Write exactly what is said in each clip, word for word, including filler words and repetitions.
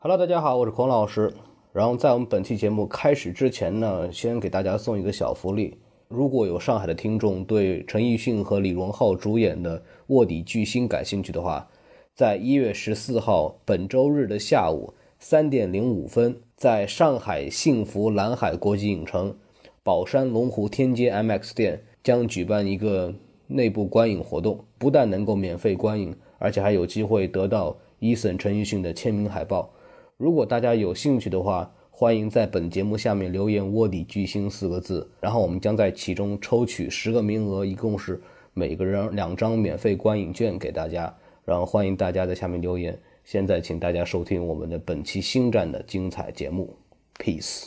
Hello， 大家好，我是孔老师。然后在我们本期节目开始之前呢，先给大家送一个小福利。如果有上海的听众对陈奕迅和李荣浩主演的《卧底巨星》感兴趣的话，在一月十四号本周日的下午三点零五分，在上海幸福蓝海国际影城宝山龙湖天街 M X 店将举办一个内部观影活动，不但能够免费观影，而且还有机会得到 Eason 陈奕迅的签名海报。如果大家有兴趣的话，欢迎在本节目下面留言卧底巨星四个字，然后我们将在其中抽取十个名额，一共是每个人两张免费观影券给大家，然后欢迎大家在下面留言。现在请大家收听我们的本期星战的精彩节目 Peace。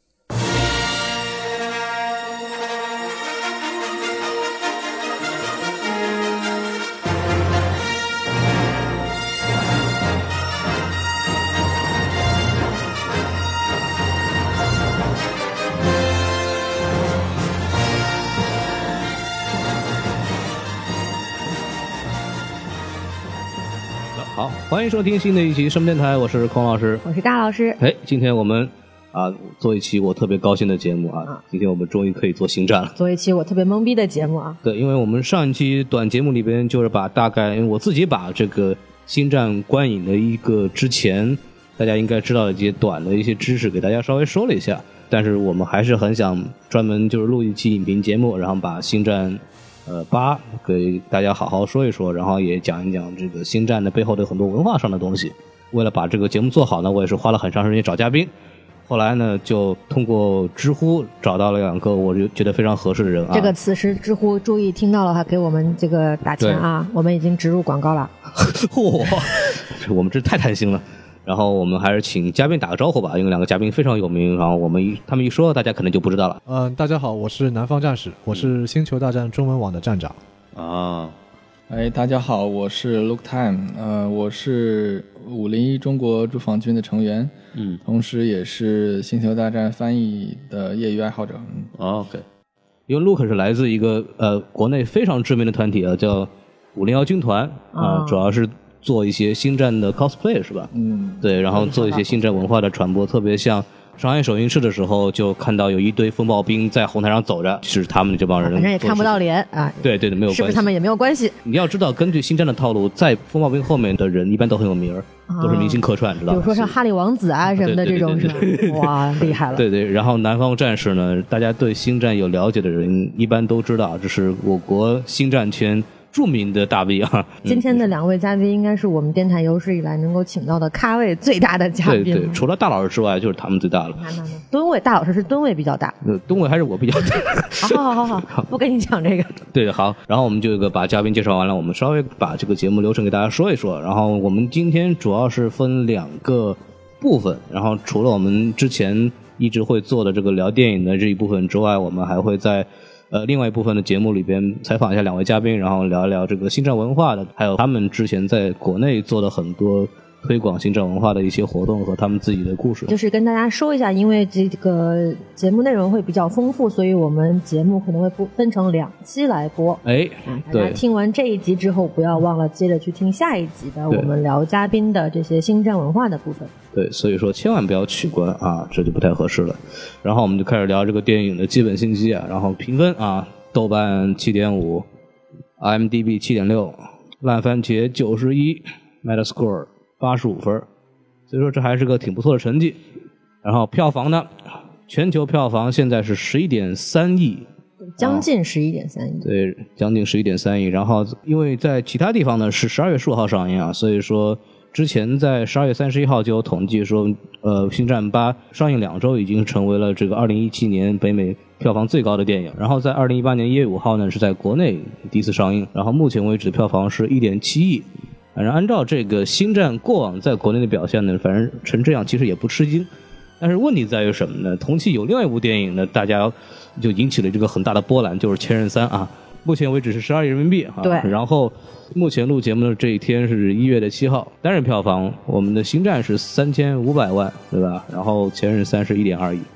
好，欢迎收听新的一期什么电台，我是孔老师， 我是大老师。 哎，今天我们啊做一期我特别高兴的节目啊，啊今天我们终于可以做星战了， 做一期我特别懵逼的节目啊。 对，因为我们上一期短节目里边就是把大概，因为我自己把这个星战观影的一个之前大家应该知道的一些短的一些知识给大家稍微说了一下，但是我们还是很想专门就是录一期影评节目，然后把星战呃，八给大家好好说一说，然后也讲一讲这个星战的背后的很多文化上的东西。为了把这个节目做好呢，我也是花了很长时间找嘉宾。后来呢，就通过知乎找到了两个我就觉得非常合适的人啊。 这个此时知乎注意听到了，还给我们这个打钱啊，我们已经植入广告了。 嚯，我们这太贪心了。然后我们还是请嘉宾打个招呼吧，因为两个嘉宾非常有名，然后我们一他们一说，大家可能就不知道了。 嗯、呃，大家好，我是南方战士，我是星球大战中文网的站长。 啊，哎，大家好，我是 Look Time， 呃，我是五零一中国驻防军的成员，嗯，同时也是星球大战翻译的业余爱好者。嗯哦、OK， 因为 Look 是来自一个呃国内非常知名的团体啊，叫五零幺军团啊、呃，主要是做一些星战的 cosplay 是吧？嗯，对，然后做一些星战文化的传播，特别像上海首映式的时候，就看到有一堆风暴兵在红毯上走着，是他们这帮人， 反正也看不到脸啊。 对对的，没有关系， 是不是他们也没有关系？ 你要知道，根据星战的套路，在风暴兵后面的人一般都很有名儿，啊、都是明星客串，知道吗？ 比如说像哈利王子啊什么的这种是吧？哇，厉害了！ 对对，然后南方战士呢，大家对星战有了解的人一般都知道，这是我国星战圈著名的大 V 啊！ 今天的两位嘉宾应该是我们电台有史以来能够请到的咖位最大的嘉宾。 对对，除了大老师之外，就是他们最大了。 那那那，吨位大老师是吨位比较大， 呃，吨位还是我比较大。 好好好好，不跟你讲这个。 对，好，然后我们就把嘉宾介绍完了，我们稍微把这个节目流程给大家说一说。然后我们今天主要是分两个部分，然后除了我们之前一直会做的这个聊电影的这一部分之外，我们还会在呃，另外一部分的节目里边采访一下两位嘉宾，然后聊一聊这个星战文化的，还有他们之前在国内做的很多推广星战文化的一些活动和他们自己的故事。 就是跟大家说一下，因为这个节目内容会比较丰富，所以我们节目可能会分成两期来播。 哎， 大家听完这一集之后，不要忘了接着去听下一集的我们聊嘉宾的这些星战文化的部分。 对，所以说千万不要取关啊，这就不太合适了。然后我们就开始聊这个电影的基本信息啊，然后评分啊，豆瓣 七点五 ，I M D B 七点六， 烂番茄九十一 ，Metascore 八十五分，所以说这还是个挺不错的成绩。然后票房呢，全球票房现在是十一点三亿。 将近十一点三亿， 对，将近十一点三亿。然后，因为在其他地方呢是十二月十五号上映啊，所以说之前在十二月三十一号就有统计说，呃，《星战八》上映两周已经成为了这个二零一七年北美票房最高的电影。然后在二零一八年一月五号呢是在国内第一次上映，然后目前为止票房是一点七亿。反正按照这个《星战》过往在国内的表现呢，反正成这样其实也不吃惊。但是问题在于什么呢？同期有另外一部电影呢，大家就引起了这个很大的波澜，就是《前任三》啊。目前为止是十二亿人民币啊。 对。 然后目前录节目的这一天是一月的七号，单日票房我们的《星战》是三千五百万，对吧？然后《前任三》是一点二亿。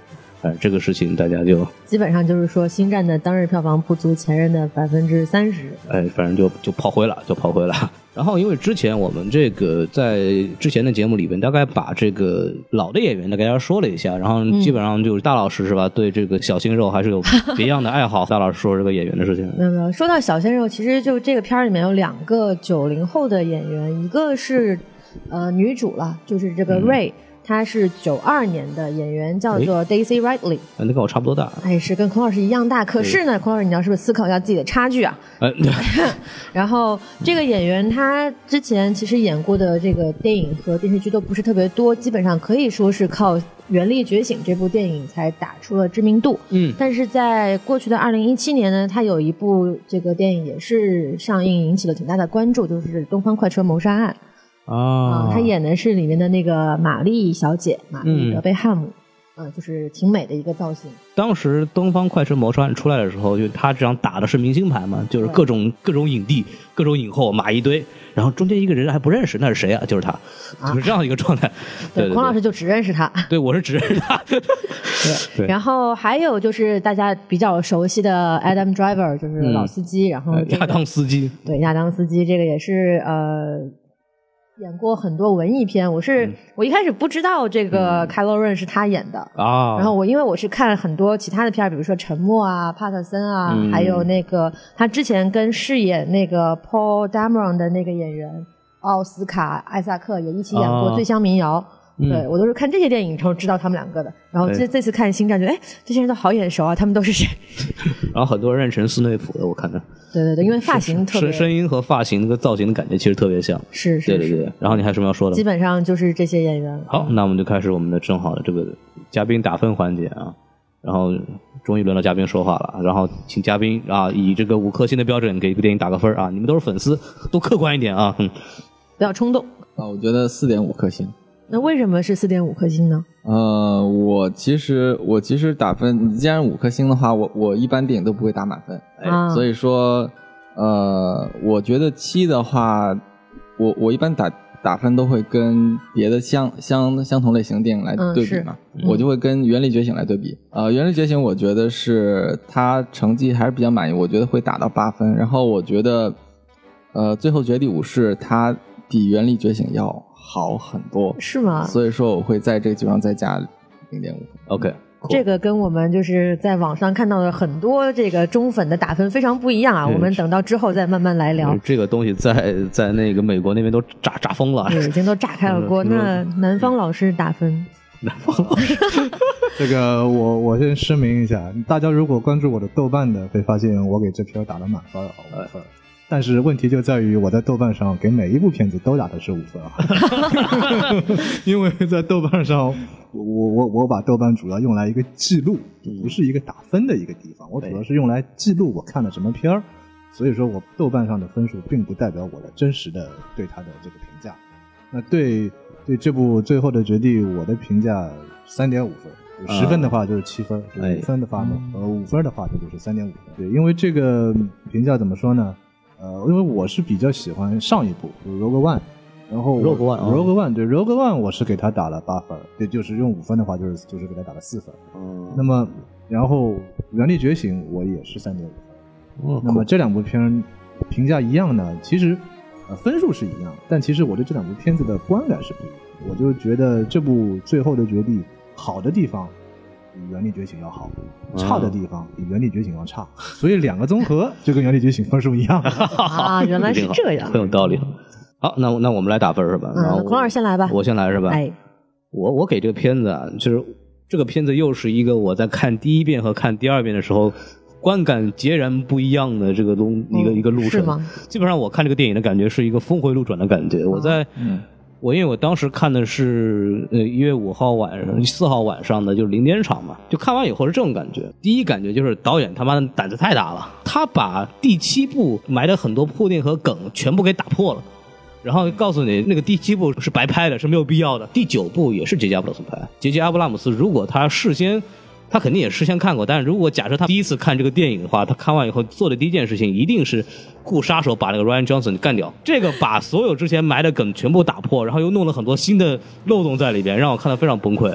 哎，这个事情大家就基本上就是说，星战的当日票房不足前任的百分之三十。 哎，反正就就跑灰了，就跑灰了。然后因为之前我们这个在之前的节目里边，大概把这个老的演员大概说了一下，然后基本上就是大老师是吧？对这个小鲜肉还是有别样的爱好。大老师说这个演员的事情， 没有没有。说到小鲜肉，其实就这个片儿里面有两个九零后的演员，一个是呃女主了，就是这个 Ray。嗯，她是九二年的演员，叫做 Daisy Ridley， 那跟我差不多大。 哎，是跟孔老师一样大。可是呢，孔老师，你要是不是思考一下自己的差距啊？ 哎， 然后这个演员他之前其实演过的这个电影和电视剧都不是特别多，基本上可以说是靠《原力觉醒》这部电影才打出了知名度。 嗯，但是在过去的二零一七年呢，他有一部这个电影也是上映，引起了挺大的关注，就是《东方快车谋杀案》。 啊、 嗯，她演的是里面的那个玛丽小姐，玛丽德贝汉姆，嗯、呃，就是挺美的一个造型。 当时《东方快车谋杀案》出来的时候，就她这样打的是明星牌嘛，就是各种各种影帝、各种影后码一堆，然后中间一个人还不认识，那是谁啊？就是她，就是这样一个状态。啊、 对，孔老师就只认识她。 对，我是只认识她。对对。然后还有就是大家比较熟悉的 Adam Driver， 就是老司机，嗯、然后、这个、 亚当斯基。 对，亚当斯基这个也是呃。演过很多文艺片，我是、嗯、我一开始不知道这个凯洛润是他演的啊，然后我因为我是看很多其他的片，比如说《沉默》啊、帕特森啊，嗯、还有那个他之前跟饰演那个 Paul Dameron 的那个演员奥斯卡艾萨克也一起演过《醉乡民谣》。对、嗯、我都是看这些电影之后知道他们两个的，然后这这次看星战觉得哎这些人都好眼熟啊，他们都是谁？ 然后很多人认成斯内普的，我看着。 对对对，因为发型特别， 声音和发型那个造型的感觉其实特别像。 是是是。 对对对。然后你还有什么要说的？ 基本上就是这些演员。 好，那我们就开始我们的正好的这个嘉宾打分环节啊。然后终于轮到嘉宾说话了，然后请嘉宾啊以这个五颗星的标准给一个电影打个分啊。你们都是粉丝，都客观一点啊。嗯。 不要冲动。 啊，我觉得四点五颗星。 那为什么是四点五颗星呢？ 呃，我其实我其实打分，既然五颗星的话，我我一般电影都不会打满分， 啊、 所以说，呃，我觉得七的话，我我一般打打分都会跟别的相相相同类型的电影来对比嘛， 嗯、 我就会跟《原力觉醒》来对比。呃，《原力觉醒》我觉得是它成绩还是比较满意，我觉得会打到八分。然后我觉得，呃，《最后绝地武士》它比《原力觉醒》要好很多， 是吗？ 所以说我会在这个基础上再加 零点五 分。 OK， 这个跟我们就是在网上看到的很多这个中粉的打分非常不一样啊，我们等到之后再慢慢来聊。 这个东西在在那个美国那边都炸炸疯了， 已经都炸开了锅。那南方老师打分， 南方老师这个我我先声明一下，大家如果关注我的豆瓣的会发现我给这片打了满分啊，五分。但是问题就在于我在豆瓣上给每一部片子都打的是五分啊，因为在豆瓣上我我我把豆瓣主要用来一个记录，不是一个打分的一个地方，我主要是用来记录我看了什么片儿，所以说我豆瓣上的分数并不代表我的真实的对它的这个评价。那对对这部最后的决定我的评价 三点五 分，十分的话就是七分，五分的话呃五分的话这就是 三点五 分。对，因为这个评价怎么说呢？呃，因为我是比较喜欢上一部 Rogue One， 然后 Rogue One Rogue One 对 Rogue One 我是给他打了八分，对，就是用五分的话就是就是给他打了四分。嗯，那么然后原力觉醒我也是 三点五 分。嗯，那么这两部片评价一样呢，其实呃分数是一样，但其实我对这两部片子的观感是不一样。我就觉得这部最后的绝地好的地方比原力觉醒要好，差的地方比原力觉醒要差，所以两个综合就跟原力觉醒分数一样啊，原来是这样， 很有道理。好，那那我们来打分是吧？ 嗯，孔老师先来吧。 我先来是吧？ 哎， 我我给这个片子啊，就是这个片子又是一个我在看第一遍和看第二遍的时候观感截然不一样的这个东、嗯、一个一个路程。 是吗？ 基本上我看这个电影的感觉是一个峰回路转的感觉。我在嗯。我因为我当时看的是呃一月五号晚上四号晚上的就是零点场嘛，就看完以后是这种感觉。第一感觉就是导演他妈的胆子太大了，他把第七部埋的很多铺垫和梗全部给打破了，然后告诉你那个第七部是白拍的，是没有必要的。第九部也是杰杰阿布拉姆斯拍，杰杰阿布拉姆斯如果他事先他肯定也事先看过，但是如果假设他第一次看这个电影的话，他看完以后做的第一件事情一定是雇杀手把那个 Rian Johnson 干掉，这个把所有之前埋的梗全部打破，然后又弄了很多新的漏洞在里边，让我看得非常崩溃。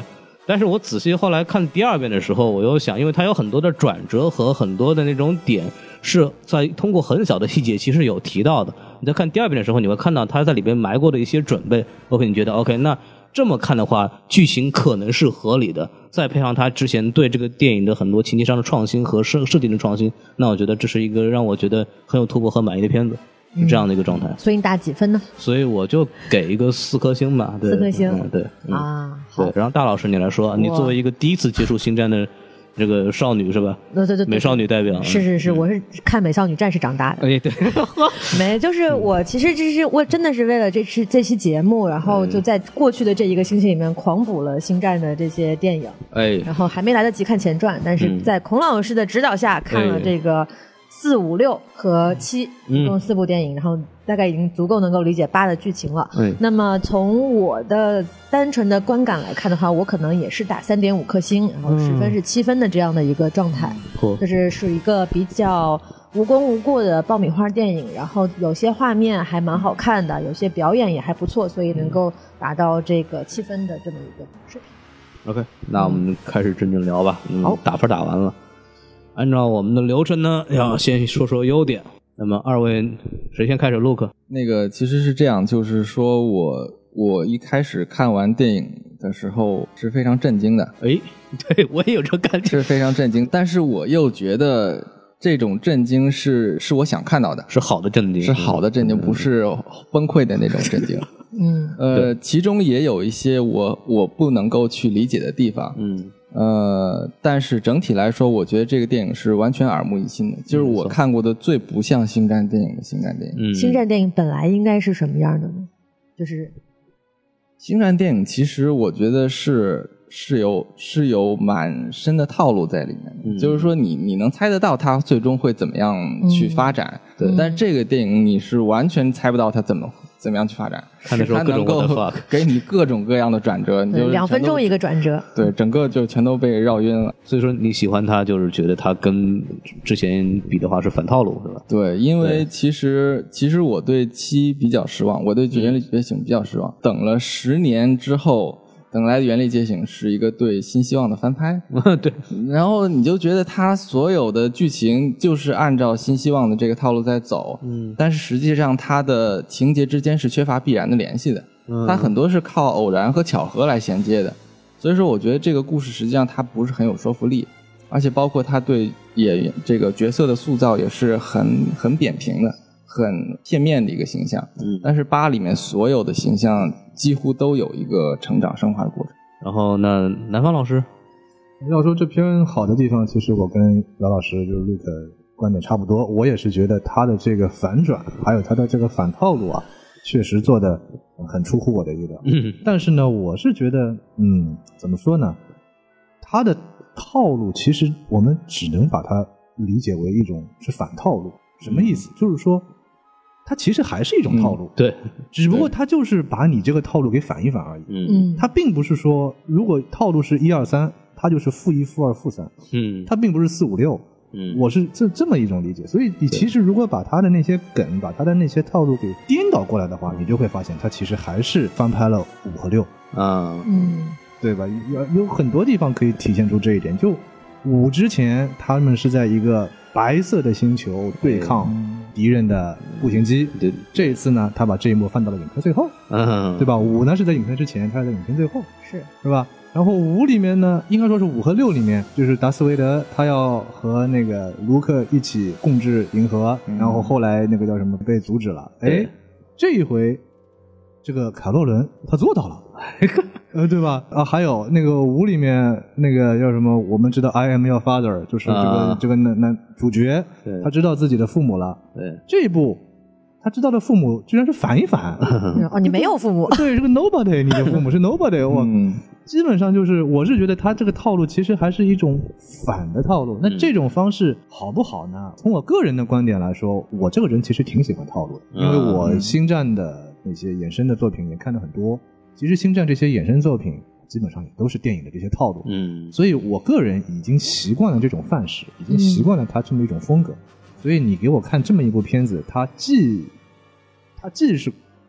但是我仔细后来看第二遍的时候，我又想，因为它有很多的转折和很多的那种点是在通过很小的细节其实有提到的。你在看第二遍的时候，你会看到他在里边埋过的一些准备。OK， 你觉得 OK， 那这么看的话，剧情可能是合理的，再配上他之前对这个电影的很多情节上的创新和设设定的创新，那我觉得这是一个让我觉得很有突破和满意的片子。是这样的一个状态、 嗯、所以你打几分呢？ 所以我就给一个四颗星吧。对， 四颗星、 嗯、对、嗯、 啊。 对，然后大老师你来说，你作为一个第一次接触星战的这个少女是吧？ 对对对， 美少女代表。 是是是、嗯，我是看美少女战士长大的。 哎，对， 没，就是我其实这是我真的是为了这期这期节目，然后就在过去的这一个星期里面狂补了星战的这些电影。 哎， 然后还没来得及看前传，但是在孔老师的指导下看了这个四五六和七，一共四部电影、嗯，然后大概已经足够能够理解八的剧情了。 嗯、 那么从我的单纯的观感来看的话，我可能也是打三点五颗星，然后十分是七分的这样的一个状态。 嗯、 就是是一个比较无功无过的爆米花电影，然后有些画面还蛮好看的，有些表演也还不错，所以能够达到这个七分的这么一个水平。 OK， 那我们开始真正聊吧。嗯、 好， 打分打完了。按照我们的流程呢，要先说说优点。那么二位谁先开始 ？Luke， 那个其实是这样，就是说我我一开始看完电影的时候是非常震惊的。 诶，对我也有这个感觉， 是非常震惊。但是我又觉得这种震惊是是我想看到的， 是好的震惊， 是好的震惊，嗯、不是崩溃的那种震惊。 嗯， 呃，其中也有一些我我不能够去理解的地方。 嗯。 呃，但是整体来说，我觉得这个电影是完全耳目一新的，就是我看过的最不像星战电影的星战电影。 嗯， 星战电影本来应该是什么样的呢？就是星战电影其实我觉得是是有是有蛮深的套路在里面的，嗯、就是说你你能猜得到它最终会怎么样去发展， 嗯、 对，但是这个电影你是完全猜不到它怎么。怎么样去发展？ 看的时候各种它能够给你各种各样的转折，你就两分钟一个转折， 对，整个就全都被绕晕了。 所以说你喜欢它，就是觉得它跟之前比的话是反套路，是吧？ 对，因为其实其实我对七比较失望，我对原力觉醒比较失望。嗯、等了十年之后。等来的原力觉醒是一个对新希望的翻拍， 对， 然后你就觉得它所有的剧情就是按照新希望的这个套路在走， 嗯， 但是实际上它的情节之间是缺乏必然的联系的， 嗯， 它很多是靠偶然和巧合来衔接的，所以说我觉得这个故事实际上它不是很有说服力，而且包括它对演员这个角色的塑造也是很很扁平的。很片面的一个形象， 嗯， 但是八里面所有的形象几乎都有一个成长升华的过程。 然后那南方老师， 要说这篇好的地方，其实我跟姚老师就是 Luke 观点差不多，我也是觉得他的这个反转，还有他的这个反套路啊，确实做的很出乎我的意料。 嗯， 但是呢，我是觉得，嗯，怎么说呢？他的套路其实我们只能把它理解为一种是反套路。什么意思？嗯、就是说。它其实还是一种套路， 嗯、对， 只不过它就是把你这个套路给反一反而已。 嗯， 它并不是说，如果套路是一二三，它就是负一、负二、负三。 嗯， 它并不是四五六。 嗯， 我是这这么一种理解。所以你其实如果把它的那些梗，把它的那些套路给颠倒过来的话，你就会发现它其实还是翻拍了五和六。 啊， 嗯， 对吧？有有很多地方可以体现出这一点。就五之前，他们是在一个白色的星球对抗敌人的步行机， 对， 这一次呢，他把这一幕放到了影片最后， 嗯， 对吧？五呢是在影片之前，他是在影片最后， 是是吧？然后五里面呢，应该说是五和六里面，就是达斯维德他要和那个卢克一起共治银河，嗯、然后后来那个叫什么被阻止了，哎，这一回这个凯洛伦他做到了。呃，对吧？啊，还有那个五里面那个叫什么？我们知道 I am your father， 就是这个、啊、这个男男主角，他知道自己的父母了。 对， 这一部他知道的父母居然是反一反。 哦，你没有父母？ 对，这个 nobody， 你的父母是 nobody。我、 嗯、 基本上就是，我是觉得他这个套路其实还是一种反的套路。那这种方式好不好呢？从我个人的观点来说，我这个人其实挺喜欢套路的，因为我星战的那些衍生的作品也看了很多。其实星战这些衍生作品基本上也都是电影的这些套路， 嗯， 所以我个人已经习惯了这种范式，已经习惯了它这么一种风格。嗯、所以你给我看这么一部片子，它既它既是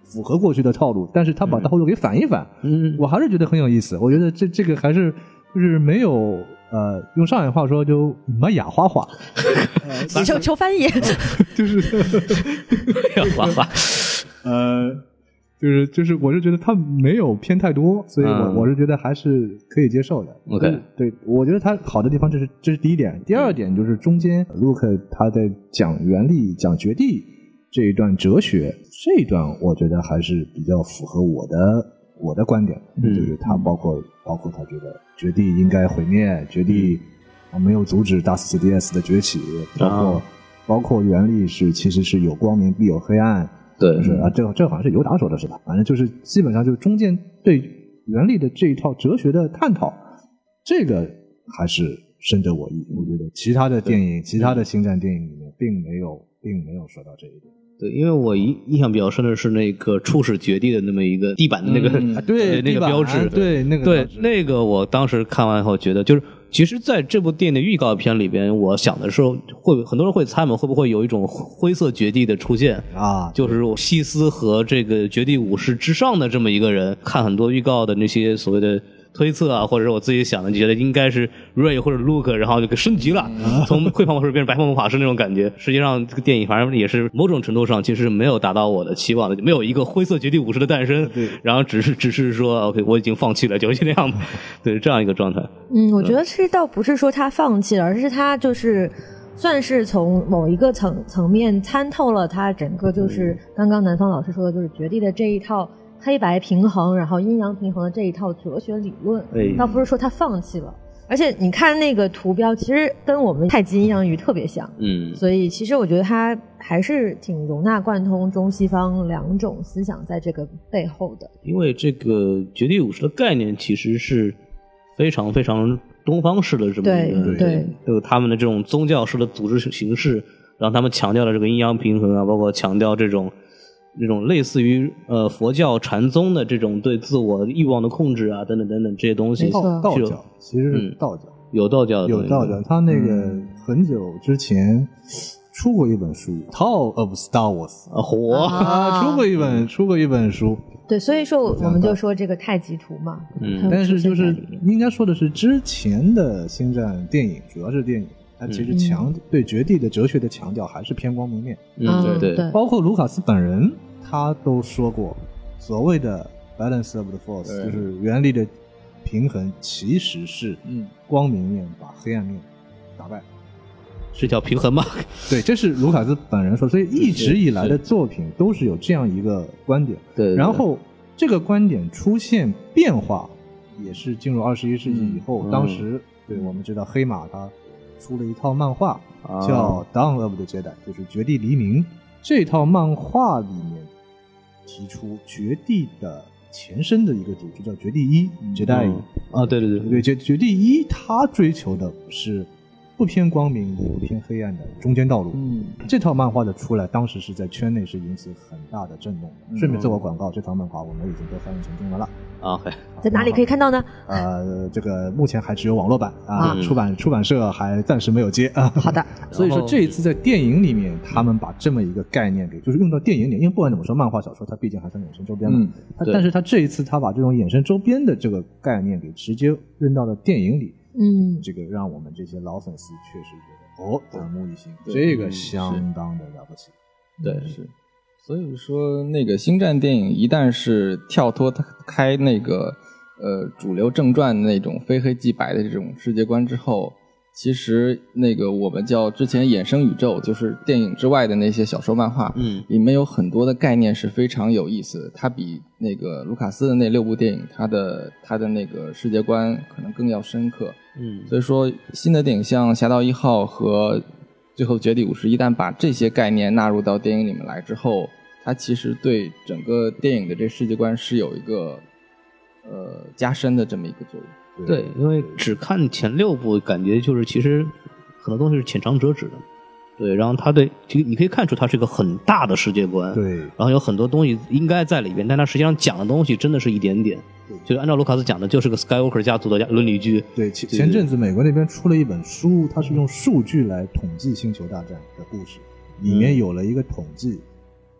符合过去的套路，但是他把套路给反一反，嗯，我还是觉得很有意思。我觉得这这个还是就是没有呃，用上海话说就没哑花花， 你求求翻译， 就是哑花花， 呃。就是就是，我是觉得他没有偏太多，所以我、嗯、我是觉得还是可以接受的。 OK， 对，我觉得他好的地方这是这是第一点，第二点就是中间 Luke 他在讲原力、讲绝地这一段哲学，这一段我觉得还是比较符合我的我的观点，嗯、就是他包括包括他觉得绝地应该毁灭，绝地啊没有阻止大 C D S 的崛起，包括、啊、包括原力是其实是有光明必有黑暗。 对， 就是啊，这这好像是尤达说的是吧？反正就是基本上就是中间对原力的这一套哲学的探讨，这个还是深得我意。我觉得其他的电影、其他的星战电影里面并没有，并没有说到这一点。 对，因为我印印象比较深的是那个初始绝地的那么一个地板的那个、 嗯、对那个标志， 对那个对那个我当时看完以后觉得就是。其实在这部电影的预告片里边，我想的时候会很多人会猜嘛，会不会有一种灰色绝地的出现啊？就是西斯和这个绝地武士之上的这么一个人。看很多预告的那些所谓的推测啊，或者是我自己想的，觉得应该是 Ray 或者 Luke， 然后就给升级了，从灰胖魔术变成白胖魔法师那种感觉。实际上这个电影反正也是某种程度上其实没有达到我的期望的，没有一个灰色绝地武士的诞生，然后只是只是说 OK 我已经放弃了，就是这样，对这样一个状态。 嗯，我觉得是倒不是说他放弃了，而是他就是算是从某一个层层面参透了他整个就是刚刚南方老师说的就是绝地的这一套黑白平衡，然后阴阳平衡的这一套哲学理论，倒不是说他放弃了。而且你看那个图标，其实跟我们太极阴阳鱼特别像，嗯，所以其实我觉得它还是挺容纳贯通中西方两种思想在这个背后的。 因为这个绝地武士的概念其实是非常非常东方式的这么一个， 对对， 就他们的这种宗教式的组织形式，让他们强调了这个阴阳平衡啊，包括强调这种。这种类似于呃佛教禅宗的这种对自我欲望的控制啊，等等等等这些东西， 道教其实是道教， 嗯、有道教的， 有道教。他那个很久之前出过一本书，《Tao of Star Wars》 啊，火啊，出过一本出过一本书。 对，所以说我们就说这个太极图嘛， 嗯，但是就是应该说的是之前的星战电影，主要是电影。它其实强、嗯、对绝地的哲学的强调还是偏光明面， 嗯，对 对, 对， 包括卢卡斯本人他都说过，所谓的 balance of the force 就是原力的平衡，其实是光明面把黑暗面打败， 是叫平衡吗？ 对，这是卢卡斯本人说，所以一直以来的作品都是有这样一个观点， 对, 对, 对， 然后这个观点出现变化，也是进入二十一世纪以后，嗯、当时对我们知道黑马他。出了一套漫画叫 Dawn of the Jedi， 就是绝地黎明。这套漫画里面提出绝地的前身的一个组织叫绝地一 Jedi、 嗯、啊，对对对对，绝绝地一他追求的是不偏光明也不偏黑暗的中间道路。嗯，这套漫画的出来当时是在圈内是引起很大的震动的、嗯、顺便做个广告，这套漫画我们已经都翻译成中文了啊，嘿， 在哪里可以看到呢？ 呃，这个目前还只有网络版啊，嗯、出版出版社还暂时没有接啊。 好的， 所以说这一次在电影里面，他们把这么一个概念给，就是用到电影里，因为不管怎么说，漫画小说它毕竟还算衍生周边嘛，嗯、但是他这一次他把这种衍生周边的这个概念给直接扔到了电影里， 嗯， 这个让我们这些老粉丝确实觉得哦，耳目一新，这个相当的了不起。 对，是。所以说那个星战电影一旦是跳脱开那个呃主流正传那种非黑即白的这种世界观之后，其实那个我们叫之前衍生宇宙，就是电影之外的那些小说漫画，嗯，里面有很多的概念是非常有意思的，它比那个卢卡斯的那六部电影它的它的那个世界观可能更要深刻。嗯，所以说新的电影像侠盗一号和最后绝地武士一旦把这些概念纳入到电影里面来之后，它其实对整个电影的这世界观是有一个呃加深的这么一个作用。对，因为只看前六部感觉就是其实很多东西是浅尝辄止的。对，然后它对你可以看出它是一个很大的世界观， 对， 然后有很多东西应该在里边，但它实际上讲的东西真的是一点点，就是按照卢卡斯讲的，就是个 Skywalker 家族的伦理剧。 对，前前阵子美国那边出了一本书，它是用数据来统计星球大战的故事，里面有了一个统计，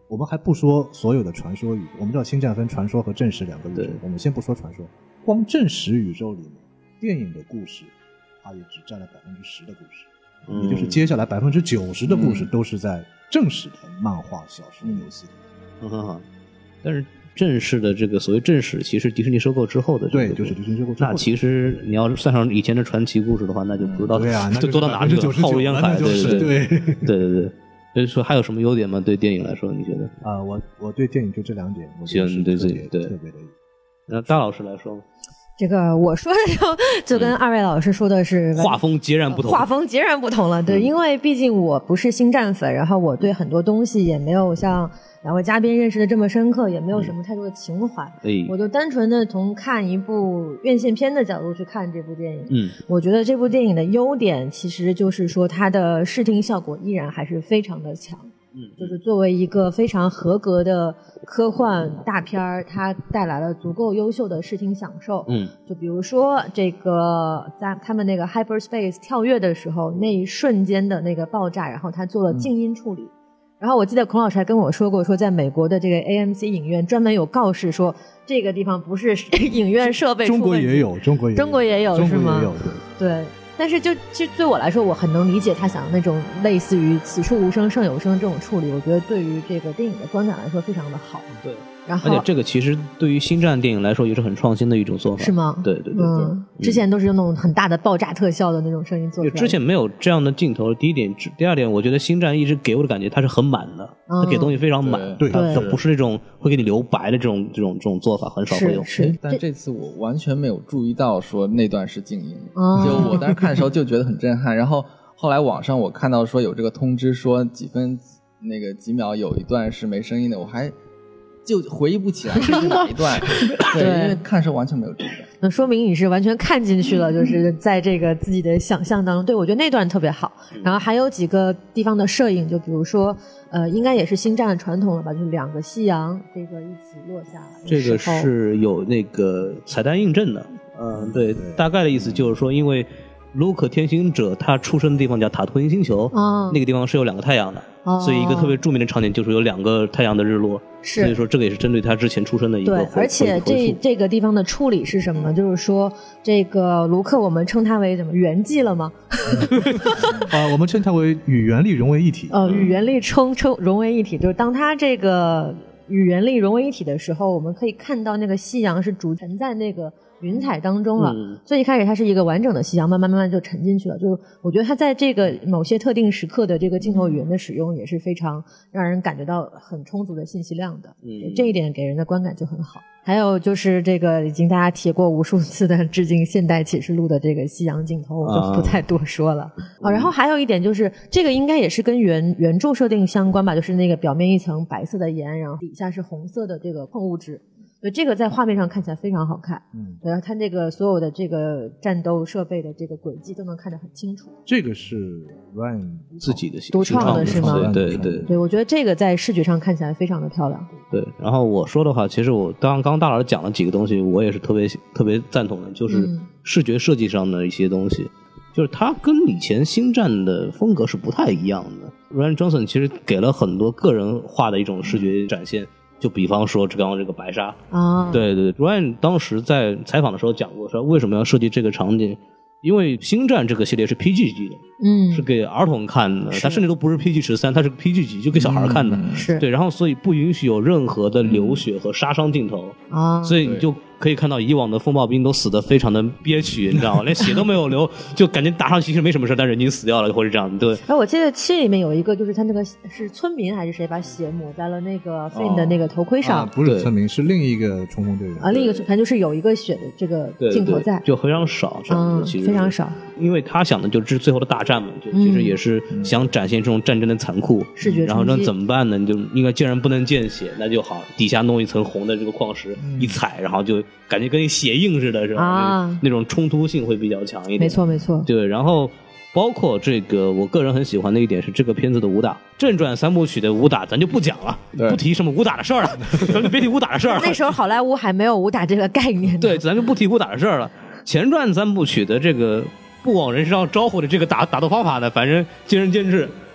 我们还不说所有的传说宇宙，我们知道星战分传说和真实两个宇宙，我们先不说传说，光真实宇宙里面电影的故事它也只占了百分之十的故事、嗯、也就是接下来百分之九十的故事都是在正史的漫画小说游戏里、 嗯嗯、但是正式的这个所谓正史其实迪士尼收购之后的、这个、 对，就是迪士尼收购之后。 那其实你要算上以前的传奇故事的话，那就不知道、 嗯、对啊， 就多到哪里去浩如烟海。 对对对对对对。所以说还有什么优点吗？对电影来说，你觉得？ 啊、呃，我我对电影就这两点，我觉得是对自己对特别的。 那大老师来说， 这个我说的就就跟二位老师说的是、 嗯、画风截然不同， 画风截然不同了。对，嗯、因为毕竟我不是星战粉，然后我对很多东西也没有像两位嘉宾认识的这么深刻，也没有什么太多的情怀。嗯、我就单纯的从看一部院线片的角度去看这部电影。嗯，我觉得这部电影的优点其实就是说它的视听效果依然还是非常的强。嗯，就是作为一个非常合格的科幻大片儿，它带来了足够优秀的视听享受。嗯，就比如说这个在他们那个 hyperspace 跳跃的时候，那一瞬间的那个爆炸，然后他做了静音处理。嗯、然后我记得孔老师还跟我说过，说在美国的这个 A M C 影院专门有告示说这个地方不是影院设备出问题。 中国也有，中国也有， 中国也有，是吗？ 中国也有，对。 对。但是就其实对我来说，我很能理解他想的那种类似于此处无声胜有声这种处理，我觉得对于这个电影的观感来说非常的好。 对， 然后而且这个其实对于星战电影来说也是很创新的一种做法。 是吗？ 对对对对、 嗯，之前都是用那种很大的爆炸特效的那种声音做出来的。 之前没有这样的镜头。第一点，第二点，我觉得星战一直给我的感觉它是很满的， 嗯、 它给东西非常满， 对， 它它不是那种会给你留白的这种这种这种做法，很少会有。 是，是但这次我完全没有注意到说那段是静音，哦、就我当时看的时候就觉得很震撼。然后后来网上我看到说有这个通知说几分那个几秒有一段是没声音的，我还就回忆不起来是哪一段。对，因为看的时候完全没有注意到。 那说明你是完全看进去了，就是在这个自己的想象当中。对，我觉得那段特别好。然后还有几个地方的摄影，就比如说呃应该也是星战的传统了吧，就是两个夕阳这个一起落下来。 这个是有那个彩蛋印证的。嗯，对，大概的意思就是说，因为卢克天行者他出生的地方叫塔图因星球、哦、那个地方是有两个太阳的、哦、所以一个特别著名的场景就是有两个太阳的日落， 是， 所以说这个也是针对他之前出生的一个。 对，而且这这个地方的处理是什么呢？就是说这个卢克我们称他为什么原纪了吗？ 啊，我们称他为与原力融为一体。 呃，与原力称称融为一体，就是当他这个与原力融为一体的时候，我们可以看到那个夕阳是主沉在那个云彩当中了、嗯、所以一开始它是一个完整的夕阳，慢慢慢慢就沉进去了。就我觉得它在这个某些特定时刻的这个镜头语言的使用也是非常让人感觉到很充足的信息量的、嗯、这一点给人的观感就很好。还有就是这个已经大家提过无数次的致敬现代启示录的这个夕阳镜头，我就不再多说了、啊哦、然后还有一点就是这个应该也是跟原原著设定相关吧，就是那个表面一层白色的盐，然后底下是红色的这个矿物质，对，这个在画面上看起来非常好看。嗯，对，它这个所有的这个战斗设备的这个轨迹都能看得很清楚。 这个是 Ryan 自己的独创的是吗？ 对对对， 对，我觉得这个在视觉上看起来非常的漂亮。 对，然后我说的话，其实我刚刚大老师讲了几个东西，我也是特别特别赞同的，就是视觉设计上的一些东西。嗯，就是它跟以前星战的风格是不太一样的。Rian Johnson 其实给了很多个人化的一种视觉展现，就比方说刚刚这个白纱啊，对对对 ，Rian 当时在采访的时候讲过，说为什么要设计这个场景，因为星战这个系列是 P G 级的，嗯，是给儿童看的，它甚至都不是 P G 十三，它是 P G 级，就给小孩看的， 嗯、是对，然后所以不允许有任何的流血和杀伤镜头啊，所以你就可以看到以往的风暴兵都死得非常的憋屈，你知道吗？连血都没有流，就感觉打上其实没什么事，但人已经死掉了，或者这样。对。 哎，我记得七里面有一个，就是他那个是村民还是谁把血抹在了那个 Finn 的那个头盔上？ 哦啊、不是村民，是另一个冲锋队员啊，另一个反正就是有一个血的这个镜头在， 对对对就非常少，这样子、嗯、其实非常少。 因为他想的就是最后的大战嘛，就其实也是想展现这种战争的残酷， 视觉、嗯、 然后那怎么办呢？你就应该既然不能见血，那就好，底下弄一层红的这个矿石，嗯、一踩，然后就感觉跟血印似的，是吧？啊，那种冲突性会比较强一点。 没错，没错。 对，然后包括这个，我个人很喜欢的一点是这个片子的武打。正传三部曲的武打咱就不讲了，不提什么武打的事儿了，咱就别提武打的事儿了。 那时候好莱坞还没有武打这个概念。 对，咱就不提武打的事儿了。前传三部曲的这个不往人身上招呼的这个打打斗方法呢，反正见仁见智。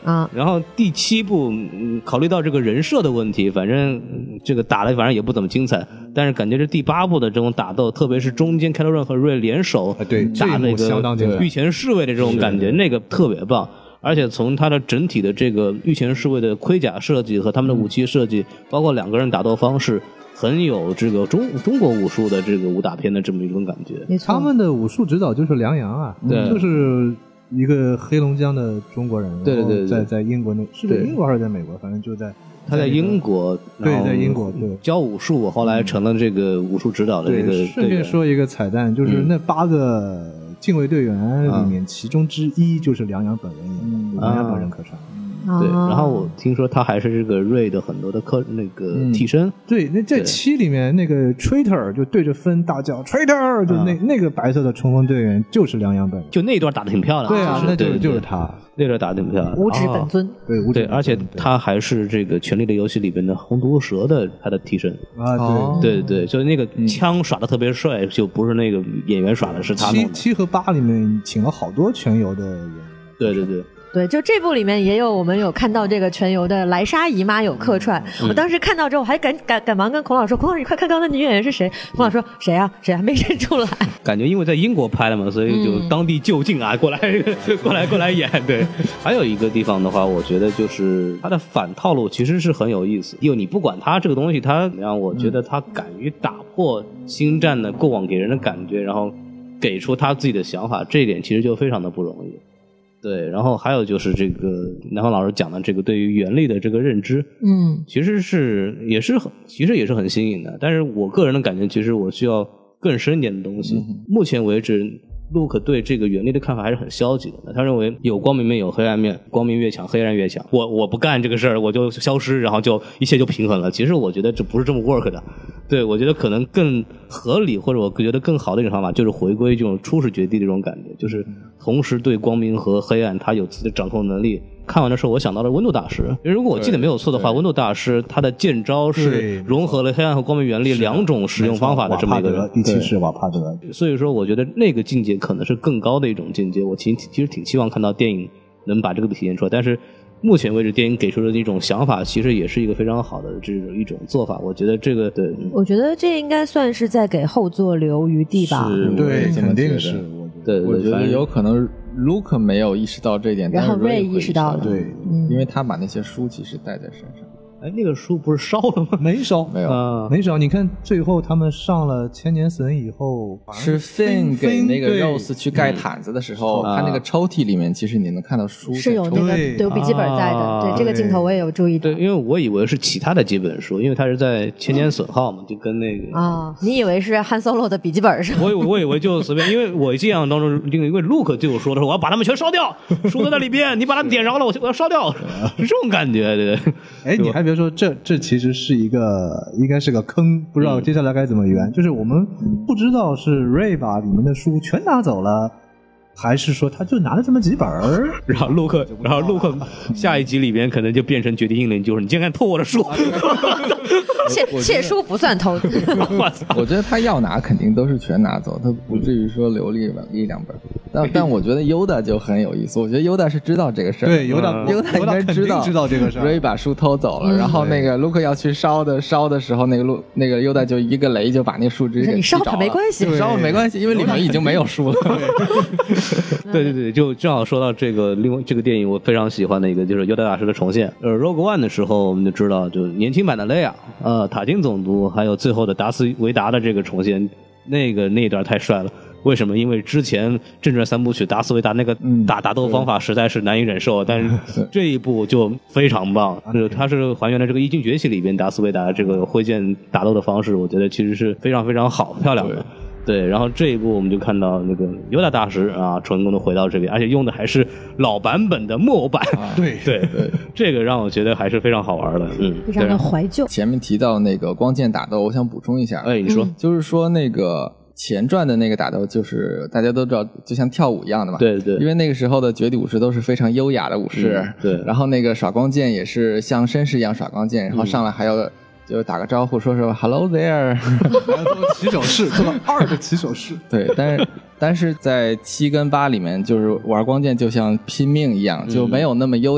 啊。 然后第七部、嗯、考虑到这个人设的问题，反正、嗯、这个打的反正也不怎么精彩，但是感觉这第八部的这种打斗，特别是中间凯洛润和瑞联手、 啊、对打那个御前侍卫的这种感觉，那个特别棒。而且从它的整体的这个御前侍卫的盔甲设计和他们的武器设计，包括两个人打斗方式，很有这个中中国武术的这个武打片的这么一种感觉。 他们的武术指导就是梁阳啊， 对， 就是一个黑龙江的中国人， 对对对， 在在英国那是在英国还是在美国，反正就在他在英国， 对，在英国对教武术，后来成了这个武术指导的这个。 顺便说一个彩蛋，就是那八个禁卫队员里面，其中之一就是梁阳本人演的，梁阳本人客串。 对，然后我听说他还是这个瑞的很多的客那个替身。 嗯、对，那在七里面那个 traitor 就对着风大叫 traitor， 就那、嗯、那个白色的冲锋队员就是梁阳本人， 就那一段打得挺漂亮的。 对啊，那就是就是他。 那段打得挺漂亮， 无职本尊。 对，无对，而且他还是这个《权力的游戏》里边的红毒蛇的他的替身啊， 对对对，就是那个枪耍的特别帅，就不是那个演员耍的，是他弄的。 七七和八里面请了好多全游的人。 对对对。 对，就这部里面也有，我们有看到这个全游的莱莎姨妈有客串。嗯、我当时看到之后，我还赶赶赶忙跟孔老说：“孔老师，你快看刚刚的女演员是谁？”孔老说：“谁啊？谁还没认出来。” 感觉因为在英国拍的嘛，所以就当地就近啊，过来过来过来演。对，还有一个地方的话，我觉得就是它的反套路其实是很有意思，因为你不管它这个东西，它让我觉得它敢于打破星战的过往给人的感觉，然后给出他自己的想法，这一点其实就非常的不容易。对，然后还有就是这个南方老师讲的这个对于原力的这个认知， 嗯， 其实是也是很，其实也是很新颖的。但是我个人的感觉，其实我需要更深一点的东西。嗯、目前为止，Luke 对这个原力的看法还是很消极的。他认为有光明面，有黑暗面，光明越强，黑暗越强。我我不干这个事儿，我就消失，然后就一切就平衡了。其实我觉得这不是这么 work 的。对，我觉得可能更合理，或者我觉得更好的一种方法，就是回归这种初始绝地的这种感觉，就是同时对光明和黑暗他有自己的掌控能力。看完的时候，我想到了温度大师。如果我记得没有错的话，温度大师他的剑招是融合了黑暗和光明原力两种使用方法的这么一个人。 第七是瓦帕德。 所以说，我觉得那个境界可能是更高的一种境界。我其其实挺希望看到电影能把这个体现出来，但是目前为止电影给出的一种想法其实也是一个非常好的这种一种做法。我觉得这个对， 我觉得这应该算是在给后作留余地吧。 对，肯定是。 对， 我觉得有可能 Luke 没有意识到这一点， 然后 Ray 意识到了，对，因为他把那些书其实带在身上。 哎，那个书不是烧了吗？ 没烧， 没有， 啊、 没烧。你看最后他们上了千年隼以后， 是 Finn 给那个 Rose 去盖毯子的时候，他那个抽屉里面其实你能看到书， 是有那个有笔记本在的。 啊、 对，这个镜头我也有注意到。 对，因为我以为是其他的几本书，因为他是在千年隼号嘛，就跟那个啊，你以为是Han Solo 的笔记本是吗？ 我以为我以为就随便，因为我印象当中，因为 Luke 对我说的是我要把他们全烧掉，书在那里边，你把他们点着了，我我要烧掉，是这种感觉，对。 哎，你还别说，这这其实是一个应该是个坑，不知道接下来该怎么圆。嗯、就是我们不知道是 Ray 把里面的书全拿走了，还是说他就拿了这么几本儿。 然后陆克，然后陆克下一集里边可能就变成绝地英灵，就是你竟然偷我的书。 窃窃书不算偷。 我觉得他要拿肯定都是全拿走，他不至于说留了一两本。但但我觉得优达就很有意思，我觉得优达是知道这个事儿。 对，优达优达应该知道知道这个事儿。 Ray 把书偷走了，嗯、然后那个卢克要去烧的烧的时候，那个路那个优达就一个雷就把那树枝给你烧它没关系， 烧了没关系，因为里面已经没有书了。 对对对，就正好说到这个另外这个电影，我非常喜欢的一个就是优达大师的重现。呃 ，Rogue One 的时候我们就知道，就年轻版的雷亚，呃，塔金总督，还有最后的达斯维达的这个重现，那个那一段太帅了。为什么？因为之前正传三部曲达斯维达那个打打斗方法实在是难以忍受，但是这一部就非常棒，就是它是还原了这个《异境崛起》里边达斯维达这个挥剑打斗的方式，我觉得其实是非常非常好漂亮的。对，然后这一部我们就看到那个尤达大师啊，成功的回到这边，而且用的还是老版本的木偶版。 啊、对对对，这个让我觉得还是非常好玩的，嗯， 非常的怀旧。 前面提到那个光剑打斗，我想补充一下， 哎，你说， 嗯、就是说那个。前传的那个打斗就是大家都知道就像跳舞一样的嘛， 对对， 因为那个时候的绝地武士都是非常优雅的武士， 嗯、对， 然后那个耍光剑也是像绅士一样耍光剑，然后上来还要就打个招呼，说说 Hello there， 还要做起手式，做二个起手式， 对，但是但是在七跟八里面就是玩光剑就像拼命一样，就没有那么优雅。嗯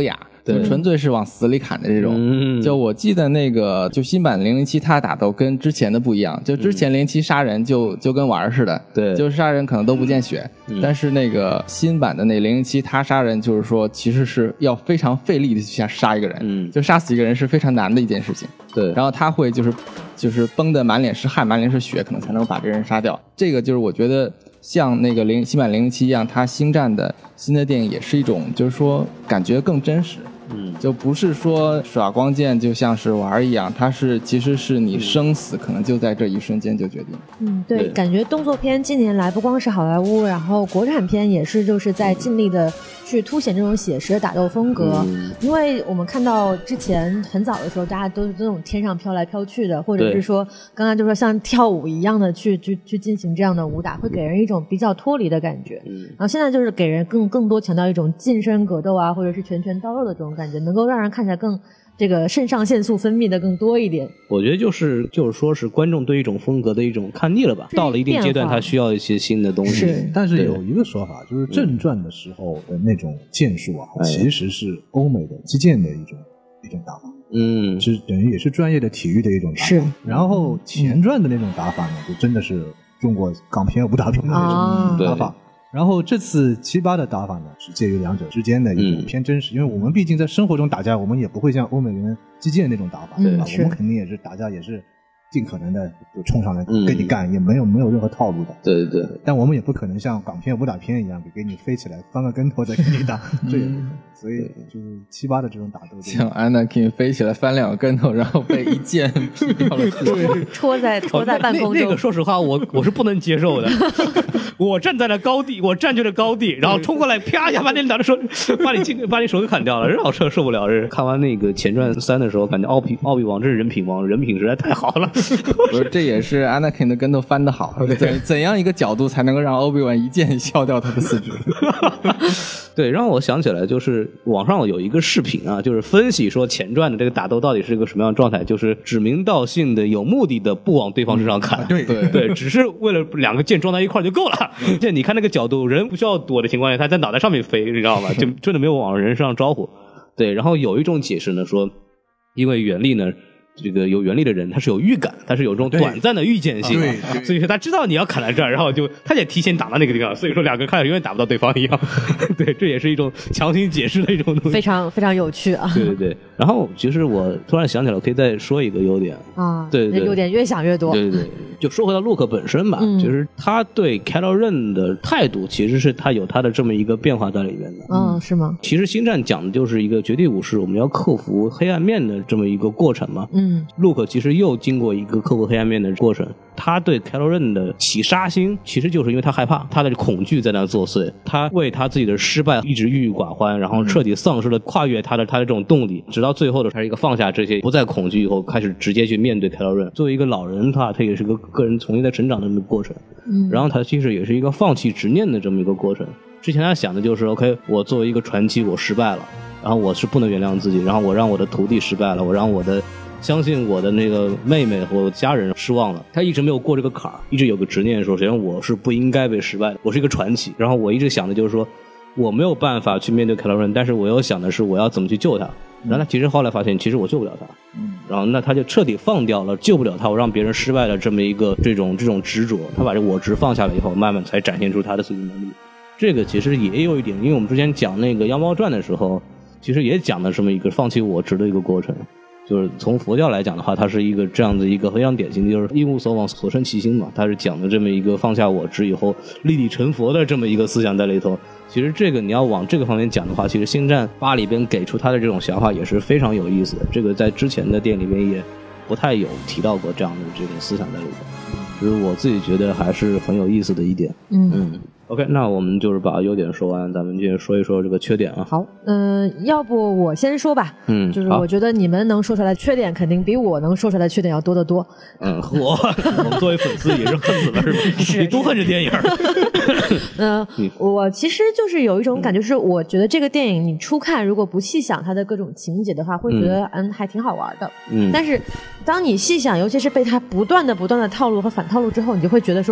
就纯粹是往死里砍的这种。嗯、就我记得那个就新版零零七他打斗跟之前的不一样，就之前零零七杀人就就跟玩似的，对，就是杀人可能都不见血，嗯、但是那个新版的那零零七他杀人就是说其实是要非常费力的去杀杀一个人，嗯，就杀死一个人是非常难的一件事情。对，然后他会就是就是崩得满脸是汗满脸是血，可能才能把这人杀掉。这个就是我觉得像那个零新版零零七一样，它星战的新的电影也是一种就是说感觉更真实，嗯，就不是说耍光剑就像是玩一样，它是其实是你生死可能就在这一瞬间就决定。 嗯，对，对，感觉动作片近年来不光是好莱坞，然后国产片也是就是在尽力的去凸显这种写实的打斗风格，嗯、因为我们看到之前很早的时候大家都是这种天上飘来飘去的，或者是说刚刚就说像跳舞一样的去去去进行这样的武打，会给人一种比较脱离的感觉，嗯、然后现在就是给人更更多强调一种近身格斗啊，或者是拳拳到肉的这种感觉，能够让人看起来更这个肾上腺素分泌的更多一点。 我觉得就是就是说是观众对一种风格的一种看腻了吧，到了一定阶段他需要一些新的东西。 是，但是有一个说法就是正传的时候的那种剑术啊，嗯、其实是欧美的击剑的一种一种打法，嗯，是等于也是专业的体育的一种打法。是，然后前传的那种打法呢，就真的是中国港片武打片的那种打法。啊，然后这次七八的打法呢，是介于两者之间的一种偏真实，嗯、因为我们毕竟在生活中打架，我们也不会像欧美人击剑那种打法，嗯、对吧？我们肯定也是打架也是尽可能的就冲上来跟你干，嗯、也没有没有任何套路的。 对对对。 但我们也不可能像港片武打片一样，给你飞起来翻个跟头再给你打，这也不可能。所以就是七八的这种打斗， 像 Anakin 飞起来翻两个跟头，然后被一剑劈掉了， 戳在戳在半空中。 那, 那个说实话，我我是不能接受的。我站在了高地，我占据了高地，然后冲过来，啪一下把你打的手，把你筋，把你手给砍掉了，让我受受不了。这看完那个前传三的时候，感觉奥比奥比王真是人品王，人品实在太好了。 不是，这也是 Anakin 的跟头翻得好，怎怎样一个角度才能够让欧比王一剑削掉他的四肢？ 对，让我想起来，就是网上有一个视频啊，就是分析说前传的这个打斗到底是一个什么样的状态，就是指名道姓的、有目的的不往对方身上砍， 嗯、对对对，只是为了两个剑撞在一块就够了。这你看那个角度，人不需要躲的情况下，他在脑袋上面飞，你知道吗？就真的没有往人身上招呼。对，然后有一种解释呢，说因为原力呢。这个有原力的人，他是有预感，他是有这种短暂的预见性，所以说他知道你要砍在这儿，然后就他也提前打到那个地方，所以说两个看永远打不到对方一样。对，这也是一种强行解释的一种东西， 非常非常有趣啊。 对对对，然后其实我突然想起来，我可以再说一个优点啊， 对对， 优点越想越多。 对对对，就说回到 Luke 本身吧，嗯、就是他对 Kylo Ren 的态度，其实是他有他的这么一个变化在里面的。 嗯，是吗？ 其实星战讲的就是一个绝地武士，我们要克服黑暗面的这么一个过程嘛。嗯 ，Luke 其实又经过一个克服黑暗面的过程，他对 Kylo Ren 的起杀心，其实就是因为他害怕，他的恐惧在那作祟，他为他自己的失败一直郁郁寡欢，然后彻底丧失了跨越他的他的这种动力，直到最后的他是一个放下这些，不再恐惧以后，开始直接去面对 Kylo Ren。作为一个老人，他他也是个个人重新在成长的这么一个过程，嗯，然后他其实也是一个放弃执念的这么一个过程。之前他想的就是 OK， 我作为一个传奇，我失败了，然后我是不能原谅自己，然后我让我的徒弟失败了，我让我的相信我的那个妹妹和家人失望了。他一直没有过这个坎儿，一直有个执念说，实际上我是不应该被失败的，我是一个传奇。然后我一直想的就是说，我没有办法去面对凯洛伦，但是我又想的是我要怎么去救他。然后他其实后来发现，其实我救不了他。嗯，然后那他就彻底放掉了救不了他，我让别人失败了这么一个这种这种执着。他把这我执放下了以后，慢慢才展现出他的自己能力。这个其实也有一点，因为我们之前讲那个《妖猫传》的时候，其实也讲了这么一个放弃我执的一个过程。就是从佛教来讲的话，它是一个这样子一个非常典型的，就是一无所往，所生其心嘛。它是讲的这么一个放下我执以后立地成佛的这么一个思想在里头。其实这个你要往这个方面讲的话，其实《星战八》里边给出他的这种想法也是非常有意思的。这个在之前的电影里面也不太有提到过这样的这种思想在里头，就是我自己觉得还是很有意思的一点。嗯嗯。OK， 那我们就是把优点说完，咱们接着说一说这个缺点啊。 好，嗯、呃，要不我先说吧。嗯，就是我觉得你们能说出来的缺点，肯定比我能说出来的缺点要多得多。 嗯，我我们作为粉丝也是恨死了，是吧？是你多恨这电影。 嗯、呃，我其实就是有一种感觉，是我觉得这个电影你初看如果不细想它的各种情节的话，会觉得嗯还挺好玩的。嗯，但是当你细想，尤其是被它不断的不断的套路和反套路之后，你就会觉得说，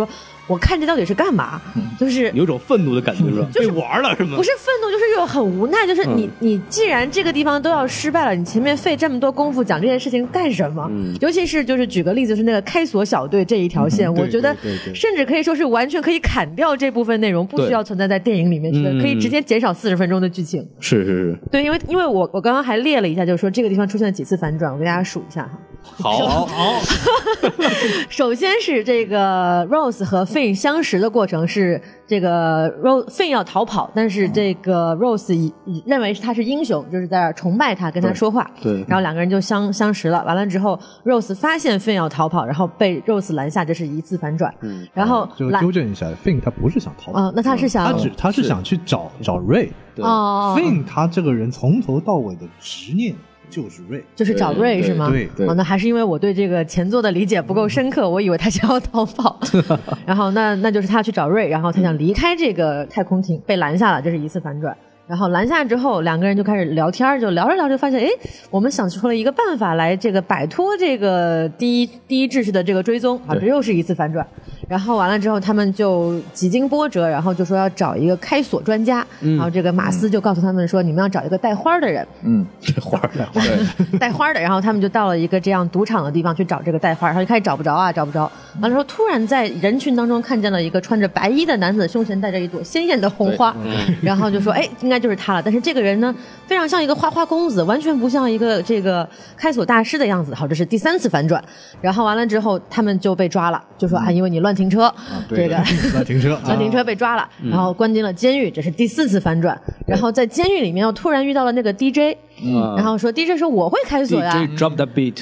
我看这到底是干嘛？就是有种愤怒的感觉，是吧？ 就是被玩了是吗？ 不是愤怒，就是有很无奈，就是你、嗯、你既然这个地方都要失败了，你前面费这么多功夫讲这件事情干什么？嗯、尤其是就是举个例子，是那个开锁小队这一条线，嗯、我觉得甚至可以说是完全可以砍掉这部分内容，不需要存在在电影里面去的，可以直接减少四十分钟的剧情。 是是是， 对，因为因为我我刚刚还列了一下，就是说这个地方出现了几次反转，我给大家数一下哈。 好好， 首先是这个 Rose 和 Finn 相识的过程是这个 Rose Finn 要逃跑，但是这个 Rose 以认为他是英雄，就是在崇拜他，跟他说话。 对， 然后两个人就相相识了。完了之后 ，Rose 发现 Finn 要逃跑，然后被 Rose 拦下，这是一次反转。嗯，然后就纠正一下 ，Finn 他不是想逃跑啊、呃，那他是想， 他只他是想去找找 Ray。 哦 ，Finn 他这个人从头到尾的执念。就是瑞， 就是找瑞是吗？ 对对。 哦，那还是因为我对这个前作的理解不够深刻，我以为他想要逃跑。然后那那就是他去找瑞，然后他想离开这个太空艇，被拦下了，这是一次反转。然后拦下之后，两个人就开始聊天，就聊着聊着发现，哎，我们想出了一个办法来这个摆脱这个第一第一秩序的这个追踪啊，这又是一次反转。然后完了之后，他们就几经波折，然后就说要找一个开锁专家。嗯、然后这个马斯就告诉他们说，你们要找一个带花的人。 嗯，带花带花带花的。然后他们就到了一个这样赌场的地方去找这个带花，然后就开始找不着啊，找不着。完了之后，突然在人群当中看见了一个穿着白衣的男子，胸前带着一朵鲜艳的红花。嗯、然后就说，哎，应该就是他了。但是这个人呢，非常像一个花花公子，完全不像一个这个开锁大师的样子。好，这是第三次反转。然后完了之后，他们就被抓了，就说啊，因为你乱停车。 啊、 这个乱停车， 乱停车被抓了，嗯、然后关进了监狱，这是第四次反转。然后在监狱里面又突然遇到了那个 D J，、嗯、然后说 D J 说我会开锁呀 ，D J drop the beat，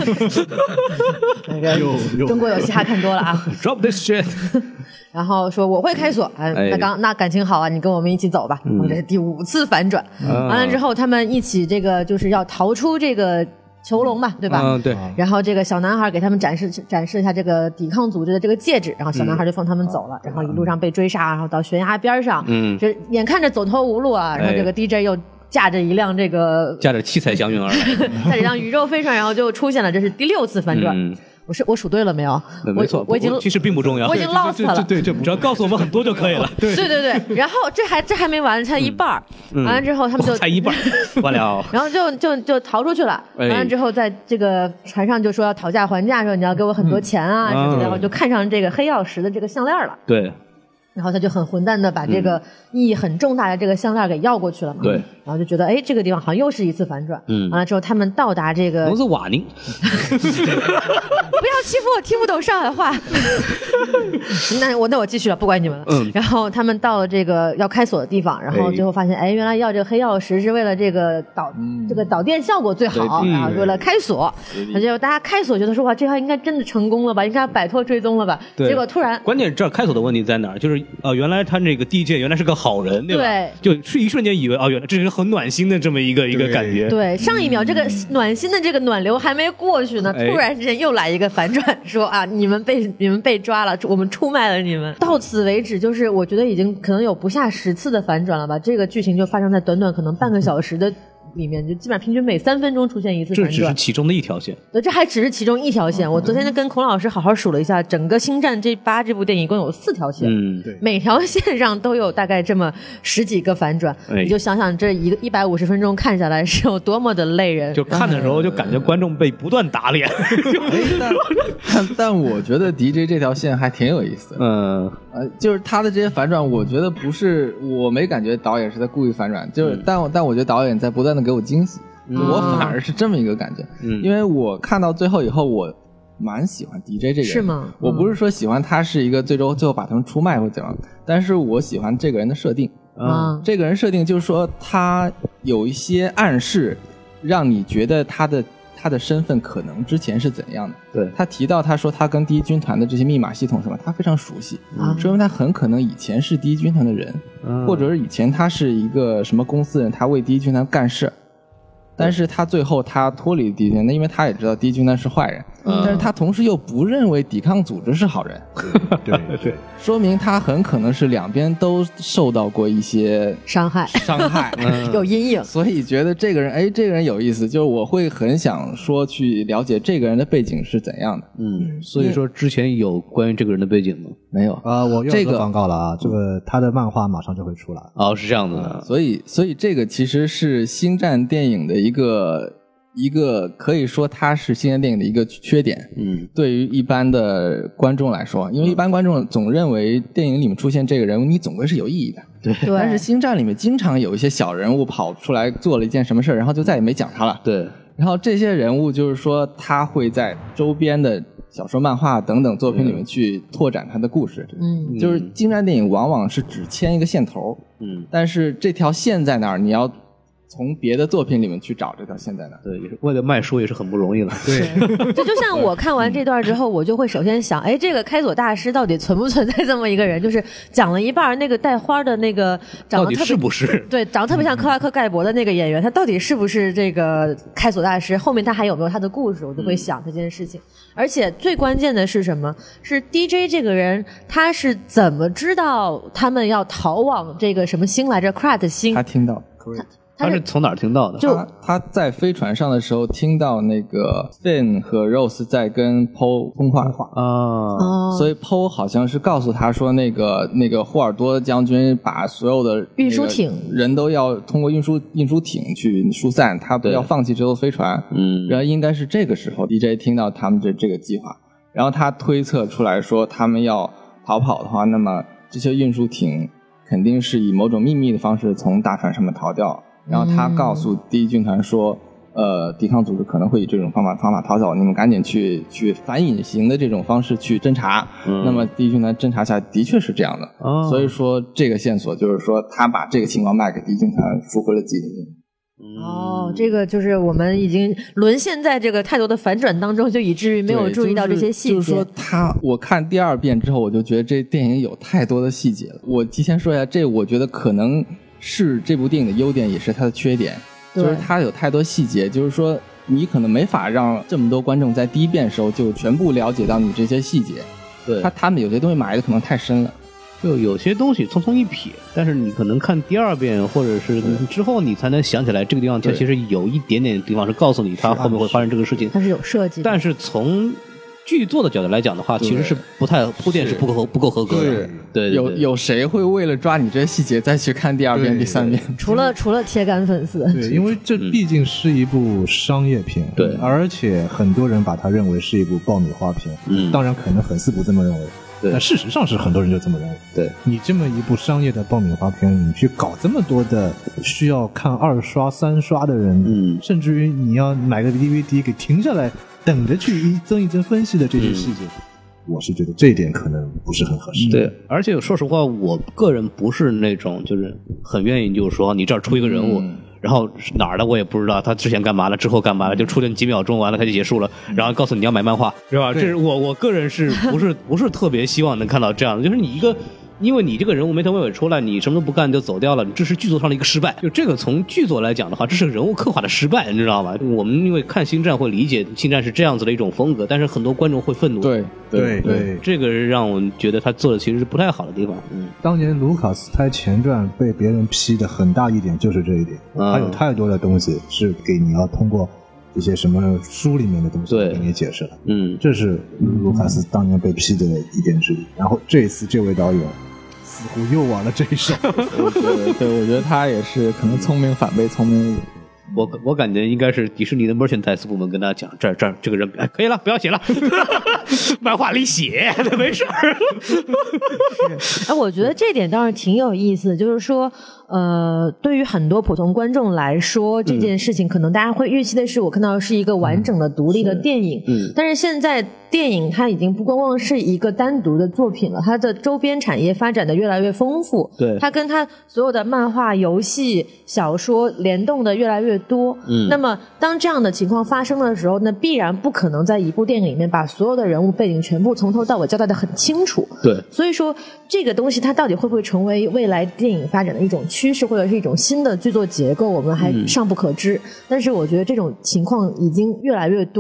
那个中国有嘻哈看多了啊 ，drop this shit， 然后说我会开锁，哎，那刚那感情好啊，你跟我们一起走吧。嗯、这是第五次反转，嗯、完了之后他们一起这个就是要逃出这个。囚笼嘛，对吧？ 嗯，对。 然后这个小男孩给他们展示展示一下这个抵抗组织的这个戒指，然后小男孩就放他们走了，嗯、然后一路上被追杀，然后到悬崖边上，嗯，这眼看着走投无路啊，然后这个 D J 又驾着一辆这个驾着七彩祥云而来， 驾着一辆宇宙飞船，然后就出现了，这是第六次反转。嗯我是我数对了没有？ 没错， 我已经其实并不重要， 我已经 lost 了。 对，这只要告诉我们很多就可以了。 对对对对，然后这还这还没完，才一半、嗯、完了之后他们就才一半完了， 然后就就就逃出去了。完了之后，在这个船上就说要讨价还价，说你要给我很多钱啊、嗯、什么的，然后就看上这个黑曜石的这个项链了。 对。 然后他就很混蛋的把这个意义很重大的这个项链给要过去了嘛。 对。 然后就觉得哎，这个地方好像又是一次反转。嗯。完了之后，他们到达这个。 我是瓦宁。 不要欺负我听不懂上海话。那我那我继续了，不管你们了。嗯。然后他们到了这个要开锁的地方，然后最后发现，哎，原来要这个黑曜石是为了这个导、嗯、这个导电效果最好，然后为了开锁。那就大家开锁觉得说哇，这下应该真的成功了吧，应该摆脱追踪了吧？结果突然， 关键这儿开锁的问题在哪儿？就是呃，原来他那个 D J 原来是个好人，对吧？ 对。 就是一瞬间以为哦，原来这是很暖心的这么一个一个感觉。 对，上一秒这个暖心的这个暖流还没过去呢，突然之间又来一个反转，说啊，你们被你们被抓了，我们出卖了你们。到此为止，就是我觉得已经可能有不下十次的反转了吧？这个剧情就发生在短短可能半个小时的。里面就基本上平均每三分钟出现一次反转， 这只是其中的一条线。 对，这还只是其中一条线。嗯、我昨天就跟孔老师好好数了一下，整个《星战》这八这部电影一共有四条线， 嗯，对， 每条线上都有大概这么十几个反转。哎、你就想想这一个一百五十分钟看下来是有多么的累人。 就看的时候就感觉观众被不断打脸。 但但但我觉得 D J 这条线还挺有意思的。 嗯， 呃，就是他的这些反转，我觉得不是，我没感觉导演是在故意反转，就是，嗯、但但我觉得导演在不断的给我惊喜，嗯、我反而是这么一个感觉，嗯，因为我看到最后以后，我蛮喜欢 D J 这个人， 是吗？嗯、 我不是说喜欢他是一个最终最后把他们出卖或怎样，但是我喜欢这个人的设定， 嗯， 这个人设定就是说他有一些暗示，让你觉得他的。他的身份可能之前是怎样的？ 对， 他提到他说他跟第一军团的这些密码系统什么，他非常熟悉，嗯、说明他很可能以前是第一军团的人，嗯、或者是以前他是一个什么公司人，他为第一军团干事，但是他最后他脱离第一军团，那因为他也知道第一军团是坏人， 但是他同时又不认为抵抗组织是好人。 对对， 说明他很可能是两边都受到过一些伤害， 伤害、 嗯、有阴影， 所以觉得这个人，哎，这个人有意思，就是我会很想说去了解这个人的背景是怎样的。 嗯，所以说之前有关于这个人的背景吗？ 没有啊、呃，我又做广告了啊，这个他的漫画马上就会出来。 哦，是这样的、 嗯，所以所以这个其实是星战电影的一个。一个可以说它是星战电影的一个缺点，嗯，对于一般的观众来说，因为一般观众总认为电影里面出现这个人物，你总归是有意义的， 对。 但是星战里面经常有一些小人物跑出来做了一件什么事，然后就再也没讲他了， 对。 然后这些人物就是说，他会在周边的小说、漫画等等作品里面去拓展他的故事，嗯，就是星战电影往往是只牵一个线头，嗯，但是这条线在哪儿，你要从别的作品里面去找这条线在哪？ 对，也是为了卖书也是很不容易的。 对，这就像我看完这段之后，我就会首先想，哎，这个开佐大师到底存不存在这么一个人？就是讲了一半那个带花的那个，长得特别到底是不是？ 对，长得特别像克拉克盖博的那个演员，他到底是不是这个开佐大师？后面他还有没有他的故事？我就会想这件事情。而且最关键的是什么？是 D J 这个人，他是怎么知道他们要逃往这个什么星来着 Krat 星？ 他听到。 他是从哪儿听到的？ 就 他, 他在飞船上的时候听到那个 Finn 和 Rose 在跟 Poe 通话啊，所以 Poe 好像是告诉他说，那个那个霍尔多将军把所有的运输艇人都要通过运输运输艇去疏散，他不要放弃这艘飞船。嗯，然后应该是这个时候 D J 听到他们这这个计划，然后他推测出来说，他们要逃跑的话，那么这些运输艇肯定是以某种秘密的方式从大船上面逃掉。然后他告诉第一军团说，呃，抵抗组织可能会以这种方法方法逃走，你们赶紧去去反隐形的这种方式去侦查。嗯、那么第一军团侦查下的确是这样的，哦、所以说这个线索就是说他把这个情况卖给第一军团，赎回了自己的命。 哦，这个就是我们已经沦陷在这个太多的反转当中，就以至于没有注意到这些细节。 就是说他，我看第二遍之后，我就觉得这电影有太多的细节了。我提前说一下，这我觉得可能是这部电影的优点，也是它的缺点，就是它有太多细节，就是说你可能没法让这么多观众在第一遍的时候就全部了解到你这些细节。 对， 他他们有些东西埋的可能太深了。 就有些东西匆匆一瞥，但是你可能看第二遍或者是之后你才能想起来这个地方它其实有一点点地方是告诉你它后面会发生这个事情， 它是有设计的。 但是从剧作的角度来讲的话，其实是不太铺垫是不够不够合格的。 对对，有有谁会为了抓你这些细节再去看第二遍第三遍？ 除了除了铁杆粉丝。 对，因为这毕竟是一部商业片， 对、嗯， 而且很多人把它认为是一部爆米花片。嗯，当然可能粉丝不这么认为。 对， 但事实上是很多人就这么认为。 对， 你这么一部商业的爆米花片，你去搞这么多的需要看二刷三刷的人，嗯，甚至于你要买个 D V D 给停下来等着去一帧一帧分析的这些细节、嗯，我是觉得这一点可能不是很合适。 对，而且说实话，我个人不是那种就是很愿意就是说你这儿出一个人物。嗯，然后哪儿的我也不知道，他之前干嘛了，之后干嘛了，就出了几秒钟，完了他就结束了，然后告诉你要买漫画，是吧？这是我我个人是不是不是特别希望能看到这样的，就是你一个。因为你这个人物没头没尾出来，你什么都不干就走掉了，这是剧作上的一个失败。就这个从剧作来讲的话，这是人物刻画的失败，你知道吗？我们因为看星战会理解星战是这样子的一种风格，但是很多观众会愤怒。 对对对， 这个让我觉得他做的其实是不太好的地方。嗯， 当年卢卡斯拍前传被别人批的很大一点就是这一点，他、嗯、有太多的东西是给你要通过这些什么书里面的东西给你解释了。 嗯， 这是卢卡斯当年被批的一点之一。然后这一次这位导演似乎又玩了这一手。 我觉得，对，我觉得他也是可能聪明反被聪明误。 我我感觉应该是迪士尼的 merchandise 部门跟他讲，这儿这儿这个人，哎，可以了，不要写了，漫画里写，没事儿。 哎，我觉得这点倒是挺有意思，就是说，呃，对于很多普通观众来说，这件事情可能大家会预期的是，我看到的是一个完整的独立的电影，嗯，但是现在电影它已经不光光是一个单独的作品了，它的周边产业发展的越来越丰富， 对， 它跟它所有的漫画、游戏、小说联动的越来越多，嗯，那么当这样的情况发生的时候，那必然不可能在一部电影里面把所有的人物背景全部从头到尾交代得很清楚， 对， 所以说这个东西它到底会不会成为未来电影发展的一种趋势，或者是一种新的剧作结构，我们还尚不可知，嗯，但是我觉得这种情况已经越来越多了。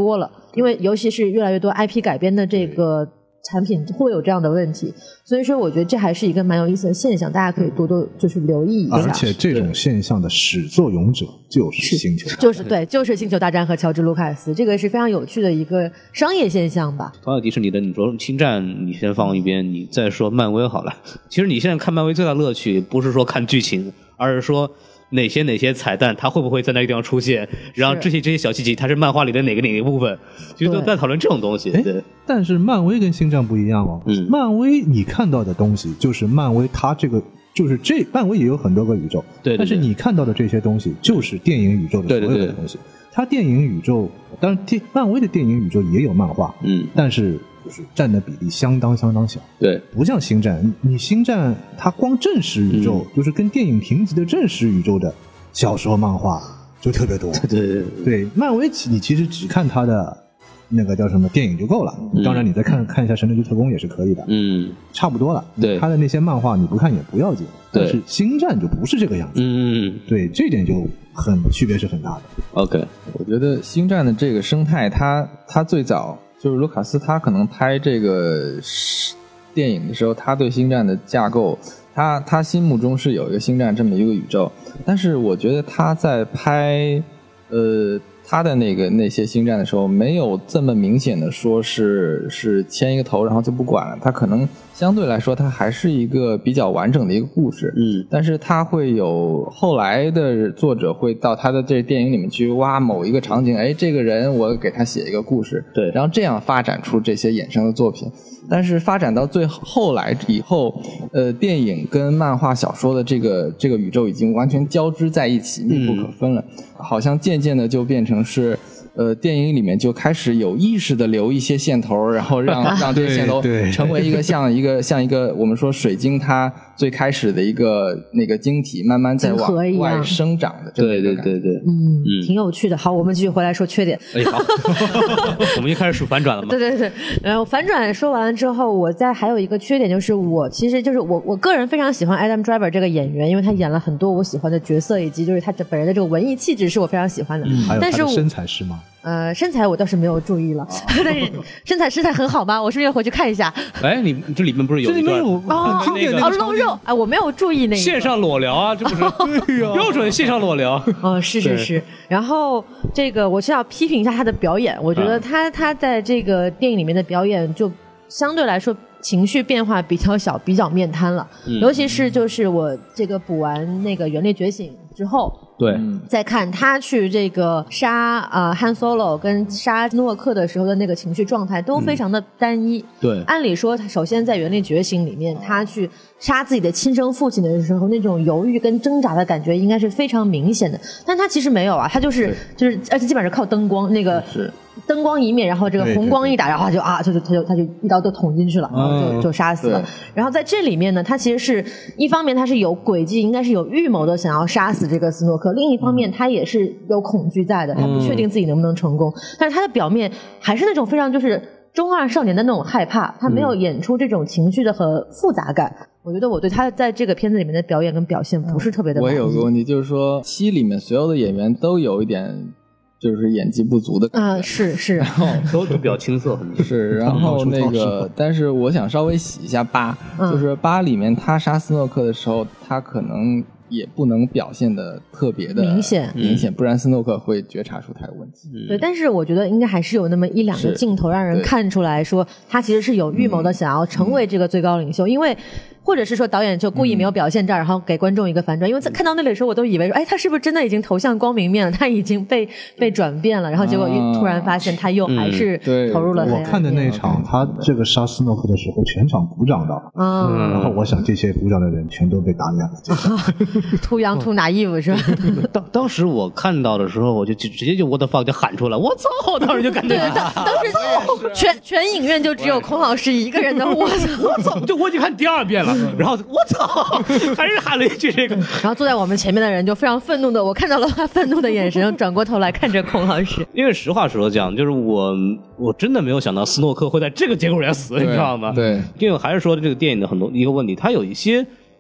因为尤其是越来越多 I P 改编的这个产品会有这样的问题，所以说我觉得这还是一个蛮有意思的现象，大家可以多多就是留意一下。 而且这种现象的始作俑者就是星球， 就是对，就是星球大战和乔治·卢卡斯，这个是非常有趣的一个商业现象吧。 同样迪士尼的，你说星战你先放一边，你再说漫威好了。其实你现在看漫威最大的乐趣不是说看剧情，而是说哪些哪些彩蛋它会不会在那个地方出现，然后这些这些小细节它是漫画里的哪个哪个部分，就都在讨论这种东西。对， 但是漫威跟星战不一样哦，嗯，漫威你看到的东西就是漫威它这个就是这漫威也有很多个宇宙， 对， 但是你看到的这些东西就是电影宇宙的所有的东西。对对对，它电影宇宙当然电漫威的电影宇宙也有漫画，嗯，但是就是占的比例相当相当小， 对， 不像星战，你星战它光正史宇宙、嗯、就是跟电影评级的正史宇宙的小说漫画就特别多， 对对 对, 对, 对，漫威你其实只看它的那个叫什么电影就够了、嗯、当然你再看看一下神盾局特工也是可以的，嗯，差不多了， 对， 它的那些漫画你不看也不要紧，但是星战就不是这个样子， 嗯， 对，这点就很区别是很大的。 OK， 我觉得星战的这个生态它它最早就是卢卡斯他可能拍这个电影的时候，他对星战的架构他他心目中是有一个星战这么一个宇宙，但是我觉得他在拍呃他的那个那些星战的时候没有这么明显的说是是牵一个头然后就不管了，他可能相对来说它还是一个比较完整的一个故事，嗯，但是它会有后来的作者会到他的这电影里面去挖某一个场景，哎，这个人我给他写一个故事， 对， 然后这样发展出这些衍生的作品。但是发展到最后来以后，呃，电影跟漫画小说的这个这个宇宙已经完全交织在一起，密不可分了，嗯、好像渐渐的就变成是。呃，电影里面就开始有意识的留一些线头，然后让让这些线头成为一个像一个像一个我们说水晶它最开始的一个那个晶体，慢慢在往外生长的这个对对对对， 嗯，嗯挺有趣的。好，我们继续回来说缺点。 哎，好，我们就开始数反转了吗？ 对对对，然后反转说完了之后，我再还有一个缺点就是我其实就是我我个人非常喜欢 Adam Driver 这个演员，因为他演了很多我喜欢的角色，以及就是他本人的这个文艺气质是我非常喜欢的。 嗯，还有他的身材是吗？ 呃，身材我倒是没有注意了，哦、但是身材身材很好吗？我是不是要回去看一下？ 哎，你这里面不是有一段哦哦露肉啊、呃？我没有注意那个线上裸聊啊，这不是标准线上裸聊？ 哦，是是是。然后这个我是要批评一下他的表演，我觉得他、嗯、他在这个电影里面的表演就相对来说情绪变化比较小，比较面瘫了。嗯、尤其是就是我这个补完那个《原力觉醒》之后。 对， 再看他去这个杀呃 Han Solo 跟杀斯诺克的时候的那个情绪状态都非常的单一。 嗯、对， 按理说他首先在《原力觉醒》里面，他去杀自己的亲生父亲的时候，那种犹豫跟挣扎的感觉应该是非常明显的，但他其实没有啊，他就是就是而且基本上是靠灯光那个是。 灯光一面，然后这个红光一打，然后他就啊，就就他就他就一刀就捅进去了，然后就就杀死了。然后在这里面呢，他其实是一方面他是有诡计，应该是有预谋的，想要杀死这个斯诺克；另一方面他也是有恐惧在的，他不确定自己能不能成功。但是他的表面还是那种非常就是中二少年的那种害怕，他没有演出这种情绪的和复杂感。我觉得我对他在这个片子里面的表演跟表现不是特别的满意。 我有个问题，就是说七里面所有的演员都有一点。就是演技不足的啊、呃，是是， 然后都比较青涩，很是，然后那个，但是我想稍微洗一下八，嗯、就是八里面他杀斯诺克的时候，他可能也不能表现的特别的明显， 明显，不然斯诺克会觉察出他有问题。 嗯、对，但是我觉得应该还是有那么一两个镜头让人看出来说，他其实是有预谋的，想要成为这个最高领袖，嗯、因为。或者是说导演就故意没有表现这儿、嗯、然后给观众一个反转，因为在看到那里的时候我都以为说哎他是不是真的已经投向光明面了，他已经被被转变了，然后结果突然发现他又还是投入了黑暗面、 嗯、我看的那一场他这个杀斯诺克的时候全场鼓掌的、嗯、然后我想这些鼓掌的人全都被打脸了 too young too naive是吧当当时我看到的时候我就直接就 what the fuck 就喊出来我操，当时就感觉对当当时全全影院就只有孔老师一个人的我操我操，就我已经看第二遍了然后我操，还是喊了一句这个。 然后坐在我们前面的人就非常愤怒的，我看到了他愤怒的眼神，转过头来看着孔老师。 因为实话实说讲，就是我我真的没有想到斯诺克会在这个节骨眼死，你知道吗？ 对， 因为还是说这个电影的很多一个问题，它有一些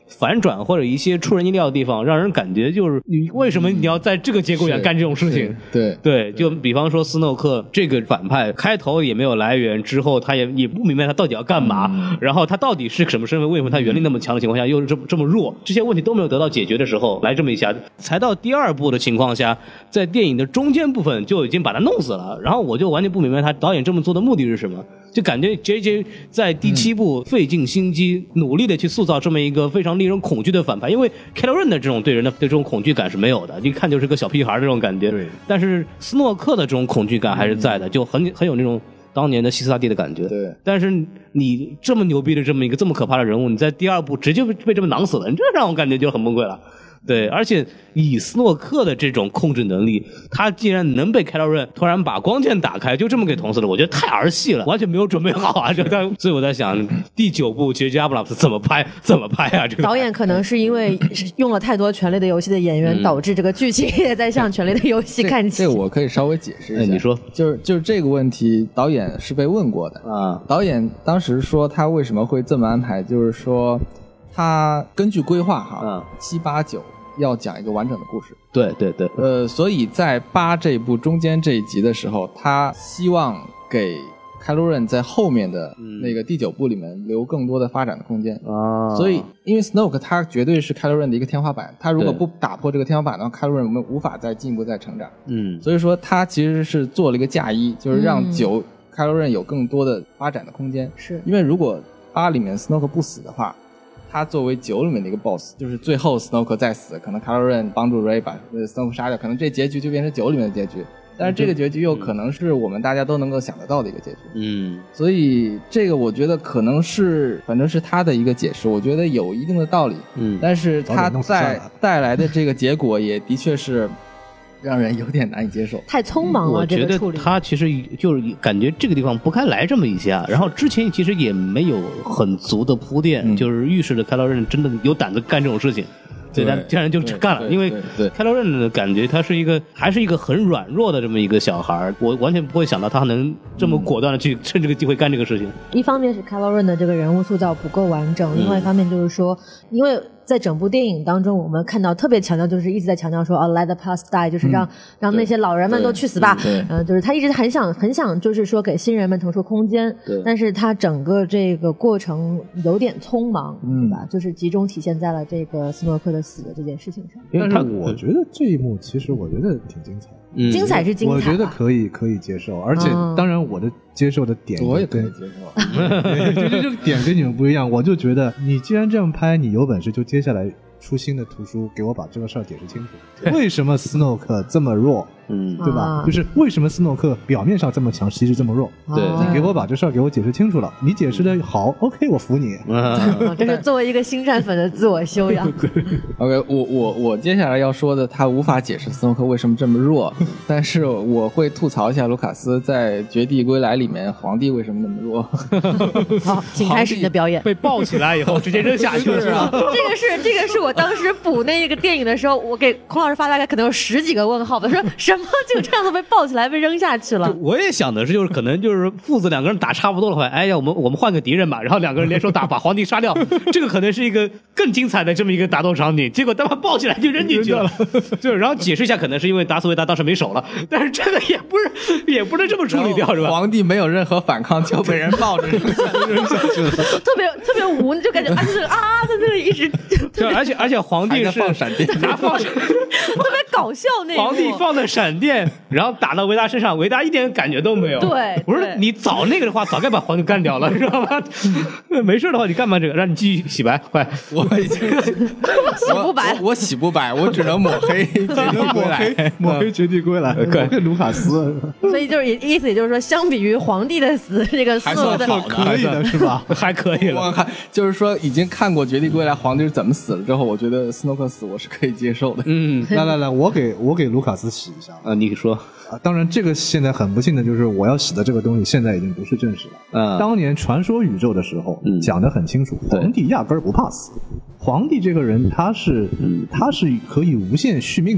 反转或者一些出人意料的地方，让人感觉就是你为什么你要在这个节骨眼干这种事情？ 对对，就比方说斯诺克这个反派开头也没有来源，之后他也也不明白他到底要干嘛，嗯、然后他到底是什么身份，为什么他原力那么强的情况下又是这么这么弱，这些问题都没有得到解决的时候，来这么一下，才到第二部的情况下，在电影的中间部分就已经把他弄死了，然后我就完全不明白他导演这么做的目的是什么。就感觉 J J 在第七部费尽心机、嗯、努力的去塑造这么一个非常令人恐惧的反派，因为 Kylo Ren 的这种对人的对这种恐惧感是没有的，一看就是个小屁孩的这种感觉。对，但是斯诺克的这种恐惧感还是在的，就很很有那种当年的西斯拉蒂的感觉。 对， 但是你这么牛逼的这么一个这么可怕的人物，你在第二部直接被这么囊死了，你这让我感觉就很崩溃了。对，而且以斯诺克的这种控制能力，他既然能被 Kylo Ren 突然把光剑打开，就这么给捅死了，我觉得太儿戏了，完全没有准备好啊！这个，所以我在想，第九部其实 J J Abrams 怎么拍，怎么拍啊？这个导演可能是因为用了太多《权力的游戏》的演员，嗯、导致这个剧情也在向《权力的游戏》看齐。 这个我可以稍微解释一下， 哎、你说， 就是就是这个问题，导演是被问过的啊。导演当时说他为什么会这么安排，就是说他根据规划哈，嗯、七八九。要讲一个完整的故事， 对对对， 呃，所以在八这一部中间这一集的时候，他希望给凯罗任在后面的那个第九部里面留更多的发展的空间啊。所以，因为 Snoke 他绝对是凯罗任的一个天花板，他如果不打破这个天花板的话，凯罗任我们无法再进一步再成长。嗯，所以说他其实是做了一个嫁衣，就是让九凯罗任有更多的发展的空间。 是因为如果八里面 Snoke 不死的话。他作为九里面的一个 boss， 就是最后 Snoke 再死，可能 Kylo Ren 帮助 Rey 把 Snoke 杀掉，可能这结局就变成九里面的结局。但是这个结局又可能是我们大家都能够想得到的一个结局。嗯，所以这个我觉得可能是，反正是他的一个解释，我觉得有一定的道理。嗯，但是他在带来的这个结果也的确是。让人有点难以接受， 太匆忙了。 我觉得他其实就是感觉这个地方不该来这么一下，然后之前其实也没有很足的铺垫，嗯、就是预示着凯罗任真的有胆子干这种事情。对，他竟然就干了，因为凯罗任的感觉他是一个还是一个很软弱的这么一个小孩，我完全不会想到他能这么果断的去趁这个机会干这个事情。嗯、 一方面是凯罗任的这个人物塑造不够完整，另外一方面就是说，因为。在整部电影当中，我们看到特别强调，就是一直在强调说，哦 ，let the past die， 就是让、嗯、让那些老人们都去死吧。嗯、呃，就是他一直很想很想，就是说给新人们腾出空间。对。但是他整个这个过程有点匆忙，嗯、对吧？就是集中体现在了这个斯诺克的死的这件事情上。 但是我觉得这一幕其实我觉得挺精彩。 嗯、精彩是精彩， 我觉得可以可以接受，而且、嗯、当然我的接受的点我也可以接受， 就就这个点跟你们不一样，我就觉得你既然这样拍，你有本事就接下来出新的图书，给我把这个事儿解释清楚，为什么斯诺克这么弱？嗯，对吧？啊、就是为什么斯诺克表面上这么强，其实这么弱？ 对， 你给我把这事儿给我解释清楚了，你解释的好 ，OK， 我服你。 啊、这是作为一个星战粉的自我修养。 OK， 我我我接下来要说的，他无法解释斯诺克为什么这么弱，但是我会吐槽一下卢卡斯在《绝地归来》里面皇帝为什么那么弱。 好，请开始你的表演。 被抱起来以后直接扔下去了，是吧？ 这个是这个是我当时补那个电影的时候，我给孔老师发大概可能有十几个问号吧，说什么就这样子被抱起来被扔下去了。 我也想的是，就是可能就是父子两个人打差不多的话，哎呀，我们我们换个敌人吧，然后两个人联手打，把皇帝杀掉，这个可能是一个更精彩的这么一个打斗场景。结果他把抱起来就扔进去了，就是然后解释一下，可能是因为达斯维达当时没手了，但是这个也不是也不能这么处理掉，是吧？ 皇帝没有任何反抗就被人抱着扔下去了， 特别特别无，就感觉啊，就是啊，他这个一直对，而且而且皇帝是放闪电， 拿放特别搞笑那一幕， 皇帝放的闪电，然后打到维达身上，维达一点感觉都没有。 对， 我说你早那个的话，早该把皇帝干掉了，知道吗？没事的话，你干嘛这个？让你继续洗白，快！ 我已经洗不白， 我洗不白，我只能抹黑绝地归来， 抹黑绝地归来，抹黑卢卡斯。 所以就是意思，也就是说，相比于皇帝的死，这个还算好可以的是吧？ 还可以了。 我看就是说，已经看过绝地归来皇帝是怎么死了之后，我觉得斯诺克死我是可以接受的。 嗯， 来来来，我给我给卢卡斯洗一下啊，你说啊。当然，这个现在很不幸的就是我要洗的这个东西现在已经不是正史了。嗯，当年传说宇宙的时候、嗯、讲得很清楚，皇帝压根儿不怕死。皇帝这个人他是、嗯、他是可以无限续命的。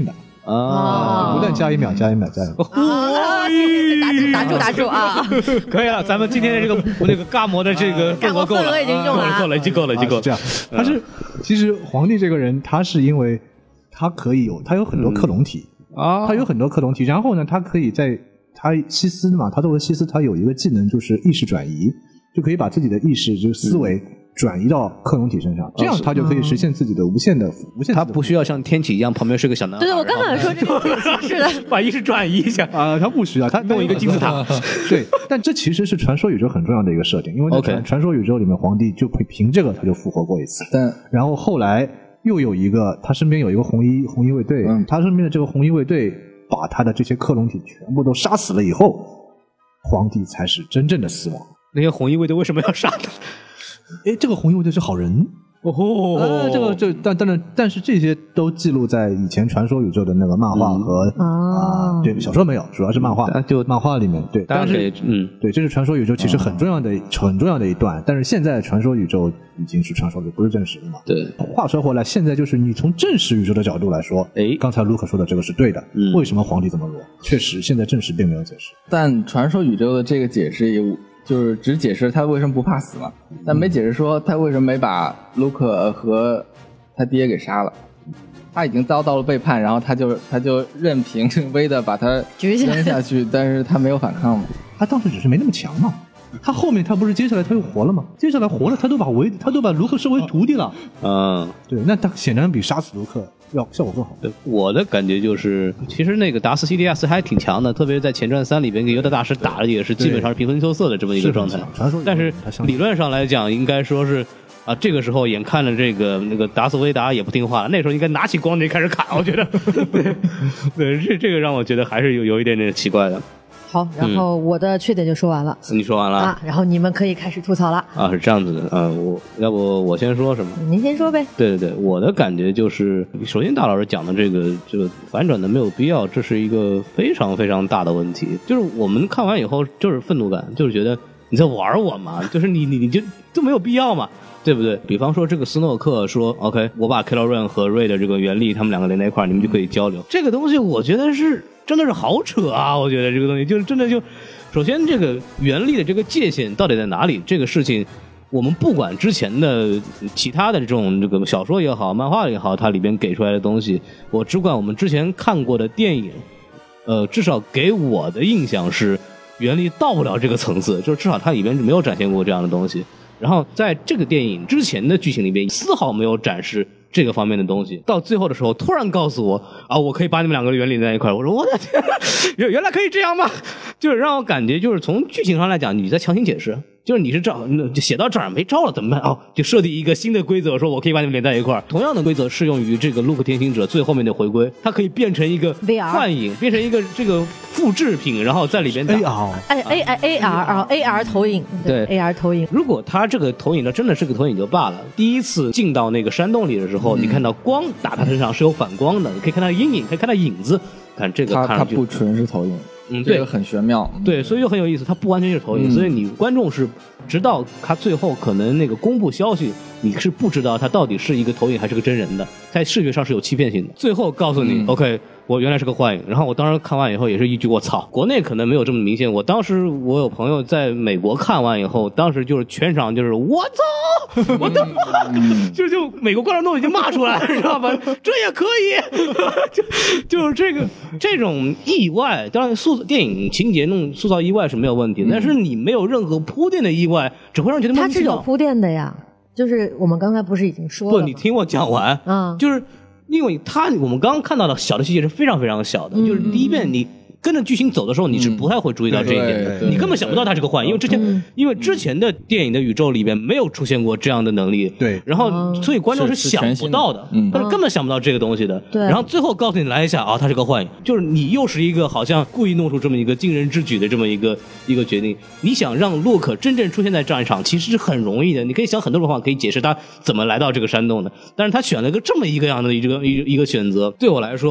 啊， 不断加一秒，加一秒，加一秒。 啊，打住打住啊！ 可以了，咱们今天的这个那个尬模的这个尬模份额已经用了， 够了，已经够了，已经够了。 这样，他是其实皇帝这个人，他是因为他可以有，他有很多克隆体啊，他有很多克隆体，然后呢，他可以在他西斯嘛，他作为西斯，他有一个技能就是意识转移，就可以把自己的意识就是思维。转移到克隆体身上，这样他就可以实现自己的无限的、嗯、无限的。 他不需要像天启一样旁边是个小男孩。 对，我刚刚说这个是的， 把意识转移一下啊、呃，他不需要，他弄一个金字塔。 对，但这其实是传说宇宙很重要的一个设定，因为在传, okay. 传说宇宙里面，皇帝就会凭这个他就复活过一次。 但然后后来又有一个，他身边有一个红衣红衣卫队，嗯、他身边的这个红衣卫队把他的这些克隆体全部都杀死了以后，皇帝才是真正的死亡。 那些红衣卫队为什么要杀他？ 哎，这个红衣卫队是好人哦， 呃、这个这但但是但是这些都记录在以前传说宇宙的那个漫画和啊、 嗯呃、对小说没有，主要是漫画， 就漫画里面对，但是嗯对，这是传说宇宙其实很重要的、嗯、很重要的一段，但是现在传说宇宙已经是传说宇宙，不是真实的嘛。 对， 话说回来，现在就是你从正史宇宙的角度来说，哎，刚才卢克说的这个是对的，嗯，为什么皇帝这么弱？确实，现在正史并没有解释， 但传说宇宙的这个解释也。就是只解释他为什么不怕死嘛，但没解释说他为什么没把卢克和他爹给杀了。他已经遭到了背叛，然后他就他就任凭威的把他扔下去，但是他没有反抗嘛。 他当时只是没那么强嘛。他后面他不是接下来他又活了吗？接下来活了，他都把维他都把卢克视为徒弟了。 嗯， 对，那他显然比杀死卢克要效果更好。 对，我的感觉就是，其实那个达斯西迪亚斯还挺强的，特别是在前传三里边跟尤达大师打的也是基本上是平分秋色的这么一个状态。但是理论上来讲，应该说是啊，这个时候眼看着这个那个达斯维达也不听话了，那时候应该拿起光碟开始砍，我觉得。对，对，这这个让我觉得还是有有一点点奇怪的。 好，然后我的缺点就说完了。 嗯、你说完了啊，然后你们可以开始吐槽了。 啊，是这样子的啊，我要不我先说什么？ 您先说呗。 对对对，我的感觉就是，首先大老师讲的这个这个反转的没有必要，这是一个非常非常大的问题。就是我们看完以后就是愤怒感，就是觉得你在玩我嘛，就是你你你就就没有必要嘛。对不对？比方说这个斯诺克说 OK 我把 Kylo Ren 和 Rey 的这个原力他们两个连在一块儿，你们就可以交流。这个东西我觉得是真的是好扯啊，我觉得这个东西就是真的就首先这个原力的这个界限到底在哪里，这个事情我们不管之前的其他的这种这个小说也好漫画也好，它里边给出来的东西，我只管我们之前看过的电影，呃至少给我的印象是原力到不了这个层次，就是至少它里边没有展现过这样的东西。然后在这个电影之前的剧情里边丝毫没有展示这个方面的东西，到最后的时候突然告诉我啊，我可以把你们两个原理在一块，我说我的天，原原来可以这样吗？就是让我感觉就是从剧情上来讲你在强行解释，就是你是照就写到这儿没招了怎么办？哦，就设定一个新的规则，说我可以把你们连在一块儿。同样的规则适用于这个路克天行者最后面的回归，它可以变成一个幻影，变成一个这个复制品，然后在里边打 A R， 哎 A I A R 啊 A R 投影， 对 A R 投影。 如果它这个投影呢真的是个投影就罢了，第一次进到那个山洞里的时候，嗯、你看到光打他身上是有反光的，你可以看到阴影，可以看到影子，看这个看上去它不纯是投影。 嗯，对， 这个很玄妙。 对，所以就很有意思，它不完全是投影，嗯、所以你观众是直到他最后可能那个公布消息，你是不知道它到底是一个投影还是个真人的，在视觉上是有欺骗性的。最后告诉你、嗯、，OK， 我原来是个幻影。然后我当时看完以后也是一句我操，国内可能没有这么明显。我当时我有朋友在美国看完以后，当时就是全场就是我操，我的妈，就就美国观众都已经骂出来了，知道吧？这也可以，就就是这个这种意外，当然塑电影情节弄塑造意外是没有问题的，嗯、但是你没有任何铺垫的意外，只会让人觉得莫名其妙。 它是有铺垫的呀，就是我们刚才不是已经说了吗？ 不，你听我讲完，嗯，就是因为它我们刚刚看到的小的细节是非常非常小的，嗯、就是第一遍你跟着剧情走的时候，你是不太会注意到这一点的，嗯、你根本想不到它是个幻影，因为之前、嗯、因为之前的电影的宇宙里边没有出现过这样的能力， 对， 然后所以观众是想不到的，他是根本想不到这个东西的， 对， 然后最后告诉你来一下啊，它是个幻影，就是你又是一个好像故意弄出这么一个惊人之举的这么一个一个决定，你想让洛克真正出现在战场，其实是很容易的，你可以想很多种方法可以解释他怎么来到这个山洞的，但是他选了个这么一个样的一个一一个选择，对我来说。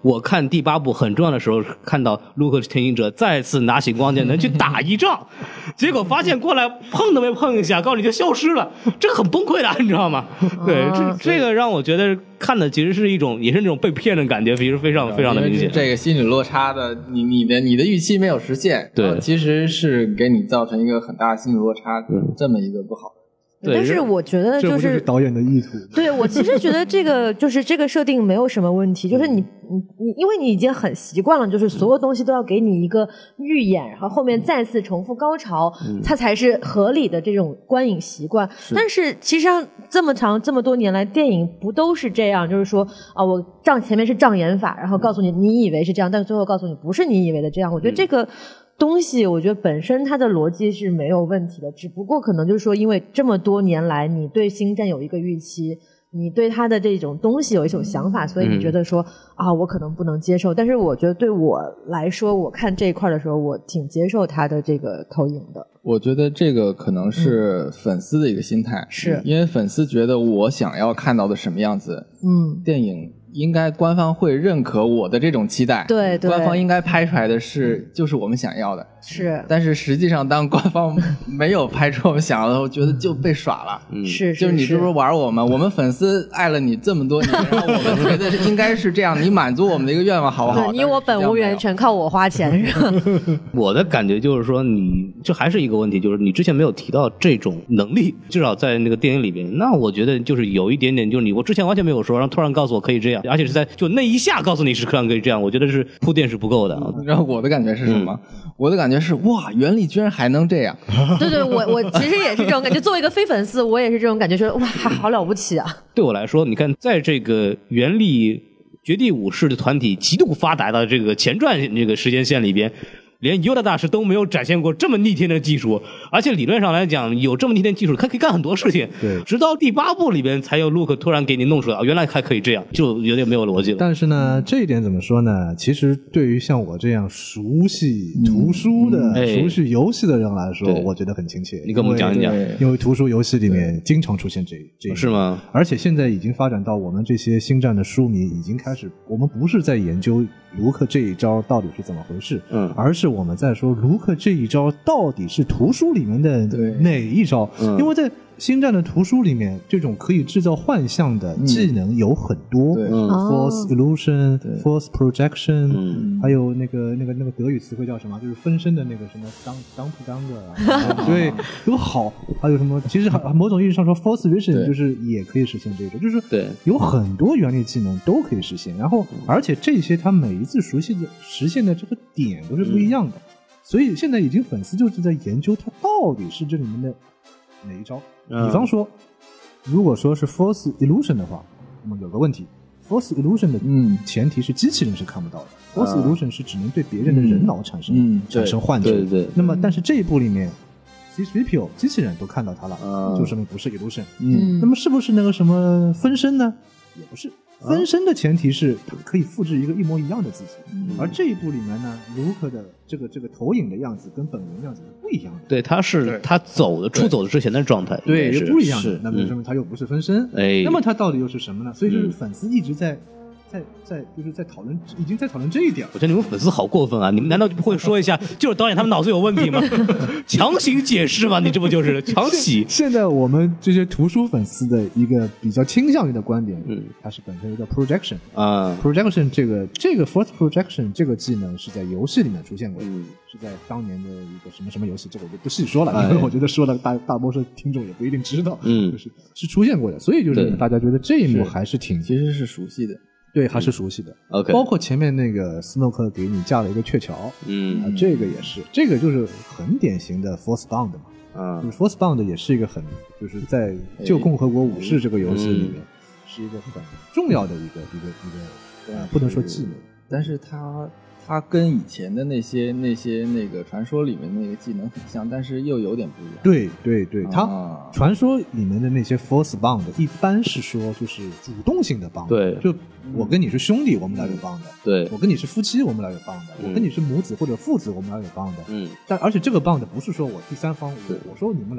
我看第八部很重要的时候，看到卢克天行者再次拿起光剑能去打一仗，结果发现过来碰都没碰一下，告诉你就消失了，这很崩溃的，你知道吗？对，这这个让我觉得看的其实是一种，也是那种被骗的感觉，其实非常非常的明显。 这个心理落差的，你你的你的预期没有实现， 对， 其实是给你造成一个很大的心理落差，这么一个不好的。 对，但是我觉得就是这不是导演的意图。 对，我其实觉得这个就是这个设定没有什么问题，就是你你你，因为你已经很习惯了，就是所有东西都要给你一个预演，然后后面再次重复高潮，嗯、它才是合理的这种观影习惯。是但是其实上这么长这么多年来，电影不都是这样？就是说啊，我障前面是障眼法，然后告诉你你以为是这样，但是最后告诉你不是你以为的这样。我觉得这个。嗯东西我觉得本身它的逻辑是没有问题的，只不过可能就是说因为这么多年来你对星战有一个预期，你对它的这种东西有一种想法，所以你觉得说、嗯、啊我可能不能接受，但是我觉得对我来说，我看这一块的时候我挺接受它的这个投影的。 我觉得这个可能是粉丝的一个心态， 是、 嗯、因为粉丝觉得我想要看到的什么样子， 嗯， 电影应该官方会认可我的这种期待， 对对， 官方应该拍出来的是就是我们想要的， 是。 但是实际上，当官方没有拍出我们想要的，我觉得就被耍了。 嗯，是， 就是你是不是玩我们？我们粉丝爱了你这么多年，然后我们觉得应该是这样，你满足我们的一个愿望，好不好？ 你我本无缘，全靠我花钱，是吧？ 我的感觉就是说你，你这还是一个问题，就是你之前没有提到这种能力，至少在那个电影里边，那我觉得就是有一点点，就是你我之前完全没有说，然后突然告诉我可以这样。而且是在就那一下告诉你是可以这样，我觉得是铺垫是不够的。 然后我的感觉是什么？嗯、我的感觉是哇，原力居然还能这样。 对对，我我其实也是这种感觉。作为一个非粉丝，我也是这种感觉，觉得哇，好了不起啊！ 对我来说，你看，在这个原力绝地武士的团体极度发达的这个前传这个时间线里边。连尤达大师都没有展现过这么逆天的技术，而且理论上来讲，有这么逆天技术，他可以干很多事情。 对， 直到第八部里边才有 Luke 突然给你弄出来，原来还可以这样，就有点没有逻辑了。 但是呢，这一点怎么说呢？其实对于像我这样熟悉图书的、嗯、熟悉游戏的人来说，嗯、我觉得很亲切。 你跟我们讲一讲， 因为图书游戏里面经常出现这这一是吗？ 而且现在已经发展到我们这些星战的书迷已经开始，我们不是在研究卢克这一招到底是怎么回事， 嗯， 而是我们在说卢克这一招到底是图书里面的哪一招？ 嗯、 因为在星战的图书里面，这种可以制造幻象的技能有很多， 嗯、 ，Force Illusion、Force Projection， 嗯、 还有那个那个那个德语词汇叫什么？就是分身的那个什么当当普当个啊，对，有好，还有什么？其实某种意义上说 ，Force Vision 就是也可以实现这种，就是对， 有很多原力技能都可以实现。然后，而且这些它每一次熟悉的实现的这个点都是不一样的，嗯、所以现在已经粉丝就是在研究它到底是这里面的哪一招。比方说，如果说是 Force Illusion 的话，那么有个问题 ，Force Illusion 的前提是机器人是看不到的、嗯、，Force Illusion 是只能对别人的人脑产生、 嗯、 产生幻觉。 对 对, 对。 那么，但是这一部里面 C 三 P O 机器人都看到它了， 嗯、 就说明不是 Illusion。 嗯。 那么是不是那个什么分身呢？也不是。分身的前提是它可以复制一个一模一样的自己，嗯、而这一部里面呢，卢克的这个这个投影的样子跟本人样子是不一样的。 对，他是他走的出走的之前的状态， 对， 是不一样的。 是那么说明他又不是分身， 哎， 那么他到底又是什么呢？所以就是粉丝一直在。在在就是在讨论，已经在讨论这一点。 我觉得你们粉丝好过分啊！你们难道就不会说一下，就是导演他们脑子有问题吗？强行解释吗？你这不就是强洗？ 现在我们这些图书粉丝的一个比较倾向于的观点， 嗯， 它是本身一个 projection 啊 ，projection 这个这个 force projection 这个技能是在游戏里面出现过的， 嗯、 是在当年的一个什么什么游戏，这个我就不细说了，哎、因为我觉得说了大大多数听众也不一定知道， 嗯， 就是是出现过的，所以就是大家觉得这一幕还是挺， 其实是熟悉的。 对，还是熟悉的。 嗯、OK， 包括前面那个斯诺克给你架了一个鹊桥， 嗯、 啊，这个也是，这个就是很典型的 Force Bound 嘛， 啊， 就是 Force Bound 也是一个很，就是在旧共和国武士这个游戏里面， 嗯、 是一个很重要的一个、嗯、一个一个，呃，不能说技能， 但是它它跟以前的那些那些那个传说里面的那个技能很像，但是又有点不一样。 对对对，它、 啊、 传说里面的那些 Force Bound 一般是说就是主动性的 Bound， 对， 就我跟你是兄弟，我们俩有 Bound， 对， 我跟你是夫妻，我们俩有 Bound，、嗯、我跟你是母子或者父子，我们俩有 Bound， 嗯， 但而且这个 Bound 不是说我第三方，我我说你们俩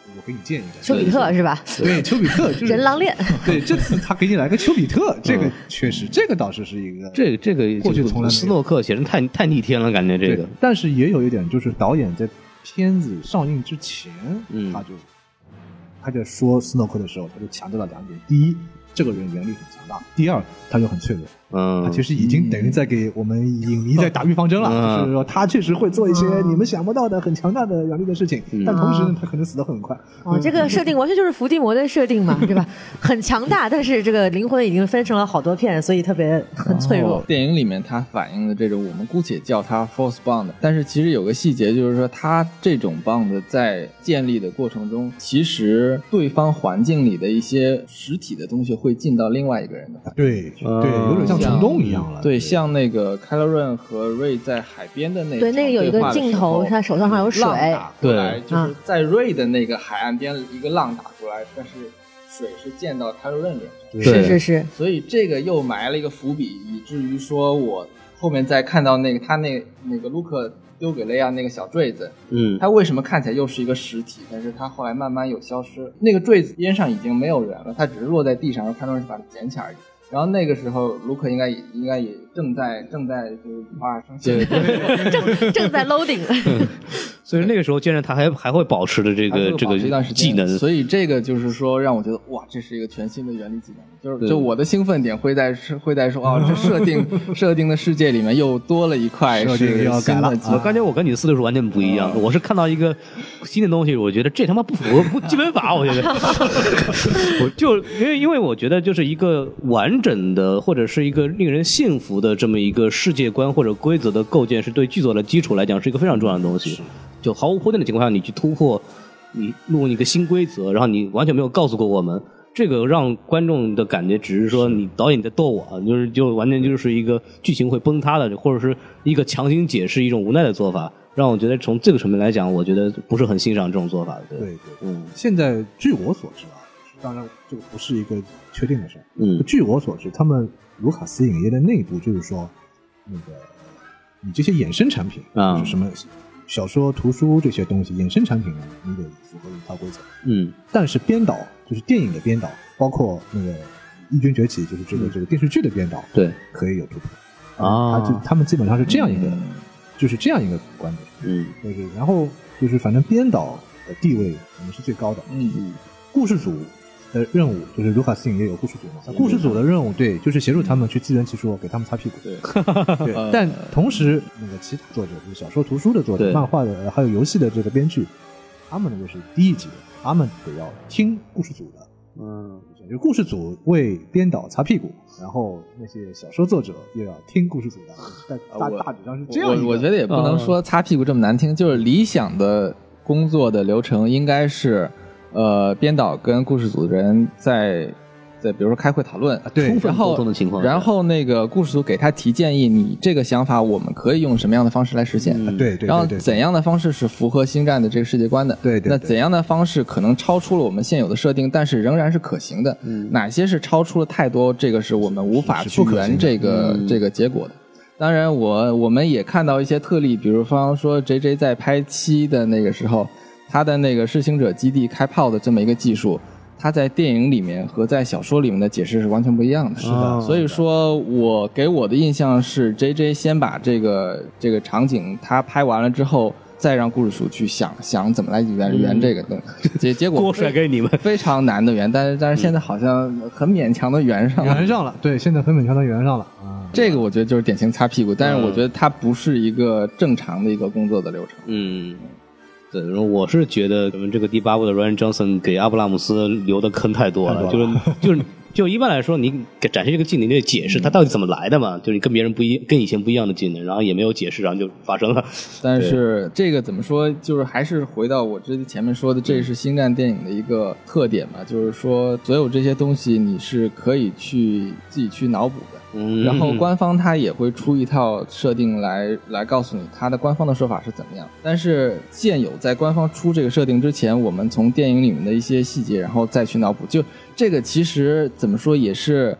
我给你建一个丘比特是吧？ 对，丘比特就是人狼恋。 对，这次他给你来个丘比特，这个确实，这个倒是是一个， 这这个过去从来斯诺克写成太太逆天了，感觉这个。 但是也有一点，就是导演在片子上映之前， 嗯， 他就他在说斯诺克的时候，他就强调了两点：第一，这个人原力很强大；第二，他又很脆弱。 嗯， 他其实已经等于在给我们影迷在打预防针了，嗯、就是说他确实会做一些你们想不到的很强大的原力的事情，嗯、但同时呢，他可能死得很快。 哦，这个设定完全就是伏地魔的设定嘛，对吧？很强大，但是这个灵魂已经分成了好多片，所以特别很脆弱。 哦、电影里面它反映的这种，我们姑且叫它 force bond， 但是其实有个细节就是说，它这种 bond 在建立的过程中，其实对方环境里的一些实体的东西会进到另外一个人的。 对对，有点像虫洞一样了。 对，像那个 Kylo Ren 和 Rey 在海边的那对，那个有一个镜头，他手上还有水， 浪打过来，就是在 Rey 的那个海岸边一个浪打过来，但是水是溅到 Kylo Ren 脸上，是是是， 所以这个又埋了一个伏笔，以至于说我后面再看到那个他那那个卢克丢给雷亚那个小坠子， 嗯， 他为什么看起来又是一个实体，但是他后来慢慢有消失，那个坠子边上已经没有人了，他只是落在地上，然后看到人把它捡起来而已。然后那个时候，卢克应该也应该也正在正在就是啊生气， 正正在 loading， 所以那个时候，竟然他还还会保持的这个这个技能， 所以这个就是说让我觉得哇，这是一个全新的原力技能。就是就我的兴奋点会在会在说哦，这设定设定的世界里面又多了一块是新的。 我感觉我跟你的思路是完全不一样的。我是看到一个新的东西，我觉得这他妈不符合基本法，我觉得，我就因为因为我觉得就是一个完整的或者是一个令人信服的这么一个世界观或者规则的构建，是对剧作的基础来讲是一个非常重要的东西。就毫无铺垫的情况下，你去突破，你弄一个新规则，然后你完全没有告诉过我们，这个让观众的感觉只是说你导演在逗我，就是就完全就是一个剧情会崩塌的，或者是一个强行解释一种无奈的做法，让我觉得从这个层面来讲，我觉得不是很欣赏这种做法。对对对， 嗯， 现在据我所知啊，当然这个不是一个确定的事儿， 嗯， 据我所知，他们卢卡斯影业的内部就是说，那个你这些衍生产品啊，就是什么小说、图书这些东西，衍生产品呢，你得符合一套规则。 嗯， 但是编导就是电影的编导，包括那个《异军崛起》，就是这个、嗯、这个电视剧的编导， 对， 可以有突破啊。他就他们基本上是这样一个，嗯、就是这样一个观点。 嗯， 对对。然后就是反正编导的地位可能是最高的。 嗯嗯。 故事组的任务就是卢卡斯影业有故事组嘛，故事组的任务对，就是协助他们去自圆其说，给他们擦屁股。 对， 对。但同时，那个其他作者，就是小说、图书的作者、漫画的，还有游戏的这个编剧，他们呢就是低一级的，他们得要听故事组的。 嗯， 就故事组为编导擦屁股，然后那些小说作者又要听故事组的。大大大体上是这样一个。 我我觉得也不能说擦屁股这么难听，就是理想的工作的流程应该是。呃，编导跟故事组的人在在比如说开会讨论， 对，充分沟通的情况， 然后那个故事组给他提建议，你这个想法我们可以用什么样的方式来实现？ 嗯、对, 对, 对, 对， 然后怎样的方式是符合星战的这个世界观的？ 对 对, 对, 对， 那怎样的方式可能超出了我们现有的设定，但是仍然是可行的？ 嗯， 哪些是超出了太多，这个是我们无法去圆这个、嗯、这个结果的。当然我我们也看到一些特例，比如方说 J J 在拍七的那个时候。他的那个噬行者基地开炮的这么一个技术，他在电影里面和在小说里面的解释是完全不一样的。 是的， 所以说我给我的印象是 J J 先把这个这个场景他拍完了之后，再让故事组去想想怎么来圆圆这个东西。结结果锅甩给你们， 非常难的圆，但是但是现在好像很勉强的圆上了。 圆上了，对，现在很勉强的圆上了。啊， 这个我觉得就是典型擦屁股，但是我觉得它不是一个正常的一个工作的流程。 嗯。对，我是觉得我们这个第八部的 Rian Johnson 给阿布拉姆斯留的坑太多了，就是就是就一般来说，你给展现这个技能，你得解释它到底怎么来的嘛，就是你跟别人不一，跟以前不一样的技能，然后也没有解释，然后就发生了。 但是这个怎么说，就是还是回到我之前面说的，这是星战电影的一个特点嘛，就是说所有这些东西你是可以去自己去脑补的。 嗯， 然后官方他也会出一套设定来来告诉你他的官方的说法是怎么样。但是现有在官方出这个设定之前，我们从电影里面的一些细节，然后再去脑补，就这个其实怎么说也是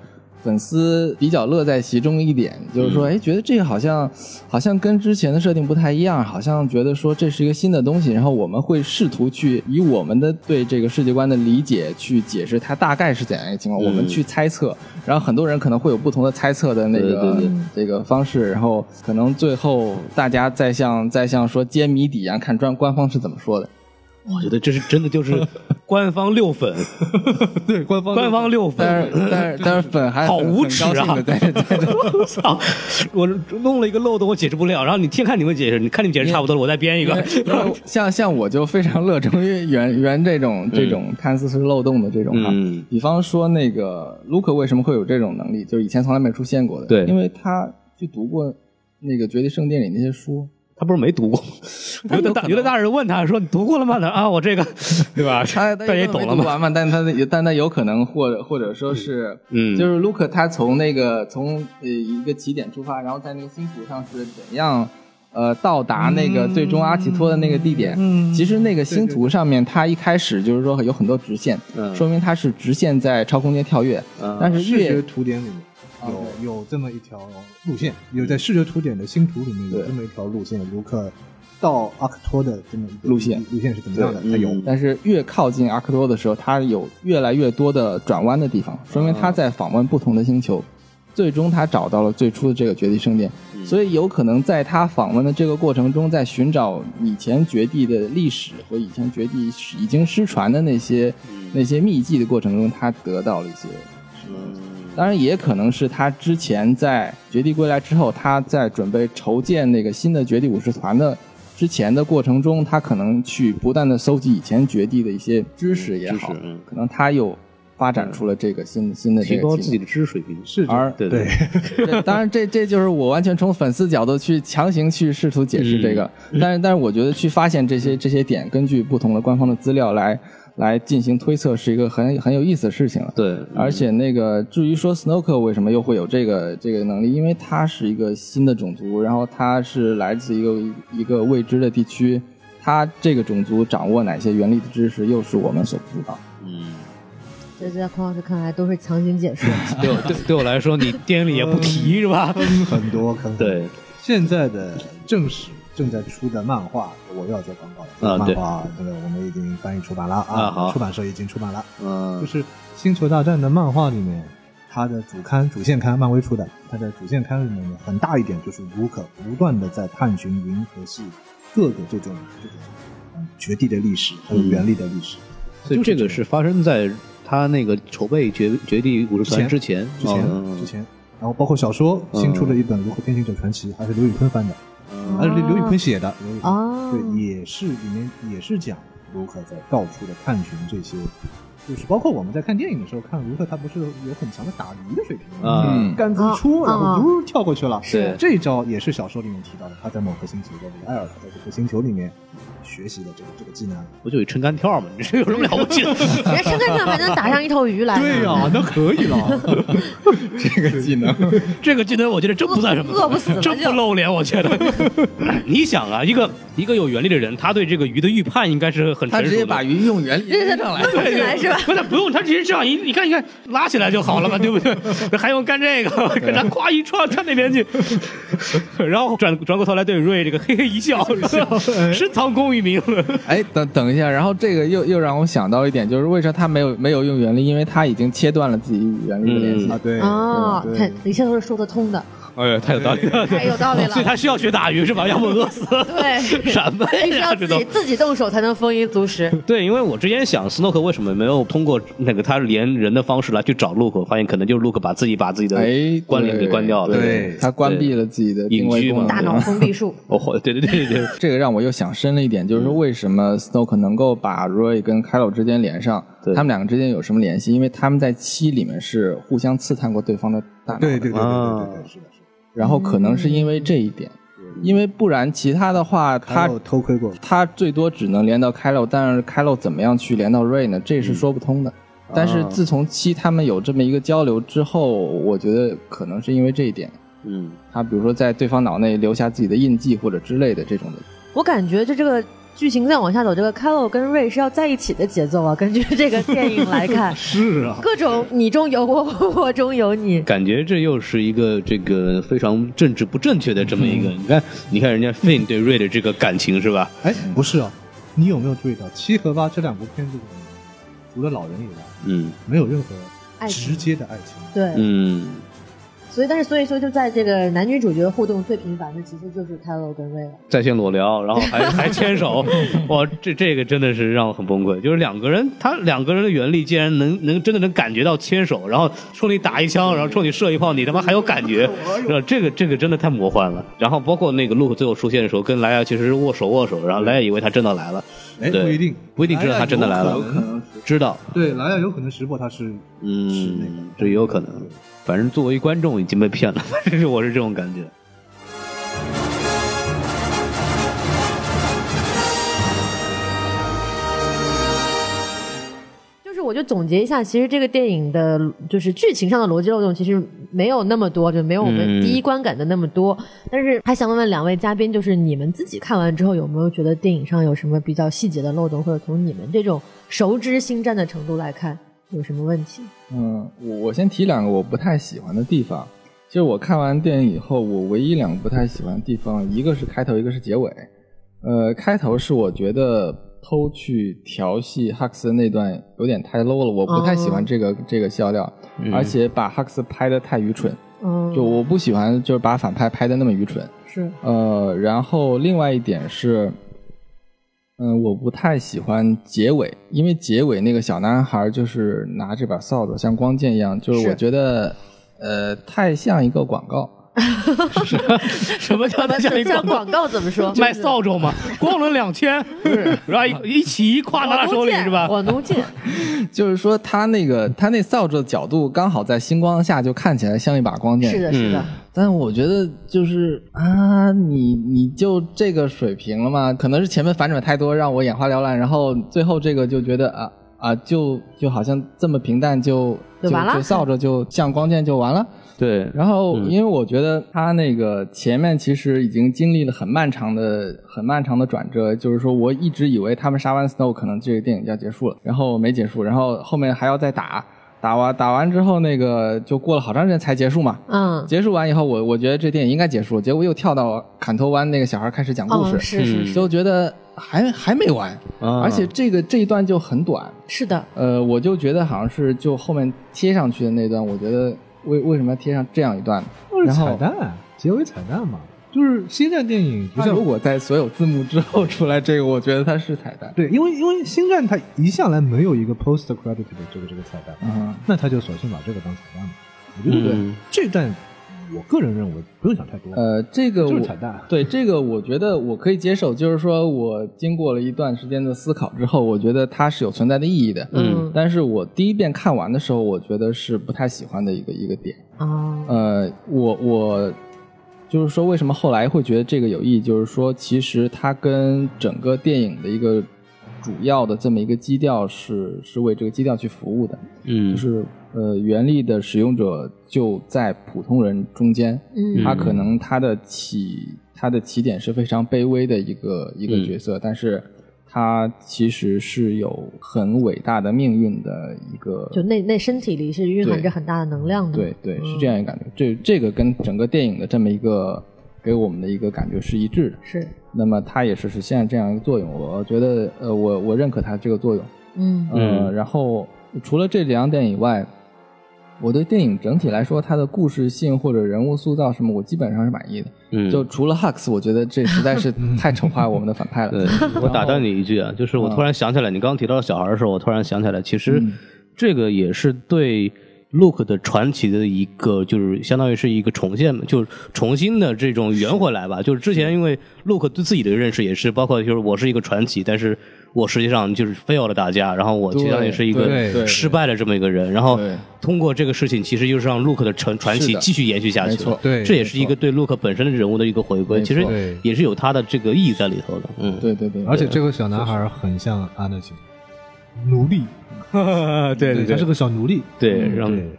粉丝比较乐在其中一点，就是说，哎，觉得这个好像好像跟之前的设定不太一样，好像觉得说这是一个新的东西，然后我们会试图去以我们的对这个世界观的理解去解释它大概是怎样一个情况，嗯、我们去猜测，然后很多人可能会有不同的猜测的那个对对对这个方式，然后可能最后大家再像再像说揭谜底一样，看专官方是怎么说的。 我觉得这是真的就是官方六粉， 对，官方官方六粉， 但是但是但是粉还好无耻啊！ 在在我操！我弄了一个漏洞，我解释不了。然后你听看你们解释，你看你们解释差不多了，我再编一个。 像像我就非常乐衷于原原这种这种看似是漏洞的这种哈、嗯。比方说那个卢克为什么会有这种能力，就是以前从来没出现过的。 对， 因为他去读过那个《绝地圣殿》里那些书。 他不是没读过，有的大有的大人问他说：“你读过了吗？”他啊，我这个，对吧？ 他他也懂了嘛。 嘛，但他但他有可能或者或者说是，嗯，就是卢克他从那个从呃一个起点出发，然后在那个星图上是怎样呃到达那个最终阿奇托的那个地点。嗯，其实那个星图上面，它一开始就是说有很多直线，嗯、说明它是直线在超空间跳跃。嗯、但是视觉图典里面。有有这么一条路线，有在视觉图典的星图里面有这么一条路线，卢克到阿克托的这么一个路线， 路线是怎么样的？它有、嗯， 但是越靠近阿克托的时候，它有越来越多的转弯的地方，说明他在访问不同的星球，嗯、最终他找到了最初的这个绝地圣殿，嗯、所以有可能在他访问的这个过程中，在寻找以前绝地的历史和以前绝地已经失传的那些、嗯、那些秘籍的过程中，他得到了一些。嗯当然也可能是他之前在绝地归来之后，他在准备筹建那个新的绝地武士团的之前的过程中，他可能去不断的搜集以前绝地的一些知识也好，嗯、可能他又发展出了这个新、嗯、新的这个提高自己的知识水平。 是而对对对，当然这这就是我完全从粉丝角度去强行去试图解释这个，嗯、但是但是我觉得去发现这些这些点，根据不同的官方的资料来。来进行推测是一个很很有意思的事情了。 对， 而且那个至于说 Snoke 为什么又会有这个这个能力，因为他是一个新的种族，然后他是来自一个一个未知的地区，他这个种族掌握哪些原力的知识，又是我们所不知道。 嗯， 这在孔老师看来都是强行解释。 对对对我来说，你电影里也不提是吧？ 很多坑。 对， 现在的正史。正在出的漫画，我又要做广告了。这个漫画，这个我们已经翻译出版了啊， 啊出版社已经出版了。 嗯， 就是《星球大战》的漫画里面，它的主刊、主线刊，漫威出的，它的主线刊里面很大一点就是卢克不断的在探寻银河系各个这种这种嗯绝地的历史还有原力的历史。 嗯、所以这个是发生在他那个筹备绝绝地武士团之前， 之前、哦、之前，然后包括小说新出的一本《卢克天行者传奇》，还是刘宇昆翻的。而且刘宇昆写的，刘宇昆、哦、对，也是里面也是讲卢克在到处的探寻这些，就是包括我们在看电影的时候看卢克，他不是有很强的打鱼的水平吗？ 嗯， 杆子一出， 哦、 然后嘟跳过去了。 是这一招也是小说里面提到的，他在某个星球叫做艾尔，他在这个星球里面学习的这个这个技能。 不就一撑杆跳吗？你这有什么了不起的？ 人家撑杆跳还能打上一头鱼来。 对呀、啊，那可以了。 这个技能， 这个技能我觉得真不算什么， 饿不死了， 真不露脸。我觉得，你想啊，一个一个有原力的人，他对这个鱼的预判应该是很成熟的。 他直接把鱼用原力扔上来， 对对是吧？ 不是不用，他直接这样一，你看你看拉起来就好了嘛，对不对？还用干这个，跟他咵一撞穿那边去，然后转转过头来对瑞这个嘿嘿一笑，深藏功与名。 哎，等等一下，然后这个又又让我想到一点，就是为啥他没有没有用原力？因为他已经切断了自己与原力的联系、 嗯、啊，对哦，看一切都是说得通的。 哎呀，太有道理了， 太有道理了。 所以他需要学打鱼是吧？要不饿死。 对， 什么呀？ 自己自己动手才能丰衣足食。 对，因为我之前想斯诺克为什么没有通过那个他连人的方式来去找路克，发现可能就是路克把自己把自己的关联给关掉了。 对，对他关闭了自己的隐居嘛， 大脑封闭术。 哦，对对对对， 这个让我又想深了一点，就是为什么斯诺克能够把 Roy 跟 Kylo 之间连上？他们两个之间有什么联系？因为他们在七里面是互相刺探过对方的大脑的。 对对对对对对，是的。 然后可能是因为这一点，嗯、因为不然其他的话，他偷窥过， 他最多只能连到 Kylo， 但是 Kylo 怎么样去连到 Rey 呢？这是说不通的。嗯、但是自从七他们有这么一个交流之后，我觉得可能是因为这一点。 嗯， 他比如说在对方脑内留下自己的印记或者之类的这种的。 我感觉就这个剧情再往下走，这个 Kylo 跟 Rey 是要在一起的节奏啊。根据这个电影来看， 是啊， 各种你中有我，我中有你， 感觉这又是一个这个非常政治不正确的这么一个。嗯、你看，你看人家 Finn 对 Rey 的这个感情是吧？ 哎，不是啊，你有没有注意到七和八这两部片子里面，除了老人以外， 嗯， 没有任何直接的爱情。 对， 嗯。 所以，但是所以说，就在这个男女主角互动最频繁的，其实就是 Kylo 跟 Rey 了。 在线裸聊，然后还还牵手，哇，这这个真的是让我很崩溃。就是两个人，他两个人的原力竟然能能真的能感觉到牵手，然后冲你打一枪，然后冲你射一炮，你他妈还有感觉，是吧？这个这个真的太魔幻了。然后包括那个 Luke 最后出现的时候，跟莱娅其实是握手握手，然后莱娅以为他真的来了， 哎，不一定， 不一定知道他真的来了， 有可能知道， 对，莱娅有可能识破他是， 嗯， 是那个， 这也有可能。反正作为观众已经被骗了，反正是我是这种感觉。 就是我就总结一下，其实这个电影的就是剧情上的逻辑漏洞其实没有那么多，就没有我们第一观感的那么多。嗯、但是还想问问两位嘉宾，就是你们自己看完之后有没有觉得电影上有什么比较细节的漏洞，或者从你们这种熟知星战的程度来看？有什么问题？ 嗯，我我先提两个我不太喜欢的地方。其实我看完电影以后，我唯一两个不太喜欢的地方，一个是开头，一个是结尾。呃，开头是我觉得偷去调戏 Hux 的那段有点太 low 了，我不太喜欢这个、哦、这个笑料，嗯、而且把 Hux 拍得太愚蠢。嗯，就我不喜欢就是把反派拍得那么愚蠢。 是。 呃，然后另外一点是。嗯，我不太喜欢结尾，因为结尾那个小男孩就是拿这把扫帚像光剑一样，就是我觉得呃太像一个广告。 是什么叫像一个广告？广告怎么说？ 卖扫帚嘛，光轮两千，然后一起一挎拿手里是吧？ 我能见。 就是说他那个他那扫帚的角度刚好在星光下，就看起来像一把光剑。 是的，是的。嗯、 但我觉得就是啊，你你就这个水平了吗？可能是前面反转太多，让我眼花缭乱，然后最后这个就觉得啊啊，就就好像这么平淡就就完了， 就扫帚就像光剑就完了。 对， 然后因为我觉得他那个前面其实已经经历了很漫长的、很漫长的转折，就是说我一直以为他们杀完 Snow 可能这个电影就要结束了，然后没结束，然后后面还要再打，打完打完之后那个就过了好长时间才结束嘛。 嗯， 结束完以后，我我觉得这电影应该结束，结果又跳到砍头湾那个小孩开始讲故事， 哦、是是是， 就觉得还还没完， 啊、 而且这个这一段就很短。 是的， 呃，我就觉得好像是就后面贴上去的那段，我觉得。为为什么要贴上这样一段？ 就是彩蛋，结尾彩蛋嘛。就是星战电影不像， 如果在所有字幕之后出来这个，我觉得它是彩蛋。 对，因为因为星战它一向来没有一个 post credit 的这个这个彩蛋， 嗯， 那他就索性把这个当彩蛋嘛。我觉得、嗯、这段我个人认为不用想太多。 呃，这个就是彩蛋。 对，这个我觉得我可以接受，就是说我经过了一段时间的思考之后，我觉得它是有存在的意义的。 嗯， 但是我第一遍看完的时候，我觉得是不太喜欢的一个一个点。 哦， 呃，我我就是说为什么后来会觉得这个有意义，就是说其实它跟整个电影的一个主要的这么一个基调是是为这个基调去服务的。 嗯， 就是呃，原力的使用者就在普通人中间， 嗯， 他可能他的起他的起点是非常卑微的一个一个角色， 嗯， 但是他其实是有很伟大的命运的一个， 就那那身体里是蕴含着很大的能量的， 对对， 嗯， 是这样一个感觉。这这个跟整个电影的这么一个给我们的一个感觉是一致的， 是。 那么它也是实现了这样一个作用，我觉得呃，我我认可它这个作用， 嗯呃， 嗯然后除了这两点以外。我对电影整体来说，它的故事性或者人物塑造什么，我基本上是满意的。 嗯， 就除了 Hux， 我觉得这实在是太丑化我们的反派了。 对，我打断你一句啊，就是我突然想起来，你刚刚提到小孩的时候，我突然想起来，其实这个也是对 Luke 的传奇的一个，就是相当于是一个重现，就是重新的这种圆回来吧。就是之前因为 Luke 对自己的认识也是，包括就是我是一个传奇，但是我实际上就是 fail 了大家，然后我其实也是一个失败的这么一个人，然后通过这个事情，其实就是让 Luke 的传传奇继续延续下去， 没错， 对， 这也是一个对 Luke 本身的人物的一个回归，其实也是有他的这个意义在里头的。嗯， 对对对， 而且这个小男孩很像Anakin，奴隶， 对对对， 他是个小奴隶， 对，让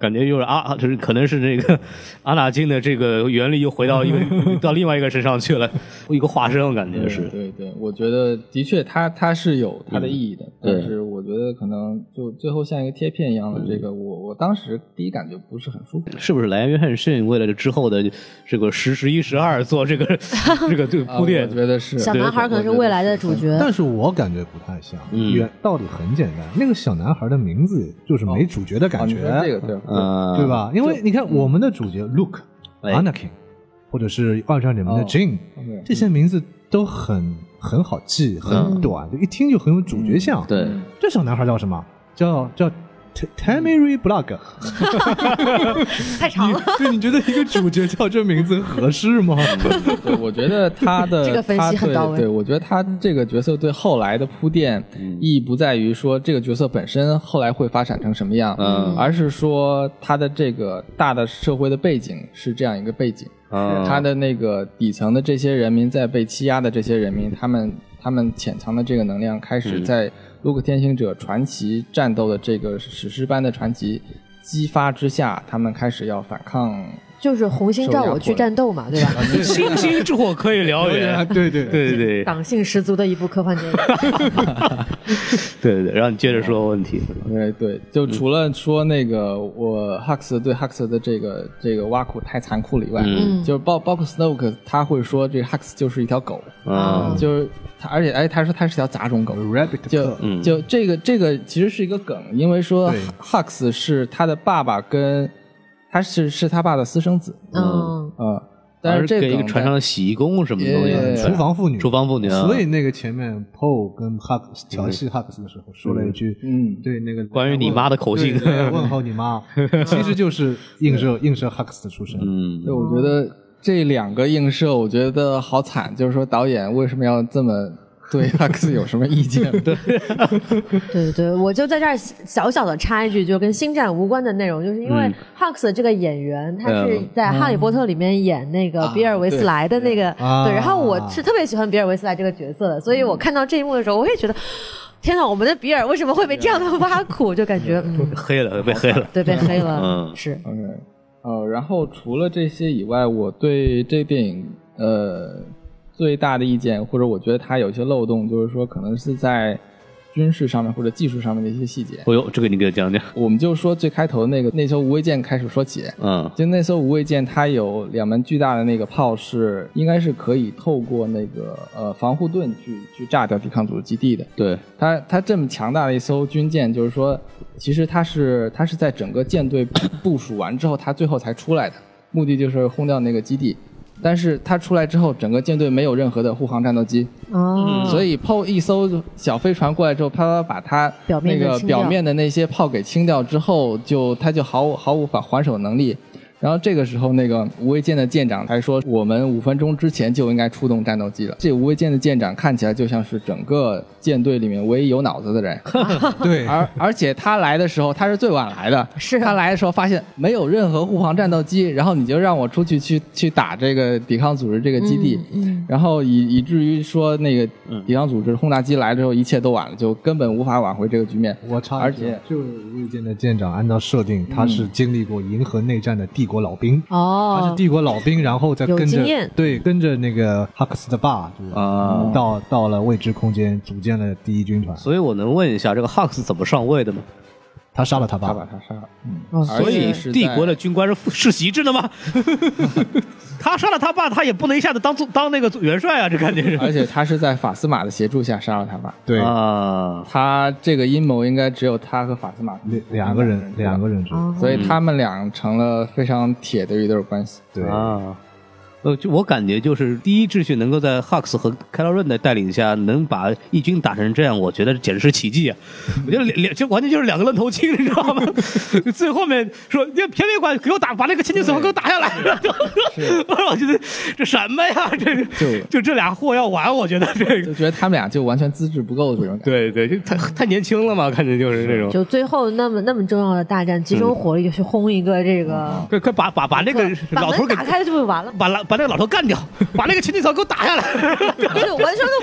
感觉就是啊，这是可能是这个阿纳金的这个原理又回到一个到另外一个身上去了，一个化身，我感觉是。 对 对, 对，我觉得的确它它是有它的意义的，嗯、但是我觉得可能就最后像一个贴片一样的这个，嗯、我我当时第一感觉不是很舒服。 是不是莱恩·约翰逊为了之后的这个十、十一、十二做这个这个这个铺垫？ 啊、我觉得是小男孩可能是未来的主角， 但是我感觉不太像。嗯，道理很简单，那个小男孩的名字就是没主角的感觉， 哦、这个对， 嗯， 对吧？因为你看我们的主角 Luke、Anakin，、嗯、或者是二战里面的 Jin，、哦、这些名字都很很好记，很短，就、嗯、一听就很有主角相。 嗯、对， 这小男孩叫什么？叫叫。Tammy Blog 太长了。 对，你觉得一个主角叫这名字合适吗？ 对，我觉得他的这个分析很到位。 对，我觉得他这个角色对后来的铺垫意义不在于说这个角色本身后来会发展成什么样，嗯，而是说他的这个大的社会的背景是这样一个背景，嗯，他的那个底层的这些人民在被欺压的这些人民，他们他们潜藏的这个能量开始在。嗯路克天行者传奇战斗的这个史诗般的传奇激发之下，他们开始要反抗， 就是红星照我去战斗嘛，对吧？ 星星之火可以燎原， 对对对对对， 党性十足的一部科幻电影。 对对对，然后你接着说问题。 对对，就除了说那个我 Hux 对 Hux 的这个这个挖苦太残酷了以外，嗯，就是包包括 Snoke 他会说这个 Hux 就是一条狗，嗯，就是他，而且哎他说他是条杂种狗 ，Rabbit， 就、嗯、就这个这个其实是一个梗，因为说 Hux 是他的爸爸跟他是是他爸的私生子，嗯嗯。但是这个给一个船上的洗衣工什么东西， 厨房妇女， 厨房妇女。 所以那个前面 Poe 跟 Hux 调戏 Hux 的时候说了一句，嗯，对那个关于你妈的口信， 问候你妈，其实就是映射映射 Hux 的出身。 嗯，对，我觉得这两个映射，我觉得好惨，就是说导演为什么要这么。对 Hux 有什么意见？对对对，我就在这儿小小的插一句，就跟星战无关的内容，就是因为 Hux 这个演员，他是在《哈利波特》里面演那个比尔维斯莱的那个，对，然后我是特别喜欢比尔维斯莱这个角色的，所以我看到这一幕的时候，我也觉得。天哪，我们的比尔为什么会被这样的挖苦？就感觉、嗯、 黑了，被黑了， 对，被黑了，嗯，是。 OK， 呃，然后除了这些以外，我对这电影呃。最大的意见，或者我觉得它有一些漏洞，就是说可能是在军事上面或者技术上面的一些细节。 哦呦，这个你给我讲讲。 我们就说最开头的那个那艘无畏舰开始说起，嗯，就那艘无畏舰它有两门巨大的那个炮是应该是可以透过那个呃防护盾去去炸掉抵抗组织基地的。 对， 它它这么强大的一艘军舰，就是说其实它是它是在整个舰队部署完之后，它最后才出来的，目的就是轰掉那个基地。但是它出来之后，整个舰队没有任何的护航战斗机，哦，所以炮一艘小飞船过来之后，啪啪把它那个表面的那些炮给清掉之后，就它就毫无毫无法还手能力。然后这个时候，那个无畏舰的舰长还说，我们五分钟之前就应该出动战斗机了。这无畏舰的舰长看起来就像是整个舰队里面唯一有脑子的人， 对， 而而且他来的时候，他是最晚来的， 是他来的时候发现没有任何护航战斗机，然后你就让我出去去去打这个抵抗组织这个基地，嗯嗯、然后以以至于说那个抵抗组织轰炸机来之后，一切都晚了，就根本无法挽回这个局面。 我插而且这位无畏舰的舰长按照设定，他是经历过银河内战的帝国老兵哦， 他是帝国老兵，然后再跟着对跟着那个哈克斯的爸，就是啊、嗯，到到了未知空间，组建了第一军团。 所以我能问一下，这个哈克斯怎么上位的吗？ 他杀了他爸， 他把他杀了。 嗯，哦、所以帝国的军官是世袭制的吗？他杀了他爸，他也不能一下子当当那个元帅啊，这感觉是。 而且他是在法斯玛的协助下杀了他爸。 对啊， 他这个阴谋应该只有他和法斯玛两个人，两个人， 所以他们俩成了非常铁的一对关系。 对啊。呃，就我感觉就是第一秩序能够在 Hux 和凯洛润的带领下能把义军打成这样，我觉得简直是奇迹啊！我觉得两就完全就是两个愣头青，你知道吗？最后面说你偏偏管给我打，把那个千金死亡给我打下来，我觉得这什么呀？这个就就这俩货要完，我觉得这个就觉得他们俩就完全资质不够这种感觉。 对对，就太太年轻了嘛，感觉就是这种。 就最后那么那么重要的大战，集中火力就去轰一个这个， 快快把把把那个老头给打开就完了， 把老把那个老头干掉，把那个千金草给我打下来， 这个完全都不在重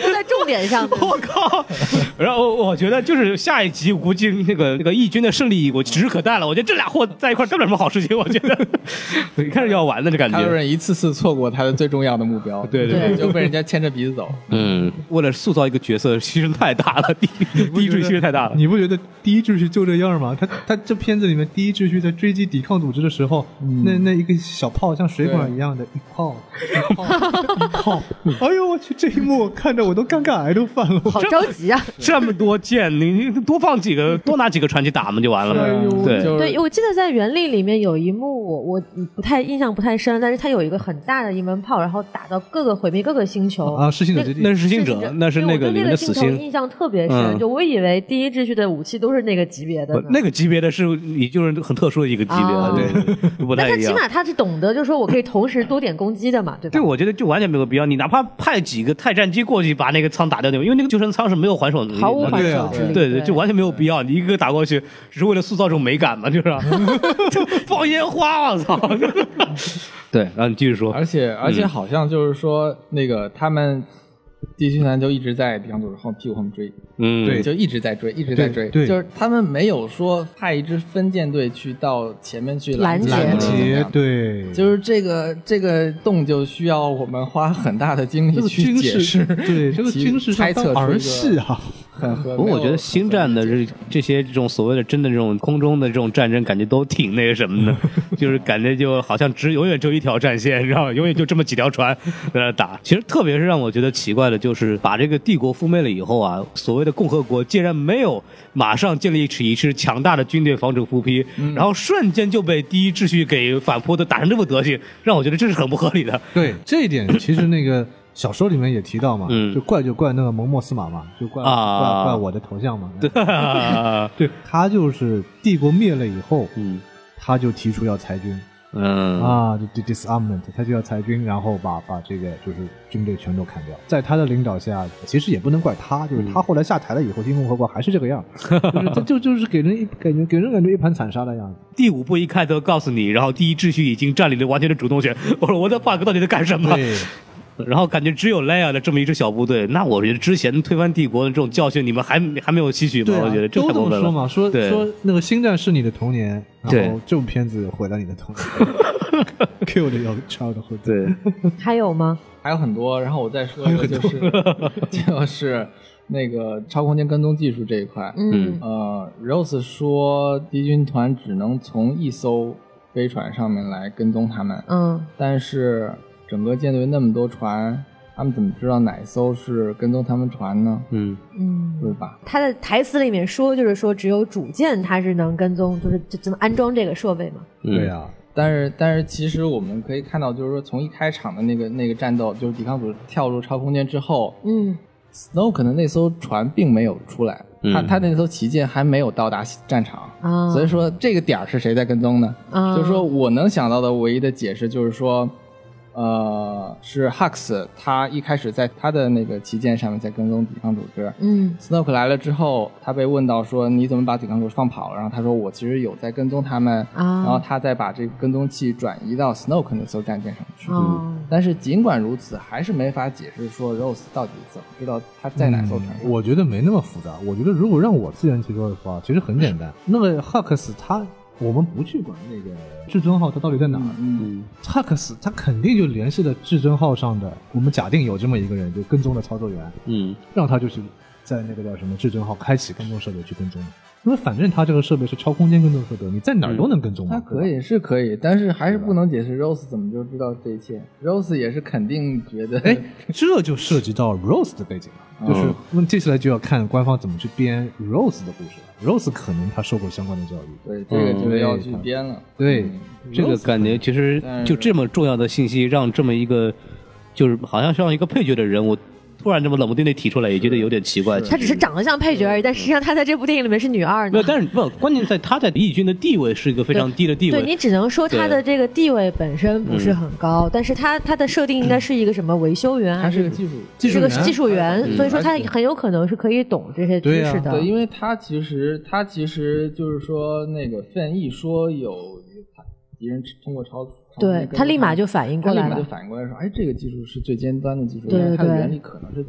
点上的。 我靠！然后我觉得就是下一集，我估计那个那个义军的胜利，我指日可待了。我觉得这俩货在一块干不了什么好事情，我觉得一开始要玩的这感觉。 凯洛人一次次错过他的最重要的目标， 对对， 就被人家牵着鼻子走。 嗯，为了塑造一个角色，牺牲太大了，第第一秩序太大了。 你不觉得第一秩序就这样吗？他他这片子里面第一秩序在追击抵抗组织的时候，嗯、那那一个小炮像水管一样的一炮一炮一炮，哎呦我去！这一幕我看着我都尴尬癌都犯了， 好着急啊！ 这么多剑，你多放几个，多拿几个传奇打嘛就完了嘛。对对，我记得在原力里面有一幕，我我不太印象不太深，但是它有一个很大的一门炮，然后打到各个毁灭各个星球啊，噬心者基地， 那是噬心者，那是那个里面的死星。 印象特别深，嗯、就我以为第一秩序的武器都是那个级别的， 那个级别的是你就是很特殊的一个级别，啊、对，不太一样。 那他起码他是懂得，就是说我可以同时多点攻击的嘛，对吧？ 对，我觉得就完全没有必要，你哪怕派几个泰战机过去把那个舱打掉，因为那个救生舱是没有还手能力的， 毫无还手之力， 对对，就完全没有必要。你一个打过去，只是为了塑造这种美感嘛，就是放烟花，我操！对，然后你继续说。 而且而且好像就是说，嗯、那个他们地区团就一直在抵抗组织后屁股后面追， 嗯， 对，就一直在追，一直在追， 对， 就是他们没有说派一支分舰队去到前面去拦截， 拦截，对， 就是这个这个洞就需要我们花很大的精力去解释， 对，这个军事猜测儿戏啊。 不过我觉得星战的这这些这种所谓的真的这种空中的这种战争，感觉都挺那个什么的，就是感觉就好像只永远只有一条战线，然后永远就这么几条船在那打。其实特别是让我觉得奇怪的，就是把这个帝国覆灭了以后啊，所谓的共和国竟然没有马上建立起一支强大的军队防止复批，嗯、然后瞬间就被第一秩序给反扑的打成这副德行，让我觉得这是很不合理的。 对这一点，其实那个。小说里面也提到嘛， 嗯、 就怪就怪那个蒙莫斯马嘛，就怪、 啊、 怪怪我的头像嘛。 对， 对，他就是帝国灭了以后， 嗯， 他就提出要裁军， 嗯啊，就 disarmament， 他就要裁军，然后把把这个就是军队全都砍掉。在他的领导下，其实也不能怪他，就是他后来下台了以后，新共和国还是这个样，就是就就是给人一感觉给人感觉一盘散沙的样子。 第五部一开头告诉你，然后第一秩序已经占领了完全的主动权。我说我的 fuck 到底在干什么？ 对。 然后感觉只有 Leia 的这么一支小部队，那我觉得之前推翻帝国的这种教训，你们还还没有吸取吗？ 啊、 我觉得这都这么说嘛，说说那个星战是你的童年，然后这部片子毁了你的童年 ，killed your childhood。 对， 还有吗？ 还有很多。然后我再说一个，就是就是那个超空间跟踪技术这一块。 嗯， 呃 ，Rose 说敌军团只能从一艘飞船上面来跟踪他们。 嗯， 但是。整个舰队那么多船，他们怎么知道哪艘是跟踪他们船呢？ 嗯嗯， 对吧？ 他的台词里面说，就是说只有主舰它是能跟踪，就是只能安装这个设备嘛。 嗯、 对啊， 但是但是其实我们可以看到，就是说从一开场的那个那个战斗，就是抵抗组跳入超空间之后， 嗯 ，Snoke 的那艘船并没有出来， 嗯、 他他那艘旗舰还没有到达战场， 啊、 所以说这个点是谁在跟踪呢？ 啊、 就是说我能想到的唯一的解释就是说。呃，是 Hux， 他一开始在他的那个旗舰上面在跟踪抵抗组织。 嗯 ，Snoke 来了之后，他被问到说你怎么把抵抗组织放跑了？然后他说我其实有在跟踪他们， 啊、 然后他再把这个跟踪器转移到 Snoke 那艘战舰上去。 哦、 但是尽管如此，还是没法解释说 Rose 到底怎么知道他在哪艘船上、 嗯。我觉得没那么复杂。我觉得如果让我自圆其说的话，其实很简单。那个 Hux 他。我们不去管那个至尊号它到底在哪儿， 嗯， 哈克斯他肯定就联系了至尊号上的，我们假定有这么一个人，就跟踪的操作员， 嗯， 让他就是在那个叫什么至尊号开启跟踪设备去跟踪，因为反正他这个设备是超空间跟踪设备，你在哪儿都能跟踪嘛。 他可以是可以，但是还是不能解释 Rose 怎么就知道这一切。Rose 也是肯定觉得， 哎，这就涉及到 Rose 的背景了，就是那么接下来就要看官方怎么去编 Rose 的故事了。Rose 可能他受过相关的教育， 对，这个就要去编了。 对， 嗯、 这个感觉其实就这么重要的信息，让这么一个就是好像像一个配角的人物。突然这么冷不丁的提出来，也觉得有点奇怪。 他只是长得像配角而已，但实际上他在这部电影里面是女二呢。 没有，但是不，关键在他在义军的地位是一个非常低的地位。 对，对你只能说他的这个地位本身不是很高，嗯、但是他他的设定应该是一个什么维修员， 他是个技术， 是个技术员，嗯、所以说他很有可能是可以懂这些知识的。 对, 啊、对，因为他其实他其实就是说那个范毅说有敌人通过超。 对他立马就反应过来了， 他立马就反应过来说：“哎，这个技术是最尖端的技术，但是它的原理可能是怎么样？”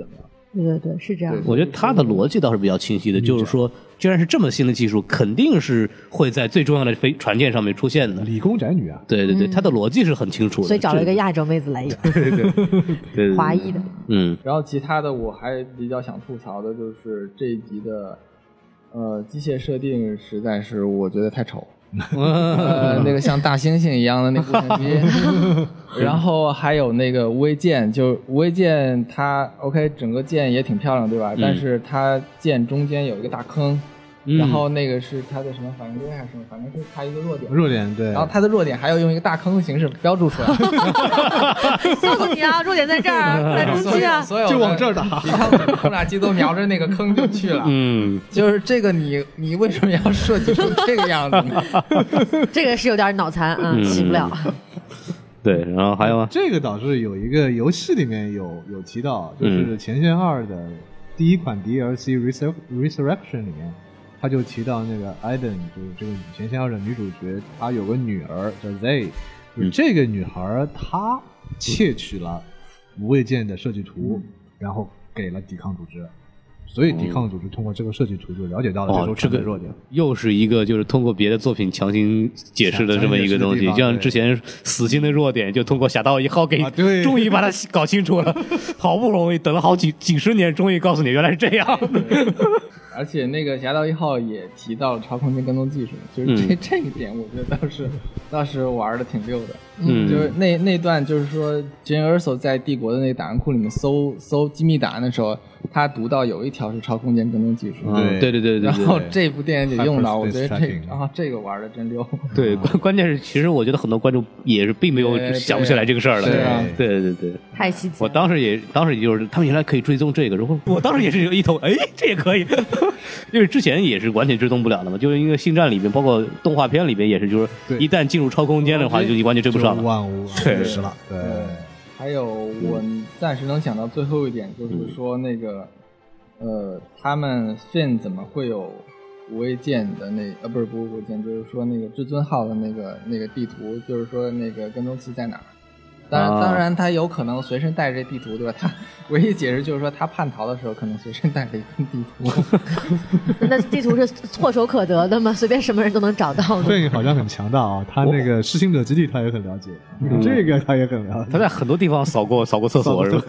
对对对，是这样。 我觉得他的逻辑倒是比较清晰的，就是说，既然是这么新的技术，肯定是会在最重要的飞船舰上面出现的。 理工宅女啊， 对对对，他的逻辑是很清楚的。 所以找了一个亚洲妹子来演， 对对对， 华裔的。 嗯， 然后其他的我还比较想吐槽的就是这一集的，呃，机械设定实在是我觉得太丑。呃，那个像大猩猩一样的那部相机，然后还有那个无畏剑，就无畏剑它 OK， 整个剑也挺漂亮，对吧？嗯、但是它剑中间有一个大坑，嗯、然后那个是它的什么反应堆还是什么，反正是它一个弱点。 弱点对。 然后它的弱点还要用一个大坑的形式标注出来。 告诉你啊，弱点在这儿，在中期啊， 所有就往这儿打。 你看空打机都瞄着那个坑就去了。嗯，就是这个你你为什么要设计成这个样子呢？ 这个是有点脑残啊，起不了。 对，然后还有吗？ 这个倒是有一个游戏里面有有提到，就是前线二的第一款 D L C Resurrection 里面，他就提到那个 Aiden， 就是这个前线二的女主角，她有个女儿叫 Z， 嗯、这个女孩她窃取了无畏剑的设计图，嗯、然后给了抵抗组织。所以抵抗组织通过这个设计图就了解到了这艘船的弱点，哦这个、 又是一个就是通过别的作品强行解释的这么一个东西，就像之前死星的弱点就通过侠盗一号给、啊、终于把它搞清楚了，好不容易等了好几几十年，终于告诉你原来是这样的。 而且那个侠盗一号也提到了超空间跟踪技术，就是这、嗯、这一点我觉得倒是倒是玩的挺溜的。嗯，就是那那段就是说 Jyn Erso 在帝国的那个档案库里面搜搜机密档案的时候，他读到有一条是超空间跟踪技术。 嗯，对对对对对。 然后这部电影里用到，我觉得这然后这个玩的真溜。 对，关关键是其实我觉得很多观众也是并没有想不起来这个事儿了。 对啊， 对对对。 太细节。 我当时也当时也就是他们原来可以追踪这个，然后我当时也是有一头哎这也可以。因为之前也是完全追踪不了的嘛，就是因为星战里面，包括动画片里面也是，就是一旦进入超空间的话，就完全追不上了， 万无一失了。对， 还有我暂时能想到最后一点，就是说那个，呃，他们 Finn 怎么会有无畏剑的那呃不是不是无畏剑，就是说那个至尊号的那个那个地图，就是说那个跟踪器在哪儿？当然，当然，他有可能随身带着这地图，对吧？他唯一解释就是说，他叛逃的时候可能随身带着一份地图。 那地图是唾手可得的吗？随便什么人都能找到的？ 对，好像很强大啊！他那个失心者基地他也很了解，嗯、这个他也很了解。 他在很多地方扫过扫过厕所是吧？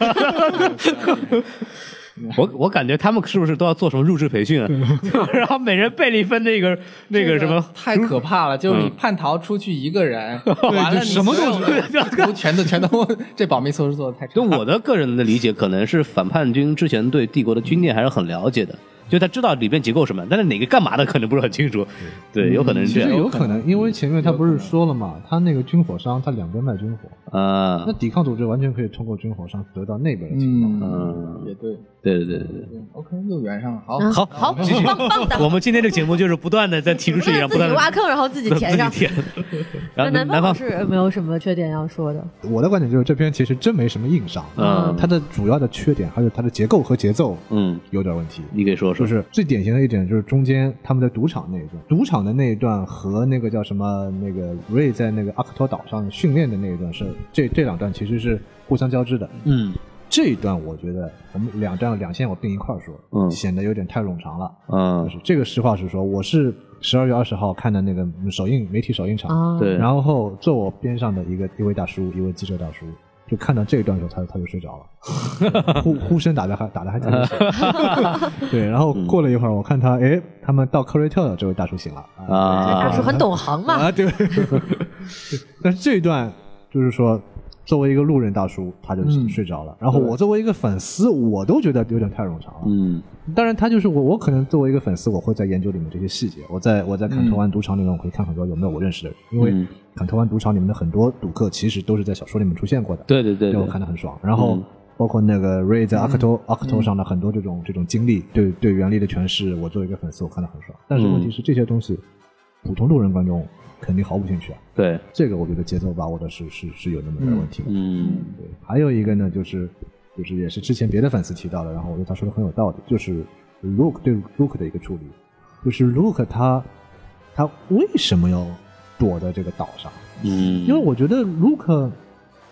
我我感觉他们是不是都要做什么入职培训啊？然后每人备了一份那个那个什么， 太可怕了！就是你叛逃出去一个人，完了什么都都全都全都这保密措施做的太差。 就我的个人的理解，可能是反叛军之前对帝国的军舰还是很了解的。就他知道里边结构什么，但是哪个干嘛的可能不是很清楚。对，有可能是这样。 其实有可能，因为前面他不是说了嘛，他那个军火商他两边卖军火啊，那抵抗组织完全可以通过军火商得到那边的情报。 嗯，也对， 对对对对对。 OK， 又圆上了。好， 好， 好， 继续。我们今天这个节目就是不断的在提出事情上，不断的挖坑，然后自己填上。 自己填。 然后南方是没有什么缺点要说的。 我的观点就是这篇其实真没什么硬伤。嗯，它的主要的缺点还有它的结构和节奏，嗯，有点问题。 你给说说。 就是最典型的一点就是中间他们在赌场那一段，赌场的那一段和那个叫什么那个 Ray 在那个阿克托岛上训练的那一段是这这两段其实是互相交织的。嗯，这一段我觉得我们两段两线我并一块说，嗯，显得有点太冗长了。嗯，就是这个实话实说，我是十二月二十号看的那个首映媒体首映场，对，然后坐我边上的一个一位大叔，一位记者大叔。就看到这一段的时候，他他就睡着了，呼呼声打的还打的还挺厉害。对，然后过了一会儿，我看他，哎，他们到科瑞特了，这位大叔醒了啊，大叔很懂行嘛。 啊，对。但是这一段就是说，作为一个路人大叔，他就睡着了。嗯、然后我作为一个粉丝，我都觉得有点太冗长了。嗯。当然，他就是我，我可能作为一个粉丝，我会在研究里面这些细节。我在我在坎特湾赌场里面，我可以看很多有没有我认识的人，因为坎特湾赌场里面的很多赌客其实都是在小说里面出现过的。 对对对， 对我看得很爽。然后包括那个 Ray 在阿克托、嗯、阿克托上的很多这种这种经历，对对原力的诠释，我作为一个粉丝，我看得很爽。但是问题是，这些东西普通路人观众肯定毫不兴趣啊。 对， 这个我觉得节奏把握的是是是有那么点问题的。嗯，对。还有一个呢，就是就是也是之前别的粉丝提到的，然后我觉得他说的很有道理，就是 Luke 对 Luke 的一个处理，就是 Luke 他他为什么要躲在这个岛上？嗯，因为我觉得 Luke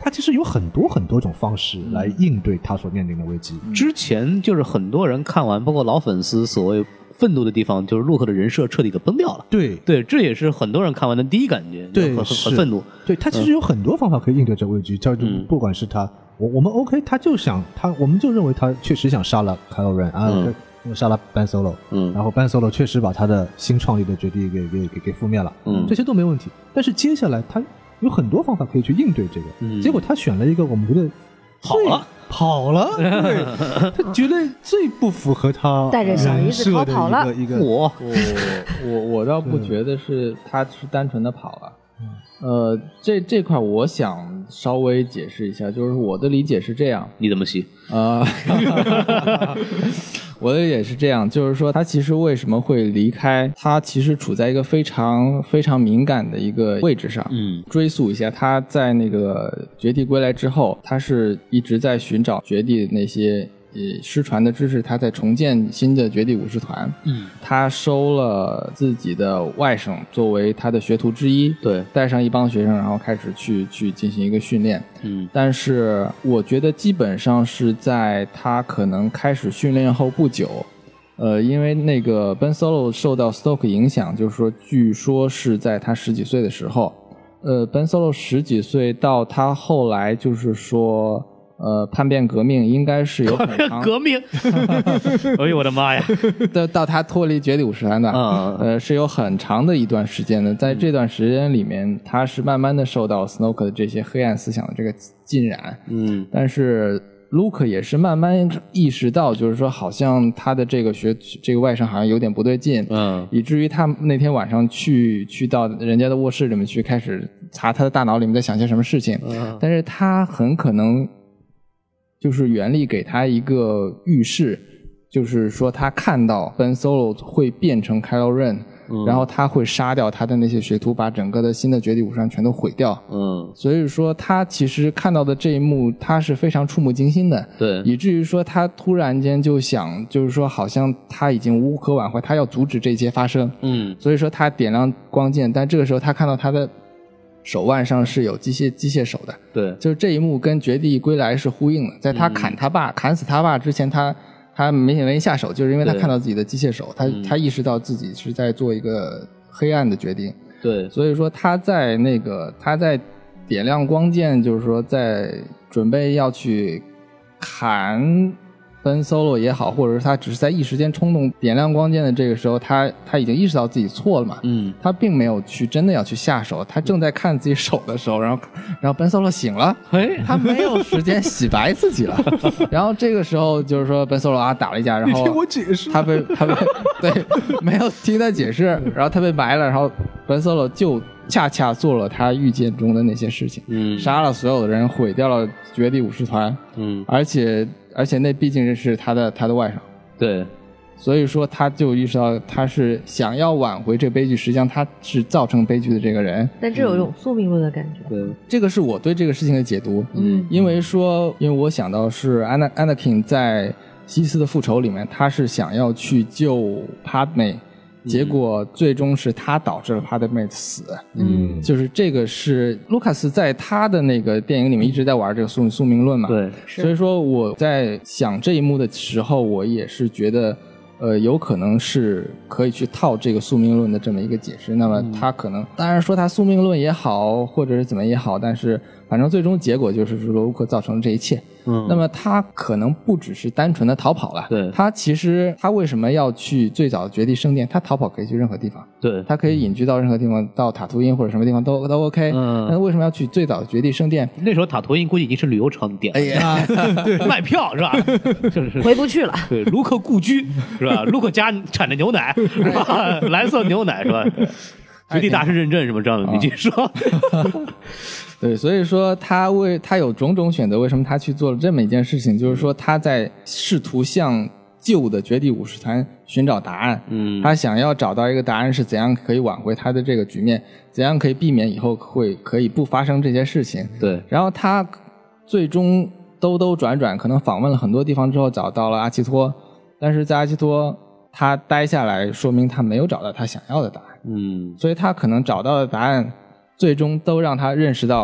他其实有很多很多种方式来应对他所面临的危机。 嗯、之前就是很多人看完，包括老粉丝所谓愤怒的地方，就是陆克的人设彻底的崩掉了。 对对，这也是很多人看完的第一感觉， 对， 很很愤怒。 对，他其实有很多方法可以应对这个危机，叫、嗯、不管是他，我我们 OK， 他就想他，我们就认为他确实想杀了 Kylo Ren 啊。嗯杀了 Ben Solo， 嗯，然后 Ben Solo 确实把他的新创立的绝地给给给给覆灭了，嗯，这些都没问题。但是接下来他有很多方法可以去应对这个，嗯，结果他选了一个我们觉得好了跑了，对，他觉得最不符合他带着小姨子逃跑了。 一个我我我我倒不觉得是他是单纯的跑了。呃，这这块我想稍微解释一下，就是我的理解是这样， 你怎么写？ 啊、呃，我的理解是这样，就是说他其实为什么会离开，他其实处在一个非常非常敏感的一个位置上。嗯，追溯一下，他在那个绝地归来之后，他是一直在寻找绝地那些以失传的知识，他在重建新的绝地武士团。嗯，他收了自己的外甥作为他的学徒之一， 对， 带上一帮学生，然后开始去去进行一个训练。嗯，但是我觉得基本上是在他可能开始训练后不久，呃，因为那个 Ben Solo 受到 Snoke 影响，就是说，据说是在他十几岁的时候，呃 ，Ben Solo 十几岁到他后来就是说。呃，叛变革命应该是有很长革命，哎呦我的妈呀！ 到到他脱离绝地武士团的，嗯、呃，是有很长的一段时间的。在这段时间里面，他是慢慢的受到 Snoke 的这些黑暗思想的这个浸染。嗯，但是 Luke 也是慢慢意识到，就是说，好像他的这个学这个外甥好像有点不对劲。嗯，以至于他那天晚上去去到人家的卧室里面去，开始查他的大脑里面在想些什么事情。嗯，但是他很可能。就是原力给他一个预示，就是说他看到 Ben Solo 会变成 Kylo Ren，嗯、然后他会杀掉他的那些学徒，把整个的新的绝地武士团全都毁掉。嗯，所以说他其实看到的这一幕，他是非常触目惊心的。 对， 以至于说他突然间就想，就是说好像他已经无可挽回，他要阻止这些发生。嗯，所以说他点亮光剑，但这个时候他看到他的。手腕上是有机械机械手的， 对， 就是这一幕跟绝地归来是呼应的。在他砍他爸、嗯、砍死他爸之前，他他没没下手，就是因为他看到自己的机械手，他、嗯、他意识到自己是在做一个黑暗的决定。 对， 所以说他在那个他在点亮光剑，就是说在准备要去砍。Ben Solo 也好，或者是他只是在一时间冲动点亮光剑的这个时候，他他已经意识到自己错了嘛，嗯，他并没有去真的要去下手，他正在看自己手的时候，然后然后 Ben Solo 醒了，哎，他没有时间洗白自己了，然后这个时候就是说 Ben Solo 啊打了一架，然后听我解释， 他被他被对没有听他解释，然后他被埋了，然后 Ben Solo 就恰恰做了他预见中的那些事情，嗯，杀了所有的人，毁掉了绝地武士团，嗯，而且。而且那毕竟是他的他的外甥， 对， 所以说他就意识到他是想要挽回这悲剧，实际上他是造成悲剧的这个人。 但这有一种宿命论的感觉。 对，这个是我对这个事情的解读。嗯，因为说，因为我想到是安娜安娜 King 在西斯的复仇里面，他是想要去救帕梅。结果最终是他导致了帕德妹的死。嗯，就是这个是卢卡斯在他的那个电影里面一直在玩这个宿宿命论嘛。 对， 所以说我在想这一幕的时候，我也是觉得，呃，有可能是可以去套这个宿命论的这么一个解释。那么他可能，当然说他宿命论也好，或者是怎么也好，但是反正最终结果就是说卢克造成了这一切。嗯，那么他可能不只是单纯的逃跑了， 对， 他其实他为什么要去最早的绝地圣殿？他逃跑可以去任何地方， 对， 他可以隐居到任何地方，到塔图因或者什么地方都都 OK。嗯，那为什么要去最早的绝地圣殿？ 那时候塔图因估计已经是旅游城点了，哎呀，对，卖票是吧？ 就是回不去了。 对，卢克故居是吧？卢克家产的牛奶是吧？蓝色牛奶是吧？绝地大师认证什么这样的，你继续说。 对，所以说他为他有种种选择，为什么他去做了这么一件事情？就是说他在试图向旧的绝地武士团寻找答案。嗯，他想要找到一个答案是怎样可以挽回他的这个局面，怎样可以避免以后会可以不发生这些事情。 对， 然后他最终兜兜转转，可能访问了很多地方之后，找到了阿奇托，但是在阿奇托他待下来，说明他没有找到他想要的答案。嗯，所以他可能找到的答案。最终都让他认识到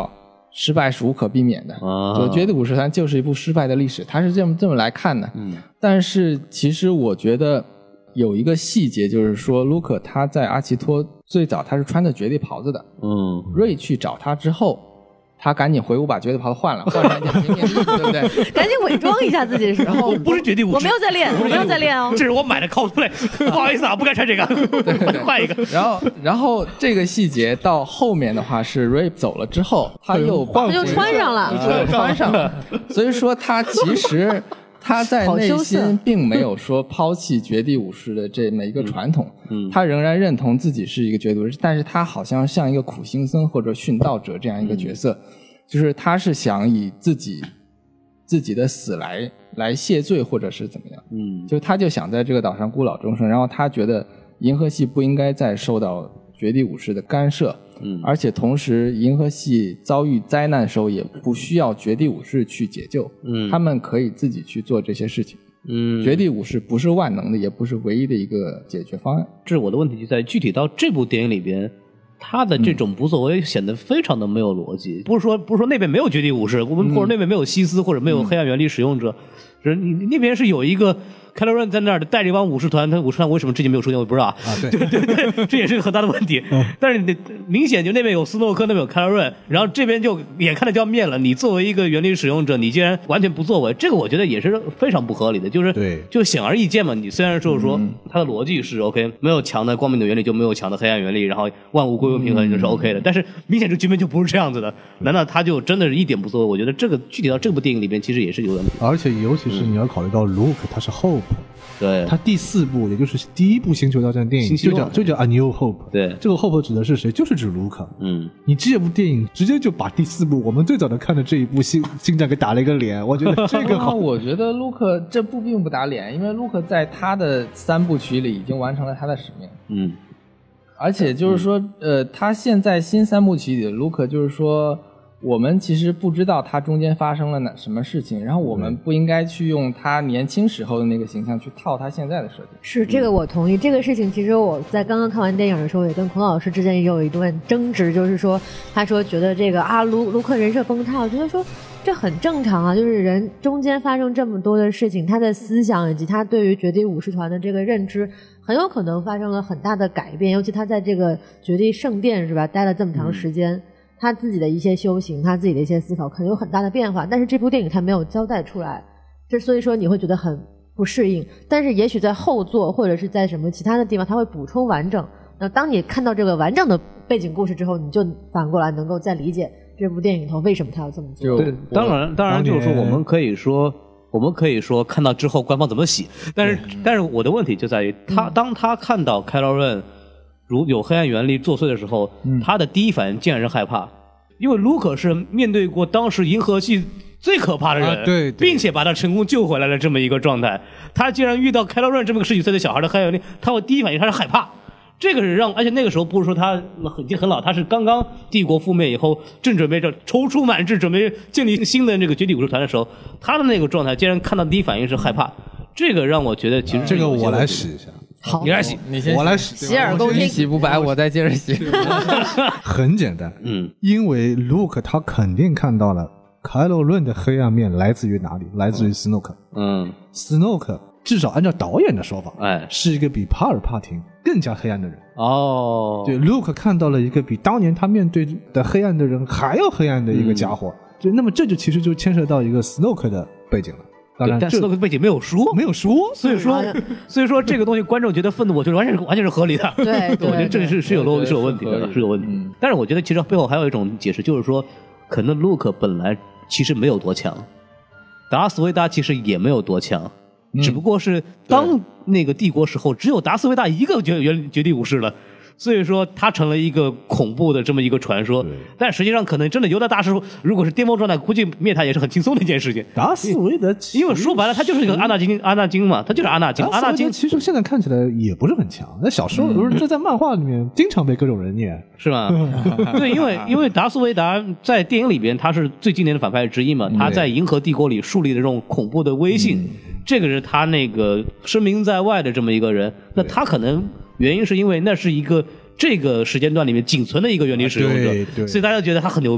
失败是无可避免的， 啊、 就绝地武士团就是一部失败的历史，他是这么这么来看的。 嗯， 但是其实我觉得有一个细节，就是说卢克他在阿奇托最早他是穿着绝地袍子的， 嗯， 瑞去找他之后，他赶紧回屋把绝地袍子换了，换上一件平面衣服，对不对？ 赶紧伪装一下自己的时候， 我不是绝地武士， 我没有在练，我没有在练哦， 这是我买的 cosplay， 不好意思啊，不该穿这个，对对对，换一个。 然后，然后这个细节到后面的话是 Ray 走了之后，他又他就穿上了， 对，穿上了。所以说他其实他在内心并没有说抛弃绝地武士的这么一个传统， 嗯， 他仍然认同自己是一个绝地武士，但是他好像像一个苦行僧或者殉道者这样一个角色。嗯，就是他是想以自己自己的死来来谢罪，或者是怎么样， 嗯， 就他就想在这个岛上孤老终生，然后他觉得银河系不应该再受到绝地武士的干涉， 嗯， 而且同时银河系遭遇灾难的时候也不需要绝地武士去解救， 嗯， 他们可以自己去做这些事情， 嗯， 绝地武士不是万能的，也不是唯一的一个解决方案。 这是我的问题就在具体到这部电影里边。他的这种不作为显得非常的没有逻辑，不是说不是说那边没有绝地武士，我们或者那边没有西斯，或者没有黑暗原力使用者，就是你那边是有一个凯洛伦在那儿带着一帮武士团，他武士团为什么至今没有出现我不知道啊， 对对对对，这也是个很大的问题。但是你明显就那边有斯诺克，那边有凯洛伦，然后这边就眼看着就要灭了，你作为一个原力使用者，你竟然完全不作为，这个我觉得也是非常不合理的，就是对， 就显而易见嘛。你虽然就是说它的逻辑是 OK， 没有强的光明的原力就没有强的黑暗原力，然后万物归于平衡就是 OK 的，但是明显这局面就不是这样子的，难道他就真的是一点不作为？我觉得这个具体到这部电影里边其实也是有问题， 而且尤其是你要考虑到 Luke 他是 Hope。 对， 他第四部也就是第一部星球大战电影就叫就叫 A New Hope。 对， 这个 Hope 指的是谁？就是指卢卡。 嗯， 你这部电影直接就把第四部我们最早的看的这一部星星战给打了一个脸，我觉得这个好。 我觉得卢克这部并不打脸，因为卢克在他的三部曲里已经完成了他的使命。 嗯， 而且就是说，呃，他现在新三部曲里的卢克就是说。我们其实不知道他中间发生了哪什么事情，然后我们不应该去用他年轻时候的那个形象去套他现在的设定。 是这个我同意。这个事情其实我在刚刚看完电影的时候，也跟孔老师之间也有一段争执，就是说他说觉得这个啊卢卢克人设崩塌，我觉得说这很正常啊，就是人中间发生这么多的事情，他的思想以及他对于绝地武士团的这个认知很有可能发生了很大的改变，尤其他在这个绝地圣殿是吧待了这么长时间、嗯他自己的一些修行，他自己的一些思考可能有很大的变化，但是这部电影他没有交代出来，这所以说你会觉得很不适应，但是也许在后作或者是在什么其他的地方他会补充完整，那当你看到这个完整的背景故事之后，你就反过来能够再理解这部电影里头为什么他要这么做。 对，当然当然就是说我们可以说我们可以说看到之后官方怎么洗，但是但是我的问题就在于他、嗯、当他看到凯洛伦如有黑暗原力作祟的时候、嗯、他的第一反应竟然是害怕，因为卢克是面对过当时银河系最可怕的人、啊、 对对， 并且把他成功救回来了这么一个状态，他竟然遇到凯洛伦这么个十几岁的小孩的黑暗原力，他会第一反应他是害怕，这个是让，而且那个时候不是说他已经很老，他是刚刚帝国覆灭以后正准备着踌躇满志准备建立新的这个绝地武士团的时候，他的那个状态竟然看到第一反应是害怕，这个让我觉得其实、 啊、这个我来使一下。 好， 你来洗， 你先我来洗， 洗耳恭听， 洗不白，我再接着洗。 很简单， 嗯， 因为 Luke 他肯定看到了凯洛伦的黑暗面来自于哪里？来自于斯诺克。 嗯， 斯诺克至少按照导演的说法， 哎， 是一个比帕尔帕廷更加黑暗的人。 哦， 对 ，Luke 看到了一个比当年他面对的黑暗的人还要黑暗的一个家伙。嗯、就那么这就其实就牵涉到一个斯诺克的背景了。当然， 但斯诺克背景没有说， 没有说， 所以说，所以说这个东西观众觉得愤怒，我觉得完全是完全是合理的。 对，对我觉得这是是有问是有问题的，是有问题。嗯、但是我觉得其实背后还有一种解释，就是说，可能卢克本来其实没有多强，达斯维达其实也没有多强，嗯、只不过是当那个帝国时候，只有达斯维达一个绝绝绝地武士了。所以说他成了一个恐怖的这么一个传说，但实际上可能真的尤达大师如果是巅峰状态，估计灭他也是很轻松的一件事情。 达斯维德， 因为说白了他就是一个阿纳金阿纳金嘛，他就是阿纳金。阿纳金其实现在看起来也不是很强，那小时候不是这在漫画里面经常被各种人念， 是吧？对，因为因为达斯维达在电影里边他是最经典的反派之一嘛，他在银河帝国里树立的这种恐怖的威信，这个是他那个声名在外的这么一个人，那他可能。原因是因为那是一个这个时间段里面仅存的一个原力使用者， 对对， 所以大家觉得他很牛逼。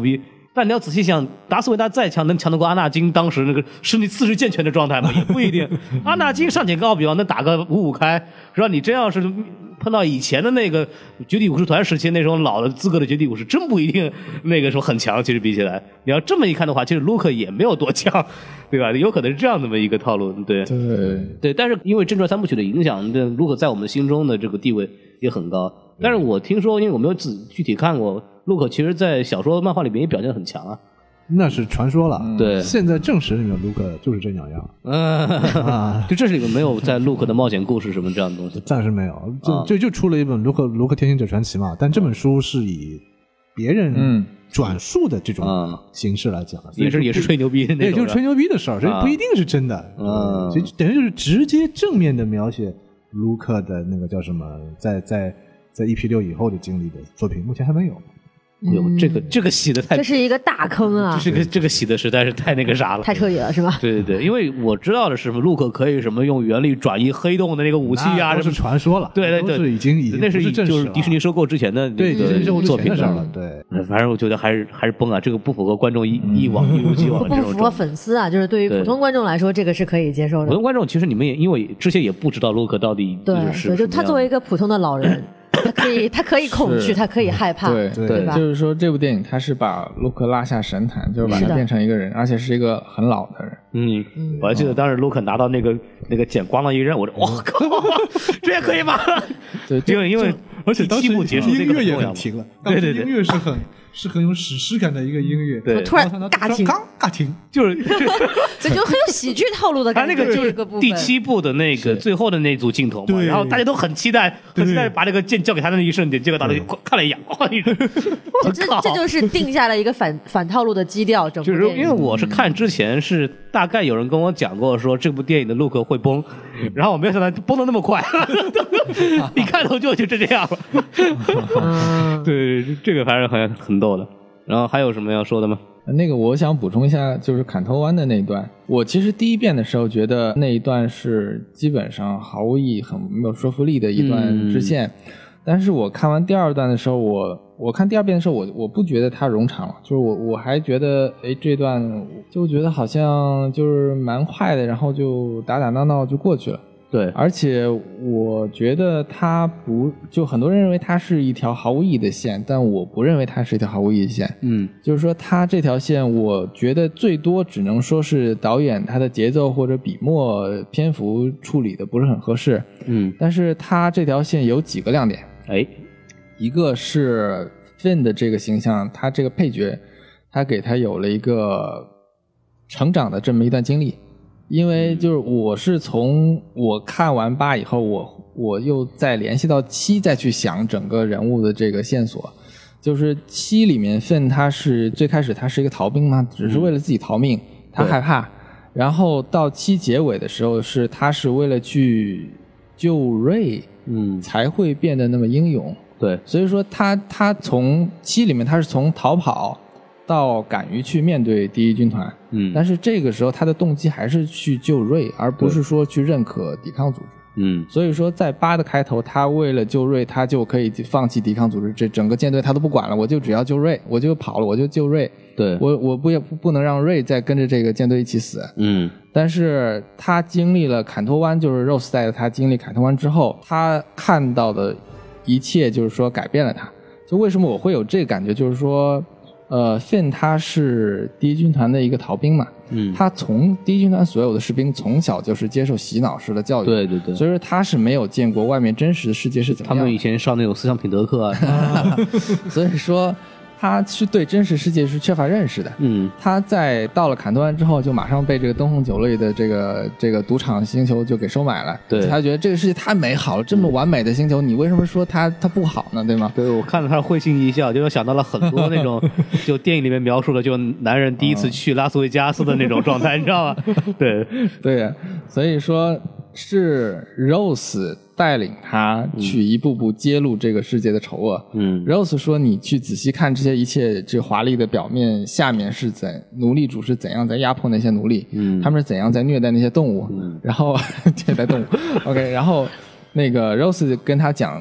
但你要仔细想，达斯维达再强，能强得过阿纳金当时那个身体四肢健全的状态吗？也不一定。阿纳金尚且跟奥比王能打个五五开，是吧？你真要是碰到以前的那个绝地武士团时期那种老的资格的绝地武士，真不一定那个时候很强。其实比起来，你要这么一看的话，其实卢克也没有多强，对吧？有可能是这样的一个套路，对对对。但是因为正传三部曲的影响，这卢克在我们心中的这个地位也很高。但是我听说，因为我没有自具体看过。卢克其实在小说漫画里面也表现得很强啊， 那是传说了。 嗯、对， 现在正史里面卢克就是这两样。 嗯，啊、就这里面没有在卢克的冒险故事什么这样的东西， 暂时没有。就就就出了一本卢克卢克天行者传奇嘛，但这本书是以别人转述的这种形式来讲的， 也是也是吹牛逼的那种， 也就是吹牛逼的事儿，所以不一定是真的。嗯，所以等于就是直接正面的描写卢克的那个叫什么，在在在 E P 六 以后的经历的作品，目前还没有。 有、嗯、这个这个洗的太， 这是一个大坑啊！ 这个这个洗的实在是太那个啥了， 太彻底了，是吧？ 对对对，因为我知道的是，卢克可以什么用原力转移黑洞的那个武器啊， 都是传说了。 对对对， 是已经已经那是就是迪士尼收购之前的那个作品了。对， 反正我觉得还是还是崩啊，这个不符合观众以以往一如既往的这种。 不符合粉丝啊，就是对于普通观众来说，这个是可以接受的。 普通观众其实你们也因为之前也不知道卢克到底对是对，就他作为一个普通的老人。他可以，他可以恐惧，他可以害怕， 对对对吧？ 就是说，这部电影他是把卢克拉下神坛，就是把他变成一个人，而且是一个很老的人。 嗯，我还记得当时卢克拿到那个那个剑，咣当一扔，我说：“我靠，这也可以吗？” 对， 因为因为而且当时音乐也很停了，对对对，音乐是很。是很有史诗感的一个音乐， 对， 突然大停， 大停， 就是这就很有喜剧套路的感觉。 他那个就是第七部的那个最后的那组镜头嘛，然后大家都很期待，很期待把这个剑交给他的那一瞬间，结果大家看了一眼， 这这就是定下了一个反反套路的基调。整部就是因为我是看之前是大概有人跟我讲过说这部电影的卢克会崩，然后我没有想到崩得那么快，一开头就就这样了。对，这个反正好像很。逗的，然后还有什么要说的吗？ 那个我想补充一下，就是砍头湾的那一段，我其实第一遍的时候觉得那一段是基本上毫无意义、很没有说服力的一段支线，嗯、但是我看完第二段的时候，我我看第二遍的时候，我我不觉得它冗长了，就是我我还觉得，哎，这段就觉得好像就是蛮快的，然后就打打闹闹就过去了。 对， 而且我觉得它不，就很多人认为它是一条毫无意义的线，但我不认为它是一条毫无意义的线。 嗯， 就是说它这条线，我觉得最多只能说是导演他的节奏或者笔墨篇幅处理的不是很合适。 嗯， 但是它这条线有几个亮点。 哎， 一个是 Finn 的这个形象，他这个配角，他给他有了一个成长的这么一段经历。因为就是我是从我看完八以后，我我又再联系到七，再去想整个人物的这个线索。就是七里面Finn他是最开始他是一个逃兵嘛，只是为了自己逃命，他害怕。然后到七结尾的时候，是他是为了去救Rey， 嗯， 才会变得那么英勇。 对， 所以说他他从七里面他是从逃跑到敢于去面对第一军团。 嗯， 但是这个时候他的动机还是去救Rey，而不是说去认可抵抗组织。 嗯， 所以说在八的开头，他为了救Rey，他就可以放弃抵抗组织，这整个舰队他都不管了，我就只要救Rey，我就跑了，我就救Rey。 对， 我我不也不能让Rey再跟着这个舰队一起死。 嗯， 但是他经历了坎托湾，就是 Rose 带着他经历坎托湾之后，他看到的一切就是说改变了他。就为什么我会有这个感觉，就是说。呃 Finn 他是第一军团的一个逃兵嘛， 嗯， 他从第一军团所有的士兵从小就是接受洗脑式的教育， 对对对， 所以说他是没有见过外面真实的世界是怎么样的。 他们以前上那种思想品德课啊， 所以说他是对真实世界是缺乏认识的。 嗯， 他在到了坎托湾之后，就马上被这个灯红酒绿的这个这个赌场星球就给收买了。 对， 他觉得这个世界太美好了，这么完美的星球，你为什么说它它不好呢？对吗？ 对，我看了他会心一笑，就想到了很多那种就电影里面描述的，就男人第一次去拉斯维加斯的那种状态，你知道吗？对对，所以说是 Rose 带领他去一步步揭露这个世界的丑恶。 嗯 ，Rose 说你去仔细看这些一切这华丽的表面，下面是怎奴隶主是怎样在压迫那些奴隶， 嗯， 他们是怎样在虐待那些动物， 嗯， 然后虐待动物。OK， 然后那个 Rose 跟他讲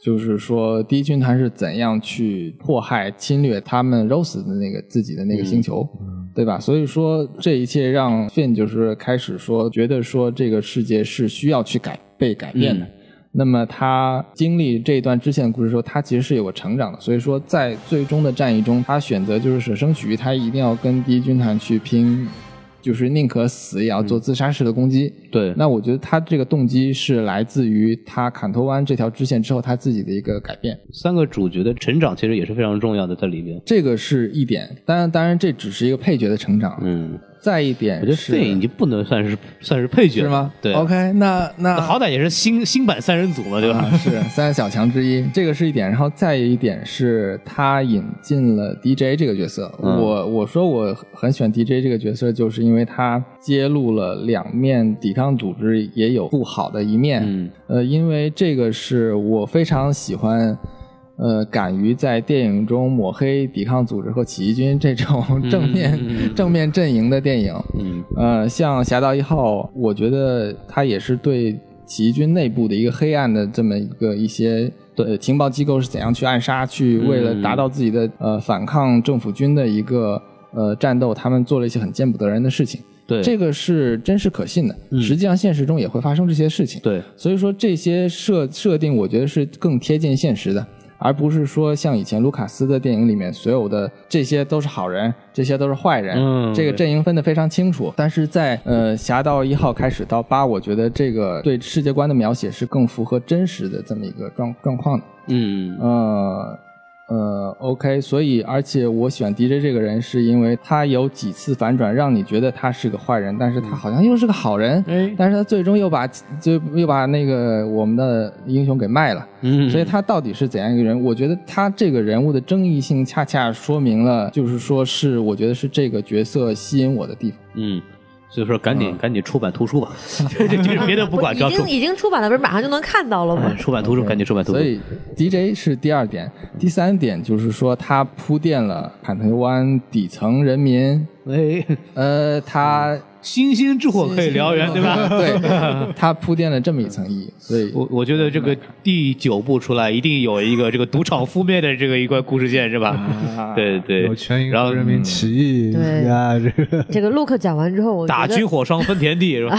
就是说第一军团是怎样去迫害侵略他们 Rose 的那个自己的那个星球、嗯、对吧？所以说这一切让 Finn 就是开始说觉得说这个世界是需要去改被改变的、嗯，那么他经历这一段支线的故事的时候，他其实是有个成长的，所以说在最终的战役中，他选择就是舍生取义，他一定要跟第一军团去拼，就是宁可死也要做自杀式的攻击、 嗯、对， 那我觉得他这个动机是来自于他坎托湾这条支线之后他自己的一个改变。 三个主角的成长其实也是非常重要的在里边， 这个是一点，当然当然这只是一个配角的成长。嗯，再一点我觉得电影已经不能算是算是配角是吗？ 对 OK 那那好歹也是新新版三人组嘛，对吧、 啊、是三小强之一，这个是一点。然后再一点是他引进了 D J 这个角色、嗯、我我说我很喜欢 D J 这个角色，就是因为他揭露了两面抵抗组织也有不好的一面。嗯，呃因为这个是我非常喜欢呃，敢于在电影中抹黑抵抗组织和起义军这种正面、嗯、正面阵营的电影。嗯，呃，像《侠盗一号》，我觉得它也是对起义军内部的一个黑暗的这么一个一些对情报机构是怎样去暗杀，去为了达到自己的、嗯、呃反抗政府军的一个呃战斗，他们做了一些很见不得人的事情。 对， 这个是真实可信的、嗯、实际上现实中也会发生这些事情。 对， 所以说这些设设定我觉得是更贴近现实的，而不是说像以前卢卡斯的电影里面所有的这些都是好人，这些都是坏人、嗯、这个阵营分得非常清楚。但是在呃侠盗一号开始到八，我觉得这个对世界观的描写是更符合真实的这么一个状状况的。 嗯呃呃 OK， 所以而且我喜欢 D J 这个人是因为他有几次反转让你觉得他是个坏人，但是他好像又是个好人、嗯、但是他最终又把就又把那个我们的英雄给卖了。嗯，所以他到底是怎样一个人，我觉得他这个人物的争议性恰恰说明了，就是说是我觉得是这个角色吸引我的地方。 嗯，所以说赶紧、嗯、赶紧出版图书吧，就是别的不管， 已经已经出版了，不是马上就能看到了吗？ 嗯、出版图书，赶紧出版图书。 所以 D J 是第二点，第三点就是说他铺垫了坎特湾底层人民， 哎， 呃，他。 星星之火可以燎原，对吧？ 对，他铺垫了这么一层意义，所以我我觉得这个第九部出来一定有一个这个赌场覆灭的这个一个故事线，是吧？啊、对对， 有全英国人民起义，对呀，这个这个 Luke 讲完之后，我打举火烧分田地，是吧？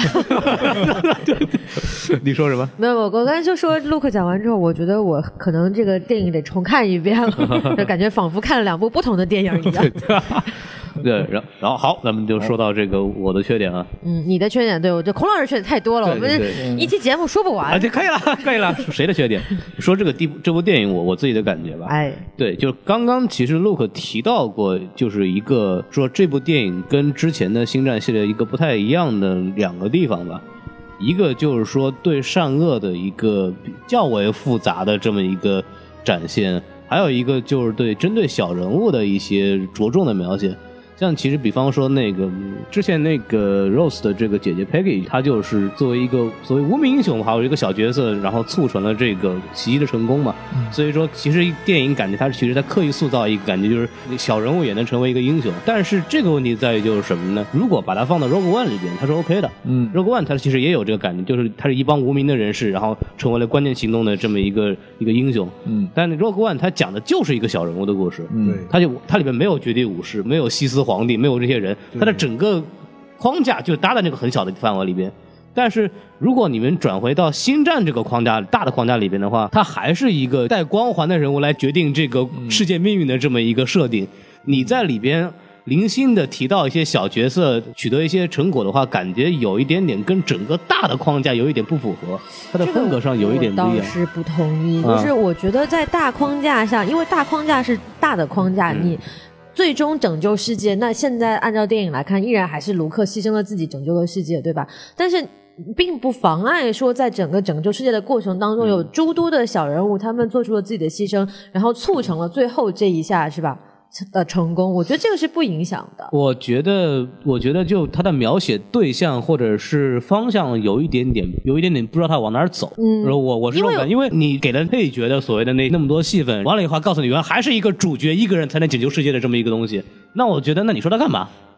你说什么？ 没有，我刚才就说 Luke 讲完之后，我觉得我可能这个电影得重看一遍了，就感觉仿佛看了两部不同的电影一样。 对，然后然后好，咱们就说到这个我的缺点啊。 嗯，你的缺点，对我这孔老师缺点太多了，我们一期节目说不完。 啊，这可以了，可以了。谁的缺点？说这个第这部电影我我自己的感觉吧。 哎， 对，就是刚刚其实 Luke 提到过，就是一个说这部电影跟之前的星战系列一个不太一样的两个地方吧。一个就是说对善恶的一个较为复杂的这么一个展现，还有一个就是对针对小人物的一些着重的描写。像其实比方说那个之前那个 Rose 的这个姐姐 Peggy， 她就是作为一个所谓无名英雄，还有一个小角色，然后促成了这个袭击的成功嘛。嗯、所以说其实电影感觉它其实在刻意塑造一个感觉，就是小人物也能成为一个英雄。但是这个问题在于就是什么呢？如果把它放到 Rogue One 里边，它是 OK 的。嗯 ，Rogue One 它其实也有这个感觉，就是它是一帮无名的人士，然后成为了关键行动的这么一个一个英雄。嗯，但 Rogue One 它讲的就是一个小人物的故事。嗯，它就它里面没有绝地武士，没有西斯皇帝，没有这些人，它的整个框架就搭在那个很小的范围里边。但是如果你们转回到星战这个框架大的框架里边的话，它还是一个带光环的人物来决定这个世界命运的这么一个设定。你在里边零星的提到一些小角色取得一些成果的话，感觉有一点点跟整个大的框架有一点不符合，它的风格上有一点不一样。 这个我倒是不同意，就是我觉得在大框架下，因为大框架是大的框架，你最终拯救世界，那现在按照电影来看，依然还是卢克牺牲了自己拯救了世界，对吧？但是并不妨碍说在整个拯救世界的过程当中，有诸多的小人物他们做出了自己的牺牲，然后促成了最后这一下，是吧？的成功，我觉得这个是不影响的。 我觉得，我觉得就他的描写对象或者是方向有一点点，有一点点不知道他往哪儿走。嗯，我我是这种感觉，因为你给了配角的所谓的那那么多戏份，完了以后告诉你，原来还是一个主角一个人才能拯救世界的这么一个东西，那我觉得，那你说他干嘛？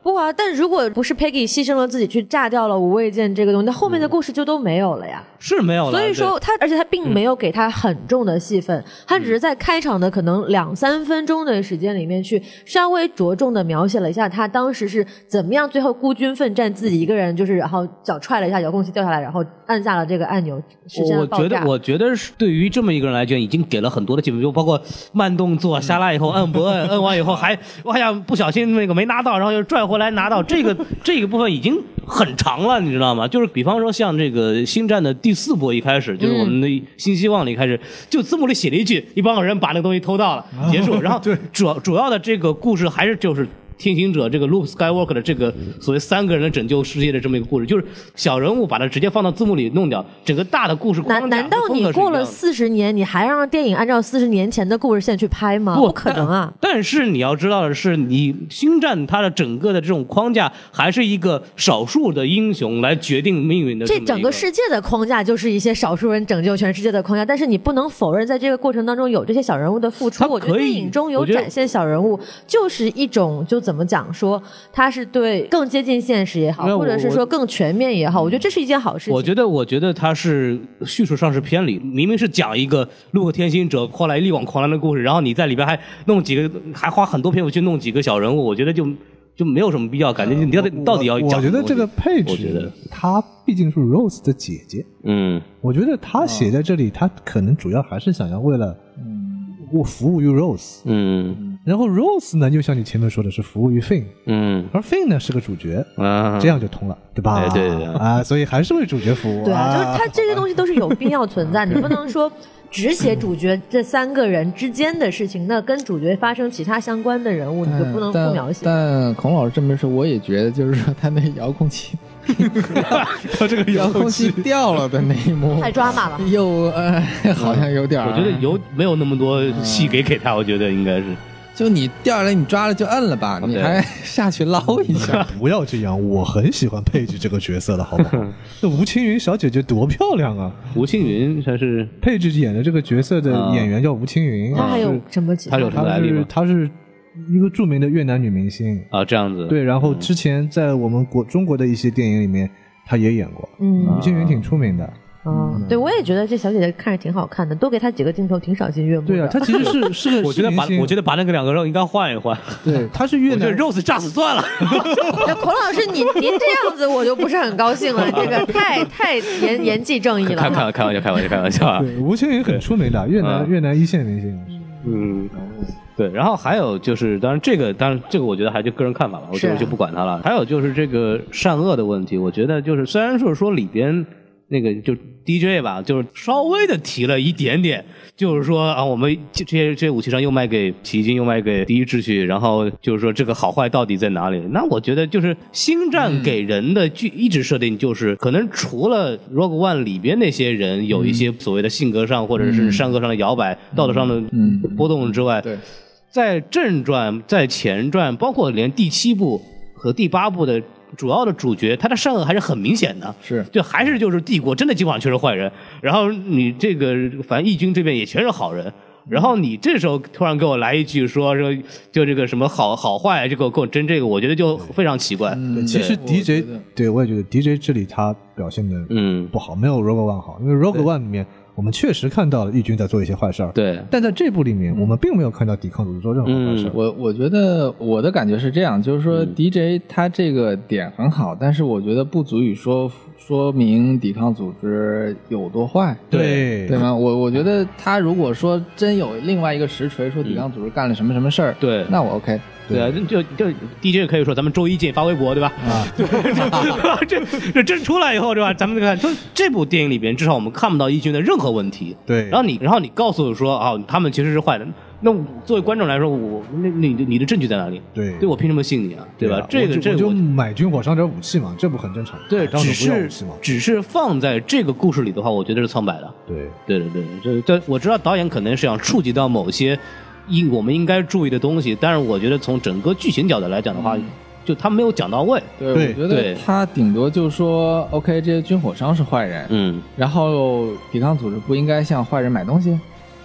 不啊，但如果不是 Peggy 牺牲了自己去炸掉了无畏舰这个东西，那后面的故事就都没有了呀。 是没有了。 所以说他，而且他并没有给他很重的戏份，嗯、他只是在开场的可能两三分钟的时间里面去稍微着重的描写了一下他当时是怎么样最后孤军奋战，自己一个人就是然后脚踹了一下遥控器掉下来，然后按下了这个按钮实现了爆炸。 我觉得我觉得是对于这么一个人来讲已经给了很多的戏份，就包括慢动作下来以后按不摁，摁完以后还哎呀不小心那个没拿到，然后又拽回来拿到，这个这个部分已经很长了，你知道吗？就是比方说像这个星战的第四部一开始，就是我们的新希望里开始，就字幕里写了一句一帮人把那个东西偷到了，结束。然后主主要的这个故事还是就是天行者这个 Luke Skywalker 的这个所谓三个人的拯救世界的这么一个故事，就是小人物把它直接放到字幕里弄掉，整个大的故事框架。 难难道你过了四十年，你还让电影按照四十年前的故事线去拍吗？不, 不可能啊！ 但是你要知道的是，你星战它的整个的这种框架还是一个少数的英雄来决定命运的这。 这整个世界的框架就是一些少数人拯救全世界的框架，但是你不能否认，在这个过程当中有这些小人物的付出。我觉得电影中有展现小人物，就是一种就。怎么讲说它是对更接近现实也好，或者是说更全面也好，我觉得这是一件好事情。 我觉得我觉得它是叙述上是偏离，明明是讲一个路克天行者后来力挽狂澜的故事，然后你在里边还弄几个还花很多篇幅去弄几个小人物，我觉得就就没有什么必要，感觉你到底到底要讲。 我觉得这个配置， 我觉得她毕竟是 Rose 的姐姐， 嗯， 我觉得她写在这里，她可能主要还是想要为了我服务于 Rose， 嗯， 然后 Rose 呢，就像你前面说的是服务于 Finn， 嗯， 而 Finn 呢是个主角， 啊， 这样就通了，对吧？ 哎、对对对啊，所以还是为主角服务。 对啊，就是他这些东西都是有必要存在，你不能说只写主角这三个人之间的事情，那跟主角发生其他相关的人物，你就不能不描写。 但, 但孔老师这么说，我也觉得就是说他那遥控器。 他这个遥控器掉了的那一幕太抓马了， 又呃好像有点、 嗯，我觉得有没有那么多戏给给他，我觉得应该是， 就你掉下来你抓了就摁了吧，你还下去捞一下。 不要这样，我很喜欢佩吉这个角色的好不好？那吴青云小姐姐多漂亮啊！ 吴青云才是佩吉演的这个角色的演员叫吴青云， 她、啊、还有什么其他？ 她有什么来历吗？ 她是一个著名的越南女明星啊，这样子。 对，然后之前在我们国中国的一些电影里面，她也演过。 嗯， 吴青云挺出名的。 嗯，嗯对，我也觉得这小姐姐看着挺好看的，多给她几个镜头，挺赏心悦目的。 对啊，她其实是是个， 我觉得把我觉得把那个两个肉应该换一换。 对，她是越南肉死炸死算了。 那孔老师，您您这样子我就不是很高兴了，这个太太言言既正义了。 开开开玩笑，开玩笑，开玩笑啊！ 对，吴青云很出名的，越南、嗯、越南一线明星。 嗯。对，然后还有就是，当然这个，当然这个，我觉得还就个人看法了，我觉得就不管他了。还有就是这个善恶的问题，我觉得就是虽然说说里边那个就 D J 吧，就是稍微的提了一点点，就是说啊，我们这些这些武器商又卖给起义军，又卖给第一秩序，然后就是说这个好坏到底在哪里？那我觉得就是星战给人的剧一直设定就是，可能除了 Rogue One 里边那些人有一些所谓的性格上或者是善恶上的摇摆、道德上的波动之外， 对。 在正传、在前传，包括连第七部和第八部的主要的主角，他的善恶还是很明显的。 是， 就还是就是帝国真的基本上全是坏人，然后你这个反正义军这边也全是好人，然后你这时候突然给我来一句说说就这个什么好好坏，这个给我争这个，我觉得就非常奇怪。 嗯、其实 D J 我对我也觉得 D J 这里他表现的嗯不好，没有 Rogue One 好，因为 Rogue One 里面。我们确实看到了义军在做一些坏事儿， 对， 但在这部里面，嗯、我们并没有看到抵抗组织做任何坏事。 嗯、我我觉得我的感觉是这样，就是说 D J 他这个点很好，嗯、但是我觉得不足以说说明抵抗组织有多坏， 对对吗？我我觉得他如果说真有另外一个实锤说抵抗组织干了什么什么事儿， 对、嗯， 那我 OK。 对啊，就就 D J 可以说咱们周一见发微博，对吧？啊，这这真出来以后，对吧？咱们看，就这部电影里边，至少我们看不到义军的任何问题。 对， 然后你，然后你告诉我说啊，他们其实是坏的。那作为观众来说，我那你的你的证据在哪里？ 对， 对我凭什么信你啊？对吧？这个这个我就买军火商点武器嘛，这不很正常？ 对，只是只是放在这个故事里的话，我觉得是苍白的。 对， 对对对，这这我知道导演可能是想触及到某些。应我们应该注意的东西，但是我觉得从整个剧情角度来讲的话，嗯、就他没有讲到位。 对，我觉得他顶多就说 ，OK， 这些军火商是坏人， 嗯， 然后抵抗组织不应该向坏人买东西，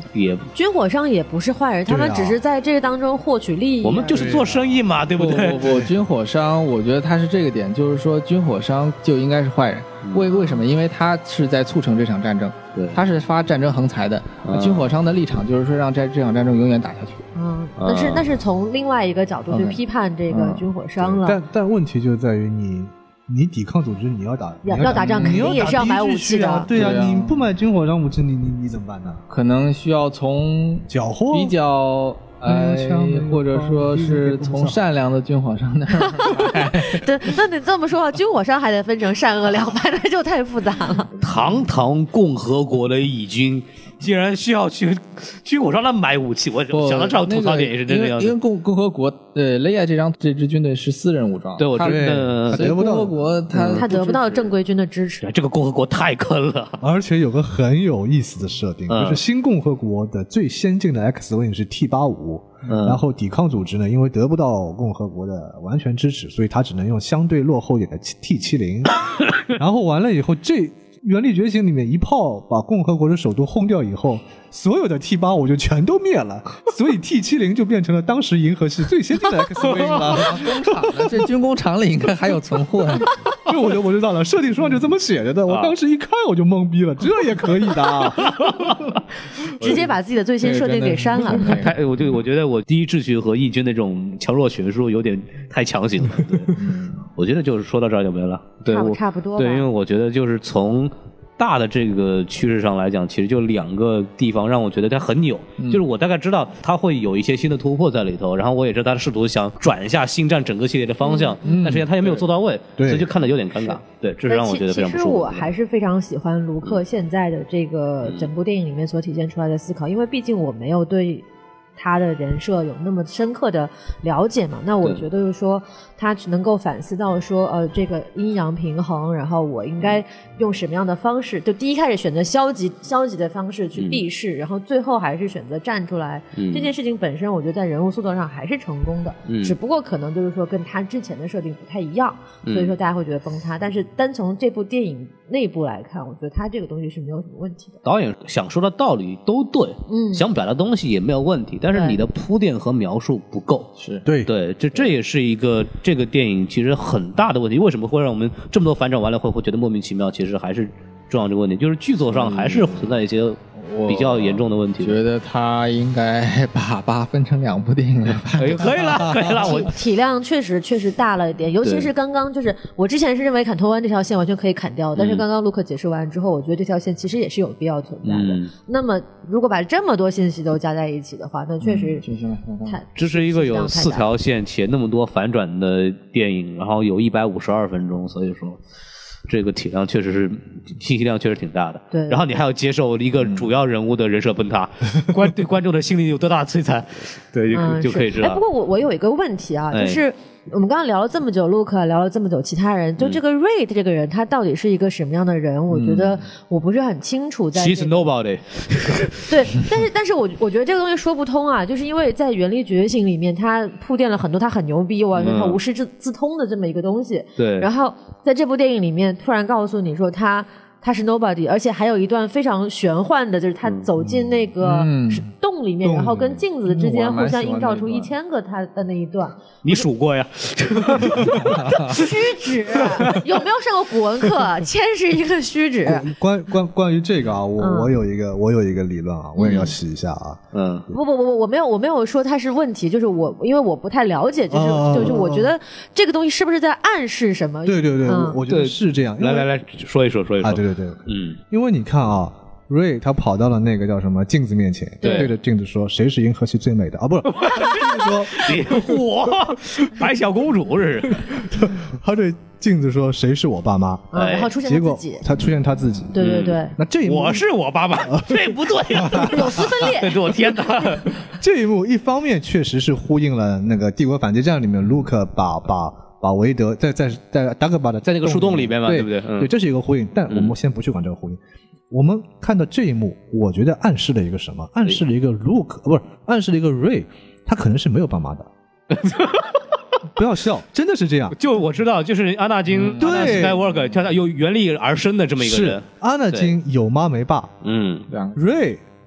也军火商也不是坏人，他们只是在这个当中获取利益。 我们就是做生意嘛，对不对？ 不不不，军火商，我觉得他是这个点，就是说军火商就应该是坏人。为为什么？因为他是在促成这场战争， 对， 他是发战争横财的。嗯、军火商的立场就是说让这这场战争永远打下去。 嗯，但是那是从另外一个角度去批判这个军火商了。 嗯、但但问题就在于你。你抵抗组织，你要打要要打仗，肯定也是要买武器的。 啊对啊，你不买军火商武器，你你你怎么办呢？ 可能需要从缴获比较。呃，或者说是从善良的军火商那儿对，那你这么说，军火商还得分成善恶两派，那就太复杂了。 堂堂共和国的义军，竟然需要去军火商那买武器，我想到这种吐槽点也是这个样子。 因为共共和国，呃，雷亚这张这支军队是私人武装， 对我觉得所以共和国他他得不到正规军的支持。 这个共和国太坑了， 而且有个很有意思的设定， 嗯、 就是新共和国的最先进的 X-Wing 是 T 八十五。嗯、然后抵抗组织呢，因为得不到共和国的完全支持，所以他只能用相对落后一点的 T 七十。然后完了以后，这原力觉醒里面一炮把共和国的首都轰掉以后，所有的 T 八十五就全都灭了，所以 T 七十就变成了当时银河系最先进的 X-Wing 了。 工厂了，这军工厂里应该还有存货。 这我就我知道了，设定书上就这么写着的。我当时一看我就懵逼了，这也可以的， 直接把自己的最新设定给删了。 太，我就我觉得我第一秩序和义军那种强弱悬殊有点太强行了。对，我觉得就是说到这儿就没了。对， 差不差不多。 对，因为我觉得就是从大的这个趋势上来讲，其实就两个地方让我觉得它很扭，嗯、就是我大概知道它会有一些新的突破在里头，然后我也知道它试图想转一下星战整个系列的方向，嗯、但实际上它也没有做到位，所以就看得有点尴尬。对，这是让我觉得非常不舒服。 其实我还是非常喜欢卢克现在的这个整部电影里面所体现出来的思考，因为毕竟我没有对他的人设有那么深刻的了解嘛，那我觉得就是说他能够反思到说呃这个阴阳平衡，然后我应该用什么样的方式，就第一开始选择消极消极的方式去避世、嗯、然后最后还是选择站出来、嗯、这件事情本身我觉得在人物塑造上还是成功的、嗯、只不过可能就是说跟他之前的设定不太一样、嗯、所以说大家会觉得崩塌，但是单从这部电影内部来看，我觉得他这个东西是没有什么问题的。 导演想说的道理都对，嗯，想表达东西也没有问题，但是你的铺垫和描述不够， 是对对，这这也是一个这个电影其实很大的问题。为什么会让我们这么多反转完了会会觉得莫名其妙？其实还是重要这个问题，就是剧作上还是存在一些比较严重的问题。 我觉得他应该把八分成两部电影了， 可以了，可以了。我体量确实确实大了一点，尤其是刚刚就是我之前是认为坎托湾这条线完全可以砍掉，但是刚刚卢克解释完之后，我觉得这条线其实也是有必要存在的。嗯、那么如果把这么多信息都加在一起的话，那确实太这是一个有四条线且那么多反转的电影，然后有一百五十二分钟，所以说。这个体量确实是信息量确实挺大的， 对。 然后你还要接受一个主要人物的人设崩塌，嗯、观对观众的心里有多大的摧残，对， 嗯、 就可以知道。 哎，不过我我有一个问题啊， 哎、 就是我们刚刚聊了这么久，卢克聊了这么久，其他人就这个 Ray 这个人，他到底是一个什么样的人？我觉得我不是很清楚在、 这个。She's nobody 。 对，但是但是我我觉得这个东西说不通啊，就是因为在《原力觉醒》里面，他铺垫了很多他很牛逼，完全他无师自自通的这么一个东西。 对。 然后在这部电影里面，突然告诉你说他。他是 nobody， 而且还有一段非常玄幻的，就是他走进那个洞里面，嗯、然后跟镜子之间互相映照出一千个他的那一段。 你数过呀？ 虚指有没有上过古文课？铅是一个虚指。 关关关于这个啊，我、嗯、我有一个我有一个理论啊，我也要洗一下啊。 嗯， 不不不，我没有我没有说它是问题，就是我因为我不太了解，就是、哦、就是我觉得这个东西是不是在暗示什么？ 对对对， 嗯、 我觉得是这样。 来来来说一说说一说啊，对对。对， 嗯， 因为你看啊，瑞他跑到了那个叫什么镜子面前， 对， 对着镜子说：“谁是银河系最美的？”啊，不是， 镜子说：“我白小公主是。” 他对镜子说：“谁是我爸妈？” 嗯，然后出现他自己， 结果他出现他自己。 对对对， 嗯、那这一幕我是我爸爸，这不对呀、啊， 有丝分裂。 对，我天哪！ 这一幕一方面确实是呼应了那个《帝国反击战》里面卢克把把。把维德在在在达格巴的在那个树洞里面嘛， 对, 对不对？ 嗯、对，这是一个呼应。但我们先不去管这个呼应，嗯、我们看到这一幕，我觉得暗示了一个什么？暗示了一个卢克，不是暗示了一个瑞，他可能是没有爸妈的。不要笑，真的是这样。 就我知道，就是阿纳金， 对 ，Skywalker，叫他由原力而生的这么一个人。 是阿纳金有妈没爸， 嗯， 瑞。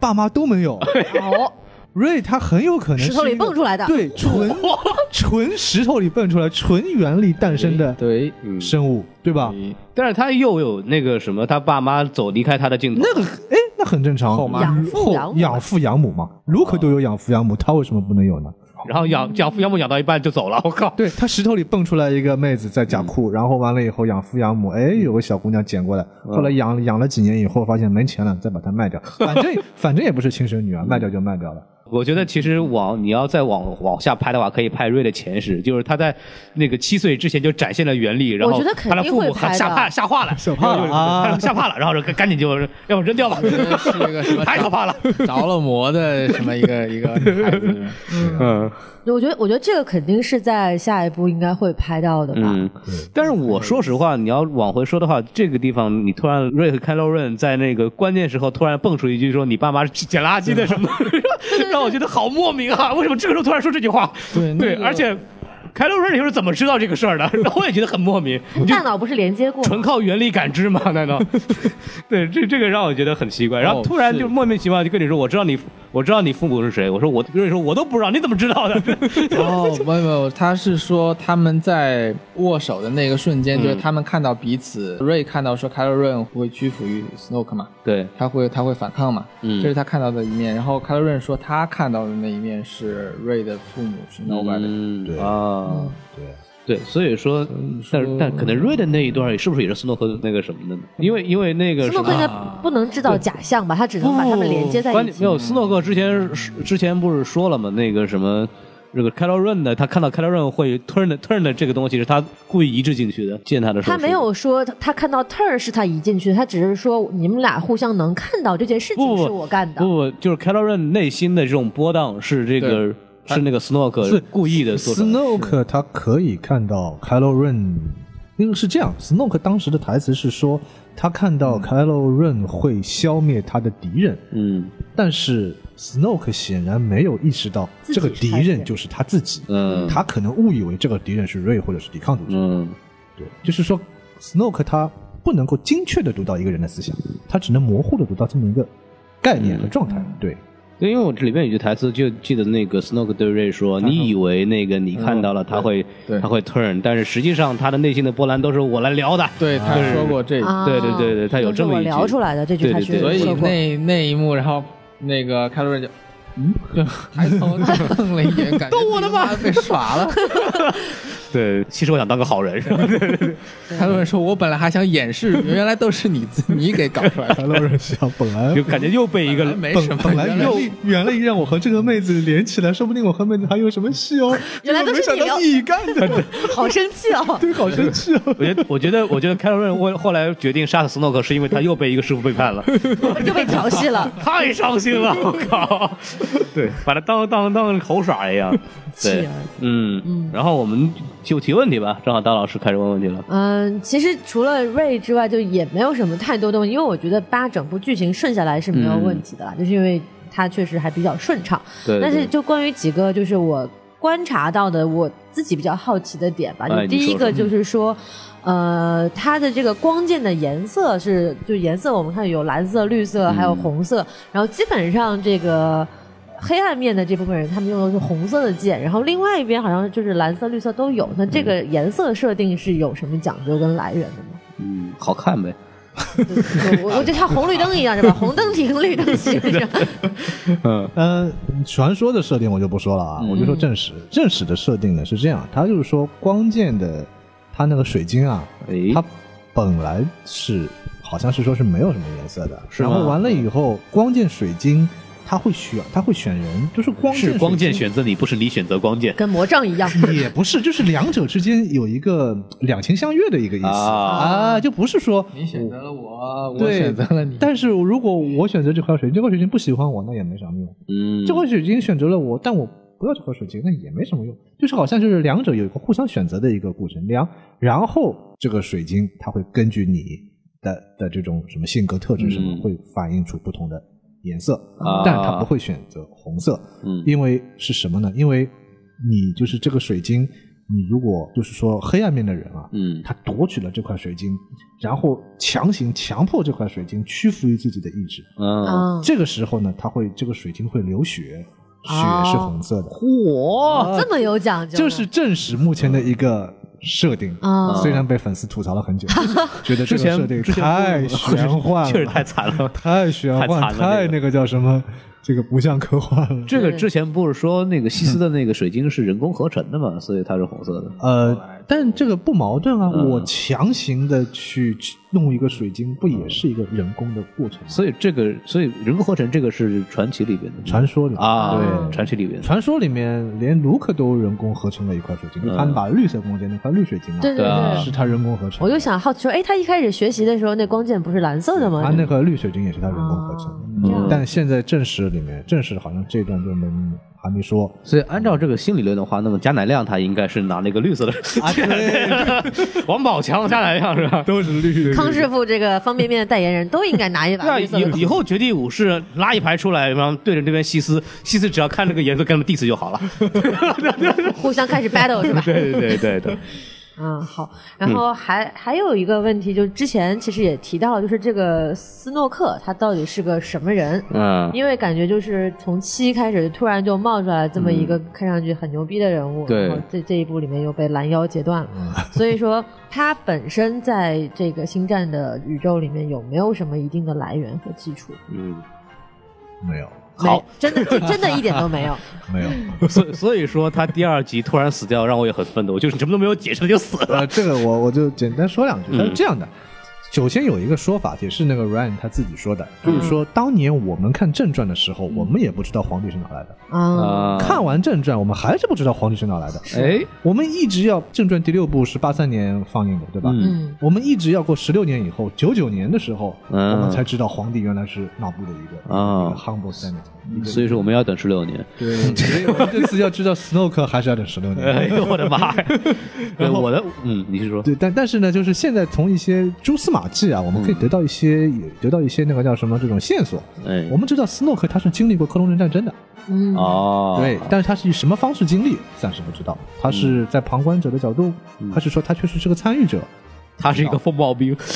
爸妈都没有。 哦， 瑞他很有可能是石头里蹦出来的， 对，纯纯石头里蹦出来，纯原力诞生的对生物，对吧？ 但是他又有那个什么，他爸妈走离开他的镜头， 那个哎，那很正常， 养父养母， 养父养母嘛，卢克都有养父养母，他为什么不能有呢？ 然后养养父养母养到一半就走了，我靠！ 对，他石头里蹦出来一个妹子在假哭，嗯、然后完了以后养父养母，哎，有个小姑娘捡过来，后来养养了几年以后发现没钱了，再把它卖掉，反正反正也不是亲生女儿，卖掉就卖掉了。 我觉得其实往你要再往往下拍的话，可以拍瑞的前世，就是他在那个七岁之前就展现了原力，然后他的父母吓怕吓怕了， 吓怕了啊， 吓怕了，然后就赶紧就要不扔掉吧， 是一个什么太可怕了， 着了魔的什么一个一个孩子， 嗯。 我觉得，我觉得这个肯定是在下一部应该会拍到的吧。 嗯，但是我说实话，你要往回说的话，这个地方你突然瑞和凯洛润在那个关键时候突然蹦出一句说你爸妈是捡垃圾的什么，让我觉得好莫名啊！为什么这个时候突然说这句话？ 对、 对，而且。凯洛瑞你是怎么知道这个事儿的？我也觉得很莫名。 大脑不是连接过吗？ 纯靠原力感知吗？难道？对，这这个让我觉得很奇怪。然后突然就莫名其妙就跟你说，我知道你，我知道你父母是谁。我说我，瑞说我都不知道，你怎么知道的？ 哦，没有没有，他是说他们在握手的那个瞬间，嗯、就是他们看到彼此，瑞看到说凯洛瑞会屈服于 Snoke 嘛， 对， 他会他会反抗嘛， 嗯， 这是他看到的一面。然后凯洛瑞说他看到的那一面是瑞的父母是 Nova 的， 嗯， 对啊。 嗯， 对对，所以说，但但可能瑞的那一段是不是也是斯诺克那个什么的呢？因为因为那个斯诺克应该不能制造假象吧，他只能把他们连接在一起。 没有，斯诺克之前之前不是说了吗？那个什么，这个凯洛润的，他看到凯洛润会 turn turn 的这个东西是他故意移植进去的，见他的时候。 他没有说他看到 turn 是他移进去的，他只是说你们俩互相能看到这件事情是我干的。 不不，就是凯洛润内心的这种波荡是这个。是那个 Snoke 是故意的做的。 Snoke 他可以看到 Kylo Ren， 因为是这样 ，Snoke 当时的台词是说他看到 Kylo Ren 会消灭他的敌人， 嗯， 但是 Snoke 显然没有意识到这个敌人就是他自己， 嗯， 他可能误以为这个敌人是 Rey 或者是抵抗组织， 嗯， 对，就是说 Snoke 他不能够精确的读到一个人的思想，他只能模糊的读到这么一个概念和状态，嗯、对。 对，因为我这里面有句台词，就记得那个 Snoke 对瑞说：“你以为那个你看到了他会， 嗯、 他会 turn， 但是实际上他的内心的波澜都是我来聊的。” 对，他说过这， 啊、 对对对对，他有这么一句。 我聊出来的这句，他是所以那那一幕，然后那个凯洛瑞就嗯，就抬头瞪了一眼，感觉都我的妈被耍了。 对，其实我想当个好人。 凯洛瑞说：“我本来还想掩饰，原来都是你你给搞出来的。” 凯洛瑞想，本来就感觉又被一个没什么， 本来又原来让我和这个妹子连起来，说不定我和妹子还有什么戏哦。 原来都是你聊你干的， 好生气哦！ 对，好生气哦。 我觉得，我觉得，我觉得凯洛瑞后后来决定杀死斯诺克，是因为他又被一个师傅背叛了， 又被调戏了， 太伤心了！我靠，对，把他当当当猴耍一样。对，嗯嗯，然后我们就提问题吧，正好大老师开始问问题了。 嗯，其实除了瑞之外，就也没有什么太多的问题，因为我觉得八整部剧情顺下来是没有问题的啦，嗯、就是因为它确实还比较顺畅。 对， 但是就关于几个就是我观察到的，我自己比较好奇的点吧， 哎、 就第一个就是说。呃，它的这个光剑的颜色是，就颜色我们看有蓝色、绿色，还有红色，嗯、然后基本上这个黑暗面的这部分人，他们用的是红色的剑，然后另外一边好像就是蓝色、绿色都有。那这个颜色设定是有什么讲究跟来源的吗？ 嗯，好看呗。 我我就像红绿灯一样，是吧？红灯停，绿灯行。 嗯呃，传说的设定我就不说了啊，嗯、我就说正史。正史的设定呢是这样，它就是说光剑的。它那个水晶啊，它本来是好像是说是没有什么颜色的，然后完了以后，光剑水晶它会选，它会选人，就是光剑是光剑选择你，不是你选择光剑， 跟魔杖一样。 也不是，就是两者之间有一个两情相悦的一个意思 啊, 啊，就不是说你选择了我，我选择了你。 但是如果我选择这块水晶，这块水晶不喜欢我，那也没啥用。 嗯， 这块水晶选择了我，但我。不要这块水晶，那也没什么用，就是好像就是两者有一个互相选择的一个过程，两然后这个水晶它会根据你的的这种什么性格特质什么，嗯、会反映出不同的颜色， 啊、 但它不会选择红色， 嗯， 因为是什么呢？因为你就是这个水晶你如果就是说黑暗面的人啊， 嗯， 他夺取了这块水晶，然后强行强迫这块水晶屈服于自己的意志， 嗯， 这个时候呢，他会这个水晶会流血，血是红色的。 嚯，这么有讲究， 就是正史目前的一个设定， 嗯、 虽然被粉丝吐槽了很久，觉得这个设定太玄幻了， 确实太惨了， 太玄幻，太, 太那个叫什么。这个不像科幻了。 这个之前不是说那个西斯的那个水晶是人工合成的嘛，所以它是红色的。 呃，但这个不矛盾啊，嗯、我强行的去弄一个水晶，不也是一个人工的过程吗？ 所以这个，所以人工合成这个是传奇里边的， 传说里面啊， 对， 传奇里边的， 传说里面连卢克都人工合成了一块水晶，嗯、他们把绿色光剑那块绿水晶啊， 对对对， 是他人工合成。 我就想好奇说，哎，他一开始学习的时候，那光剑不是蓝色的吗？ 他那个绿水晶也是他人工合成的。 啊嗯、但现在正史里面，正史好像这段就没还没说。 所以按照这个新理论的话，那么贾乃亮他应该是拿那个绿色的。 啊，对， 王宝强、贾乃亮是吧？ 都是绿的。 康师傅这个方便面的代言人都应该拿一把绿色的。 以以后绝地武士拉一排出来，然后对着这边西斯，西斯只要看这个颜色跟他们 diss 就好了。 互相开始 battle 是吧？ 对对对对对。 嗯，好，然后还、嗯、还有一个问题，就之前其实也提到了，就是这个斯诺克他到底是个什么人？ 嗯， 因为感觉就是从七开始突然就冒出来这么一个看上去很牛逼的人物， 对、 嗯，然后这这一部里面又被拦腰截断了，嗯、所以说他本身在这个星战的宇宙里面有没有什么一定的来源和基础？ 嗯， 没有。 好， 真的真的一点都没有， 没有。 所所以说他第二集突然死掉，让我也很愤怒，就是你什么都没有解释他就死了。 呃，这个我我就简单说两句。它是这样的，嗯、首先有一个说法，也是那个 Ryan 他自己说的，嗯、就是说当年我们看正传的时候，嗯、我们也不知道皇帝是哪来的啊。 看完正传，我们还是不知道皇帝是哪来的。 哎， 我们一直要正传第六部是八三年放映的，对吧？ 嗯， 我们一直要过十六年以后，九九年的时候， 嗯、 我们才知道皇帝原来是那部的一个啊、一个 humble senate。 所以说我们要等十六年。 对，所以我们这次要知道 Snoke 还是要等十六年。 哎呦我的妈呀！然后我的嗯，你是说？ 对，但但是呢，就是现在从一些蛛丝马迹啊，我们可以得到一些，嗯、得到一些那个叫什么这种线索。 哎， 我们知道 Snoke 他是经历过克隆人战争的。 嗯哦， 对，但是他是以什么方式经历，暂时不知道。他是在旁观者的角度， 嗯、 还是说他确实是个参与者？ 他是一个风暴兵。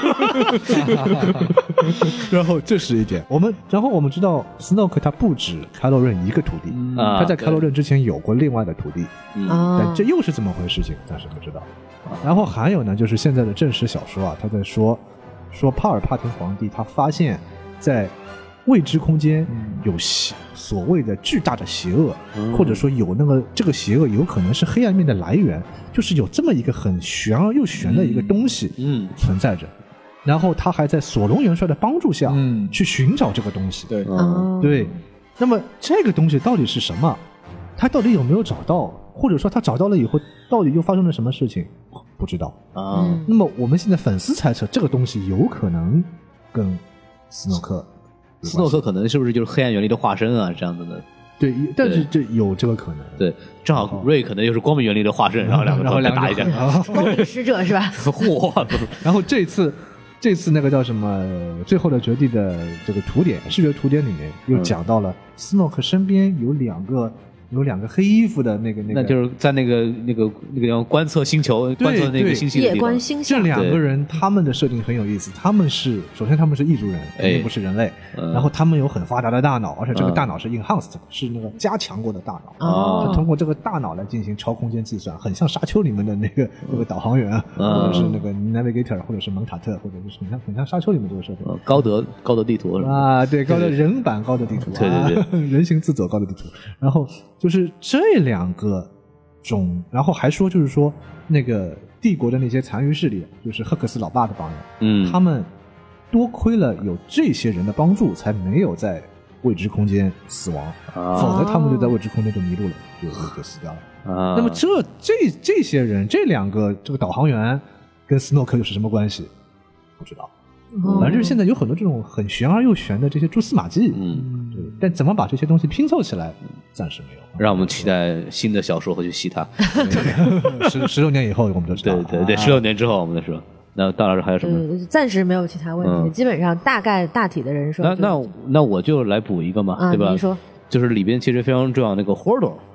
然后这是一点，我们然后我们知道 Snoke 他不止凯洛润一个徒弟， 嗯、 他在凯洛润之前有过另外的徒弟， 嗯、 但这又是怎么回事情暂时不知道。然后还有呢，就是现在的正史小说啊，他在说说帕尔帕廷皇帝他发现在未知空间有所谓的巨大的邪恶， 嗯、 或者说有那个这个邪恶有可能是黑暗面的来源，就是有这么一个很玄而又玄的一个东西存在着。嗯嗯、然后他还在索隆元帅的帮助下，嗯、去寻找这个东西。 对， 嗯、 对。那么这个东西到底是什么？他到底有没有找到？或者说他找到了以后，到底又发生了什么事情？不知道啊。 嗯、 那么我们现在粉丝猜测，这个东西有可能跟斯诺克。 斯诺克可能是不是就是黑暗原力的化身啊？这样子的， 对，但是这有这个可能。 对，正好瑞可能又是光明原力的化身，然后两个人打一架， 光明使者是吧？ 嚯！ 然后这次，这次那个叫什么《最后的绝地》的这个图典视觉图典里面又讲到了斯诺克身边有两个。有两个黑衣服的那个那个， 那就是在那个那个那个地方观测星球、观测那个星系的地方。 夜观星象。 这两个人他们的设定很有意思，他们是首先他们是异族人，肯定不是人类， 哎、 然后他们有很发达的大脑，而且这个大脑是 enhanced，、嗯、是那个加强过的大脑。 哦， 他通过这个大脑来进行超空间计算，很像沙丘里面的那个、嗯、那个导航员， 嗯、 或者是那个 navigator， 或者是蒙塔特，或者是很像很像沙丘里面这个设定。 嗯、高德高德地图啊，对，高德人版高德地图， 对对对， 人形自走高德地图，然后就是这。两个种，然后还说就是说那个帝国的那些残余势力，就是赫克斯老爸的帮人， 嗯， 他们多亏了有这些人的帮助，才没有在未知空间死亡， 啊、 否则他们就在未知空间就迷路了，就就死掉了。 啊、 那么这这这些人，这两个这个导航员跟斯诺克又是什么关系？不知道。反正就是现在有很多这种很玄而又玄的这些蛛丝马迹， 嗯， 对，但怎么把这些东西拼凑起来，暂时没有。 让我们期待新的小说和去戏它。 十十六年以后我们就知道了。 对对对，十六年之后我们再说。那大老师还有什么？ 对，暂时没有其他问题，嗯、基本上大概大体的人设。 那那那我就来补一个嘛， 啊、 对吧？ 你说， 就是里边其实非常重要那个 Hordor。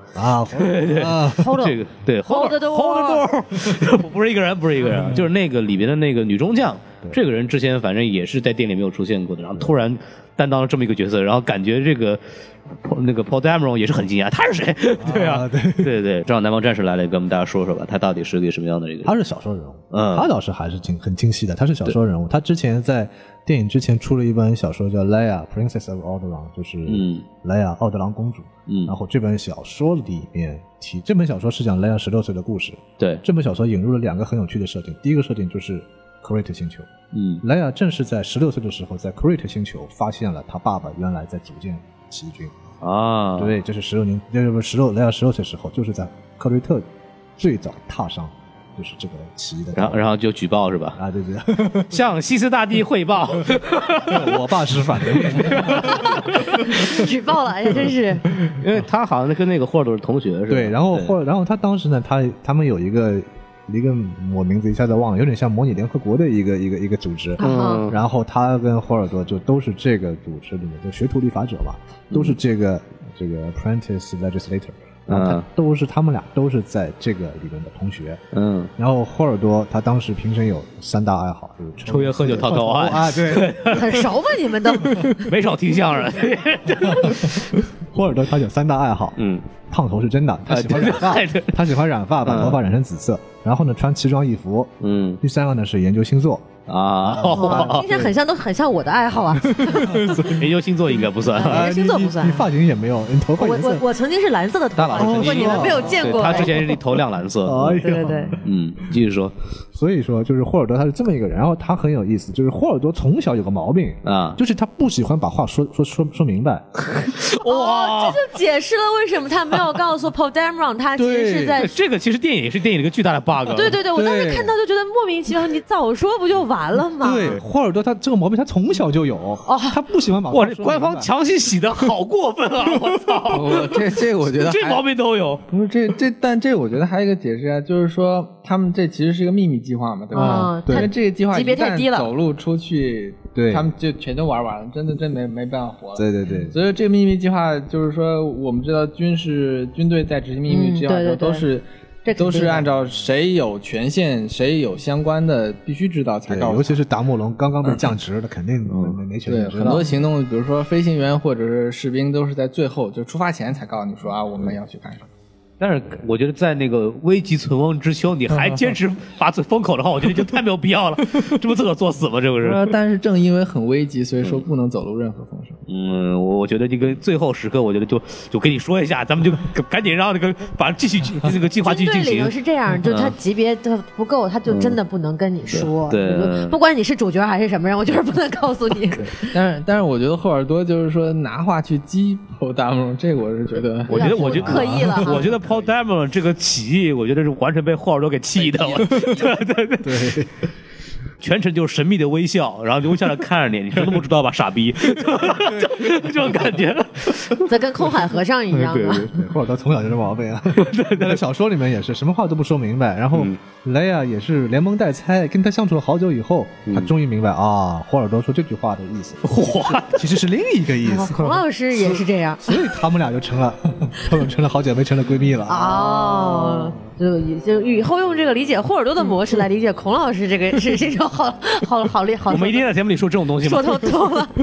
啊， 这个对 hold the door， 不是一个人，不是一个人，就是那个里边的那个女中将，这个人之前反正也是在店里没有出现过的，然后突然担当了这么一个角色，然后感觉这个那个 Paul Dameron 也是很惊讶，他是谁？对啊， 对对对，正好南方战士来了，跟我们大家说说吧，他到底是个什么样的一个人？ 他是小说人物， 嗯， 他倒是还是挺很清晰的，他是小说人物。他之前在电影之前出了一本小说叫 Leia Princess of Alderaan， 就是嗯莱娅奥德朗公主。嗯，然后这本小说里面提，这本小说是讲莱娅十六岁的故事。 对， 这本小说引入了两个很有趣的设定，第一个设定就是 Crate 星球。嗯，莱娅正是在十六岁的时候，在 Crate 星球发现了他爸爸原来在组建起义军。啊，对，这是十六年，这是十六莱娅十六岁时候，就是在克瑞特最早踏上就是这个起义的， 然后然后就举报是吧？ 啊，对对， 向西斯大帝汇报， 我爸是反对， 举报了，哎呀，真是， 因为他好像跟那个霍尔多是同学是吧？ 对，然后霍，然后他当时呢，他他们有一个。一个我名字一下子忘了，有点像模拟联合国的一个一个一个组织。嗯，然后他跟霍尔多就都是这个组织里面的学徒立法者吧，都是这个这个 apprentice legislator。嗯，都是他们俩都是在这个里面的同学。嗯，然后霍尔多他当时平时有三大爱好，就是抽烟、喝酒、套套啊。 啊，对， 很熟吗？你们都没少听相声。 霍尔多他有三大爱好，嗯，烫头是真的，他喜欢染发，他喜欢染发，把头发染成紫色，然后呢穿奇装异服，嗯，第三个呢是研究星座。 啊， 听起来很像，都很像我的爱好啊。 研究星座应该不算， 研究星座不算。 你发型也没有，你头发我我我曾经是蓝色的头发，不过你们没有见过。 他之前是头亮蓝色。 对对对， 嗯，继续说。 所以说，就是霍尔多他是这么一个人，然后他很有意思，就是霍尔多从小有个毛病啊，就是他不喜欢把话说说说说明白。 哇，这就解释了为什么他没有告诉 Paul Dameron 他其实是在这个其实电影也是电影的一个巨大的 bug。 对对对，我当时看到就觉得莫名其妙，你早说不就完了吗？ 对，霍尔多他这个毛病他从小就有，哦，他不喜欢把话说明白。 哇，官方强行洗的好过分啊！我操， 我这这我觉得这毛病都有。 不是这这，但这我觉得还有一个解释啊，就是说他们这其实是一个秘密计划嘛，对吧？ 嗯， 因为这个计划级别太低了， 走路出去， 对， 他们就全都玩完了，真的真没没办法活了。 对对对， 所以这个秘密计划就是说，我们知道军事军队在执行秘密计划的时候都是。都是按照谁有权限、谁有相关的，必须知道才告诉。 尤其是达莫龙刚刚被降职的，肯定没没权限知道。 对，很多行动，比如说飞行员或者是士兵，都是在最后就出发前才告诉你说啊，我们要去干什么。 但是我觉得在那个危急存亡之秋，你还坚持把嘴封口的话，我觉得就太没有必要了。这不自个作死吗？这不是？ 但是正因为很危急，所以说不能走入任何风声。 嗯，我觉得这个最后时刻，我觉得就就跟你说一下，咱们就赶紧让这个把继续这个计划继续进行。 军队里头是这样，就他级别他不够，他就真的不能跟你说。 对， 不管你是主角还是什么人，我就是不能告诉你。 但是但是我觉得霍尔多就是说拿话去激 Paul Dameron， 这个我是觉得， 我觉得我觉得刻意了。 我觉得 Paul Dameron 这个起义，我觉得是完全被霍尔多给气的。对对对对， 全程就是神秘的微笑，然后就微笑着看着你，你什么都不知道吧，傻逼，这种感觉。 这跟空海和尚一样的。 霍尔多从小就这毛病啊。那个小说里面也是，什么话都不说明白。然后莱娅也是连蒙带猜，跟他相处了好久以后，他终于明白啊，霍尔多说这句话的意思，其实是另一个意思。 孔老师也是这样， 所以他们俩就成了，他们成了好姐妹，成了闺蜜了。 哦，就就以后用这个理解霍尔多的模式来理解孔老师这个是这种好好好厉害。 我们一定在节目里说这种东西吗？ 说透透了。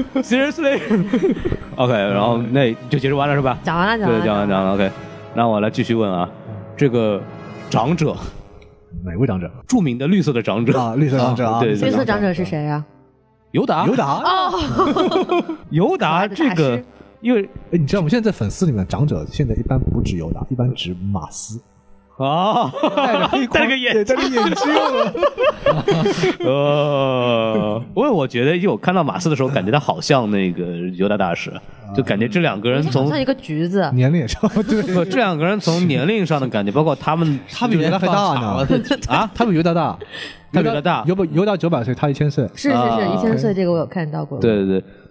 Seriously。OK， 然后那就解释完了是吧？ 讲完了，讲完了， 对，讲完讲完了。OK， 那我来继续问啊，这个长者， 哪位长者？ 著名的绿色的长者啊，绿色长者啊， 对， 绿色长者是谁呀？ 尤达， 尤达哦， 尤达这个，因为你知道我们现在在粉丝里面长者现在一般不指尤达，一般指马斯。 啊，戴个眼戴个眼镜。 呃，因为我觉得，就我看到马斯的时候，感觉他好像那个尤达大使，就感觉这两个人从像一个橘子， 年龄也差不多。 对，这两个人从年龄上的感觉，包括他们， 他比尤达还大呢啊，他比尤达大， 他比尤达大， 尤尤达九百岁，他一千岁， 是是是，一千岁，这个我有看到过。 对对对。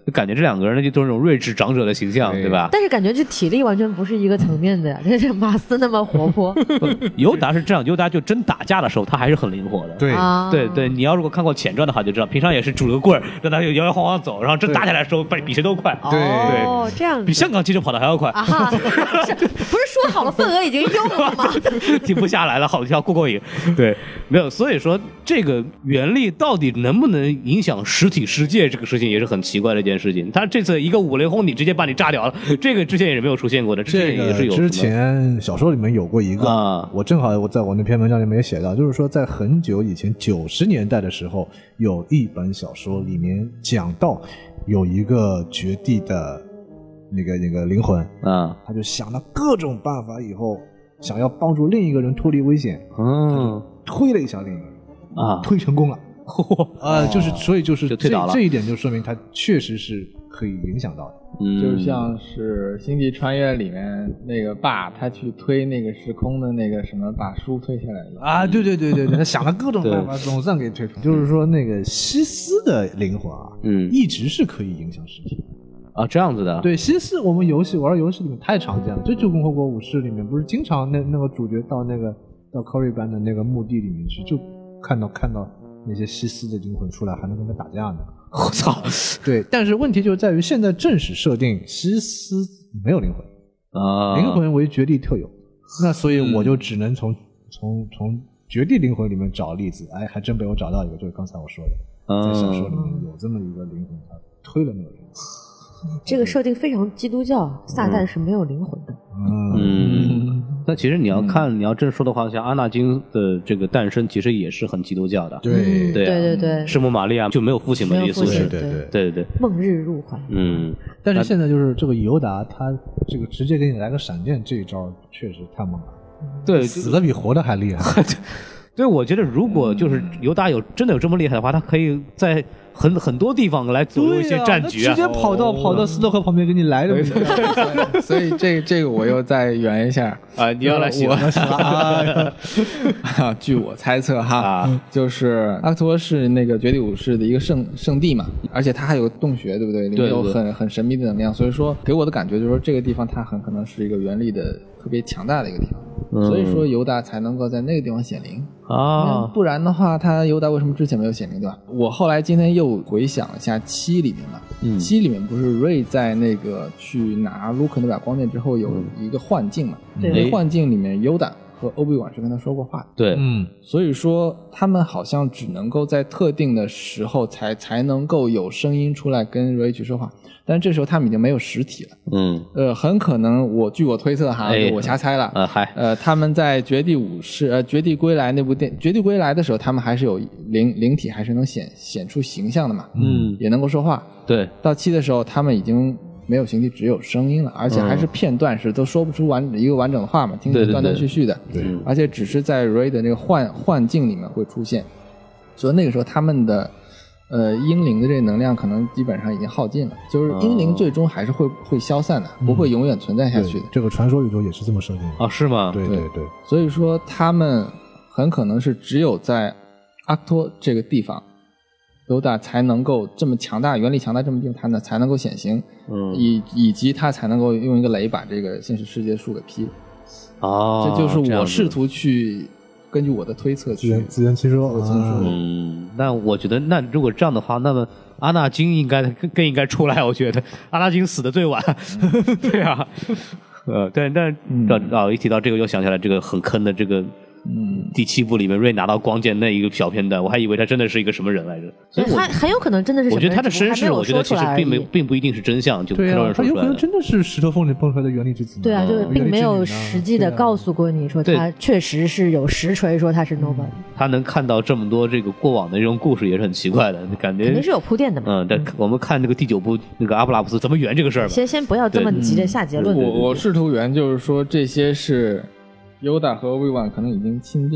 感觉这两个人就都是那种睿智长者的形象，对吧？ 但是感觉这体力完全不是一个层面的呀，这是马斯那么活泼。 尤达是这样，尤达就真打架的时候他还是很灵活的。 对、 啊、 对对，你要如果看过前传的话就知道，平常也是拄个棍儿让他摇摇晃晃走，然后真打起来的时候比谁都快。 对哦，这样子比香港记者跑得还要快。 啊哈，是不是说好了份额已经用了吗？ 停不下来了，好像过过瘾。对，没有，所以说这个原力到底能不能影响实体世界，这个事情也是很奇怪的一件事情。他这次一个五雷轰，你直接把你炸掉了，这个之前也是没有出现过的。之前也是有、 这个、之前小说里面有过一个啊， 我正好我在我那篇文章里面也写到，就是说在很久以前九十年代的时候，有一本小说里面讲到有一个绝地的那个那个灵魂啊， 他就想了各种办法，以后想要帮助另一个人脱离危险， 嗯， 推了一下另一个人啊， 推成功了。啊，就是所以就是就推倒了， 这一点就说明它确实是可以影响到的。 嗯，就像是《星际穿越》里面那个爸，他去推那个时空的那个什么，把书推下来一样啊，对对对对对，他想了各种办法，总算给推出。就是说，那个西斯的灵魂啊， 嗯， 一直是可以影响实体啊，这样子的。 对，西斯我们游戏玩游戏里面太常见了，就《旧共和国武士》里面不是经常那那个主角到那个到 Corey 班的那个墓地里面去，就看到看到。那些西斯的灵魂出来还能跟他打架呢， 我操！ 对，但是问题就在于现在正史设定西斯没有灵魂啊， 灵魂为绝地特有，那所以我就只能从、嗯、从从绝地灵魂里面找例子，哎，还真被我找到一个，就是刚才我说的，在小说里面有这么一个灵魂，他推了那个灵魂。 这个设定非常基督教，撒旦是没有灵魂的。 嗯，但其实你要看，嗯、你要这么说的话，像阿纳金的这个诞生，其实也是很基督教的。 对对、啊、 对对对， 圣母玛利亚就没有父亲的意思， 对对对对对， 梦日入怀。 嗯， 但是现在就是这个尤达，他这个直接给你来个闪电，这一招确实太猛了。 对， 死的比活的还厉害。 对，我觉得如果就是尤达有真的有这么厉害的话，他可以在很很多地方来左右一些战局啊，直接跑到、哦、跑到斯托克旁边给你来的。 所以这这个我又再圆一下啊，你要来写我啊，据我猜测哈，啊、就是阿克托是那个绝地武士的一个圣圣地嘛，而且它还有个洞穴，对不对？里面有很很神秘的能量，所以说给我的感觉就是说这个地方它很可能是一个原力的特别强大的一个地方。嗯、所以说尤达才能够在那个地方显灵啊， 不然的话，他尤达为什么之前没有显灵，对吧？我后来今天又回想了一下七里面嘛，嗯，七里面不是瑞在那个去拿卢克那把光剑之后有一个幻境嘛， 对、嗯， 那幻境里面尤达和欧比旺是跟他说过话的， 对， 嗯，所以说他们好像只能够在特定的时候才才能够有声音出来跟瑞去说话。但这时候他们已经没有实体了， 嗯， 呃，很可能我据我推测哈，哎、我瞎猜了， 呃，嗨， 呃，他们在《绝地武士》呃《绝地归来》那部电《绝地归来》的时候，他们还是有灵灵体，还是能显显出形象的嘛， 嗯， 也能够说话。 对， 到七的时候，他们已经没有形体，只有声音了，而且还是片段式，嗯、都说不出完一个完整的话嘛，听起来断断续续的， 对， 而且只是在 Ray 的那个幻幻境里面会出现，所以那个时候他们的。呃，英灵的这个能量可能基本上已经耗尽了，就是英灵最终还是会、哦、会消散的，不会永远存在下去的。 这个传说宇宙也是这么设定的啊、哦？是吗？ 对对对。 所以说，他们很可能是只有在阿克托这个地方，尤达才能够这么强大，原力强大这么地方，他呢才能够显形， 嗯， 以以及他才能够用一个雷把这个现实世界树给劈了。 哦， 这就是我试图去。根据我的推测去自圆其说， 嗯，那我觉得，那如果这样的话，那么阿纳金应该更更应该出来。我觉得阿纳金死的最晚，对啊，呃，但但啊，一提到这个，又想起来这个很坑的这个。嗯，第七部里面瑞拿到光剑那一个小片段，我还以为他真的是一个什么人来着。 所以他很有可能真的是什么人。 我觉得他的身世，我觉得其实并没并不一定是真相，就对啊，他有可能真的是石头缝里蹦出来的原力之子。 对啊，就是并没有实际的告诉过你说他确实是有实锤说他是 nobody。 他能看到这么多这个过往的这种故事也是很奇怪的，感觉肯定是有铺垫的嘛。 嗯，但我们看这个第九部那个阿布拉普斯怎么圆这个事儿吧。 先先不要这么急着下结论。 我我试图圆就是说这些是尤达和欧比旺可能已经钦定了。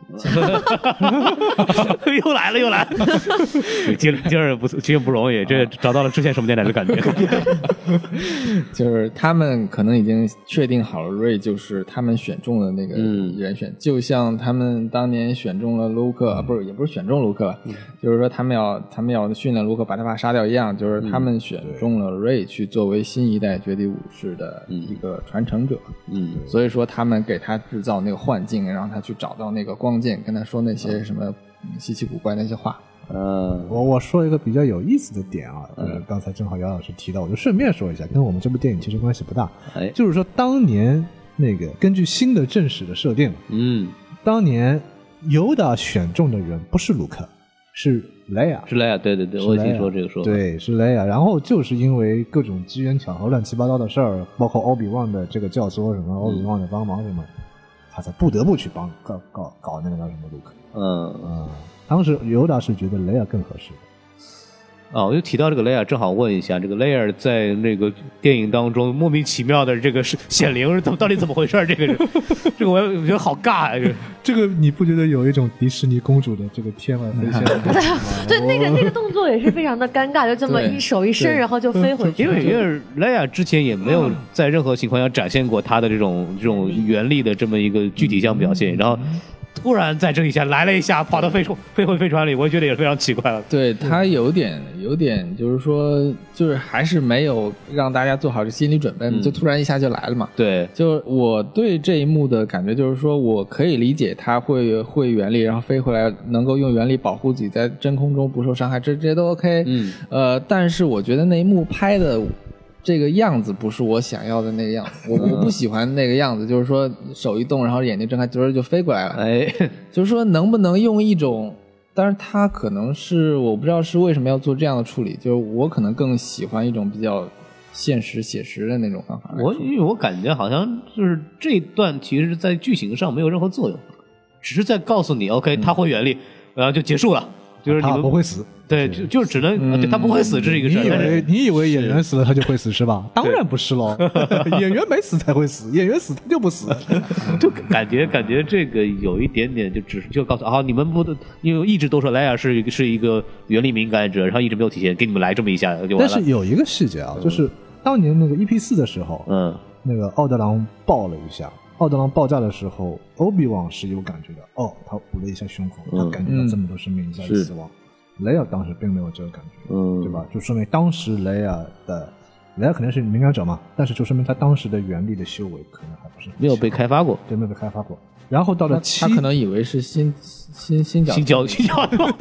又来了又来了，今今儿不今儿不容易，这找到了之前什么电台的感觉。 就是他们可能已经确定好了瑞就是他们选中的那个人选，嗯、就像他们当年选中了卢克，嗯、不是也不是选中卢克，嗯、就是说他们要他们要训练卢克把他爸杀掉一样，就是他们选中了瑞去作为新一代绝地武士的一个传承者。嗯，所以说他们给他制造那个幻境，让他去找到那个光剑，跟他说那些什么稀奇古怪那些话。 呃，我我说一个比较有意思的点啊，就是刚才正好姚老师提到，我就顺便说一下，跟我们这部电影其实关系不大。哎，就是说当年那个根据新的正史的设定，嗯，当年尤达选中的人不是卢克，是莱娅， 是莱娅，对对对，我听说这个说法， 对，是莱娅。然后就是因为各种机缘巧合、乱七八糟的事儿，包括欧比旺的这个教唆什么，欧比旺的帮忙什么，他才不得不去帮搞搞搞那个叫什么卢克。嗯嗯。当时尤达是觉得雷亚更合适的。 哦，我就提到这个雷亚，正好问一下，这个雷亚在那个电影当中莫名其妙的这个显灵，怎么到底怎么回事？这个这个我觉得好尬啊！这个这个你不觉得有一种迪士尼公主的这个天外飞仙？ 对，那个那个动作也是非常的尴尬，就这么一手一伸，然后就飞回去。 因为因为雷亚之前也没有在任何情况下展现过他的这种这种原力的这么一个具体项表现，然后。突然在这一下来了一下，跑到飞船飞回飞船里，我觉得也非常奇怪了。 对，他有点有点就是说，就是还是没有让大家做好这心理准备，嗯、就突然一下就来了嘛。 对， 就我对这一幕的感觉就是说，我可以理解他会会原力，然后飞回来能够用原力保护自己在真空中不受伤害，这这些都 OK。嗯，呃，但是我觉得那一幕拍的。这个样子不是我想要的那个样子，我我不喜欢那个样子，就是说手一动，然后眼睛睁开，突然就飞过来了。哎，就是说能不能用一种，当然他可能是我不知道是为什么要做这样的处理，就是我可能更喜欢一种比较现实写实的那种方法。 我因为我感觉好像就是这一段其实在剧情上没有任何作用，只是在告诉你 ，OK， 他会原力，然后就结束了。就是你们他不会死， 对，就就只能、嗯、他不会死，这是一个事。 你以为你以为演员死了他就会死是吧？当然不是喽，演员没死才会死，演员死他就不死。 就感觉感觉这个有一点点，就只是就告诉啊，你们不，因为一直都说莱娅是是一个原力敏感者，然后一直没有体现，给你们来这么一下就完了。 但是有一个细节啊，就是当年那个 E P 四 的时候，嗯，那个奥德朗爆了一下。奥德朗爆炸的时候，欧比旺是有感觉的。哦，他捂了一下胸口，嗯、他感觉到这么多生命一下子死亡。雷亚当时并没有这个感觉，嗯，对吧？就说明当时雷亚的雷亚肯定是敏感者嘛，但是就说明他当时的原力的修为可能还不是没有被开发过， 对，没有被开发过。然后到了七， 他可能以为是新新新角新角新角度，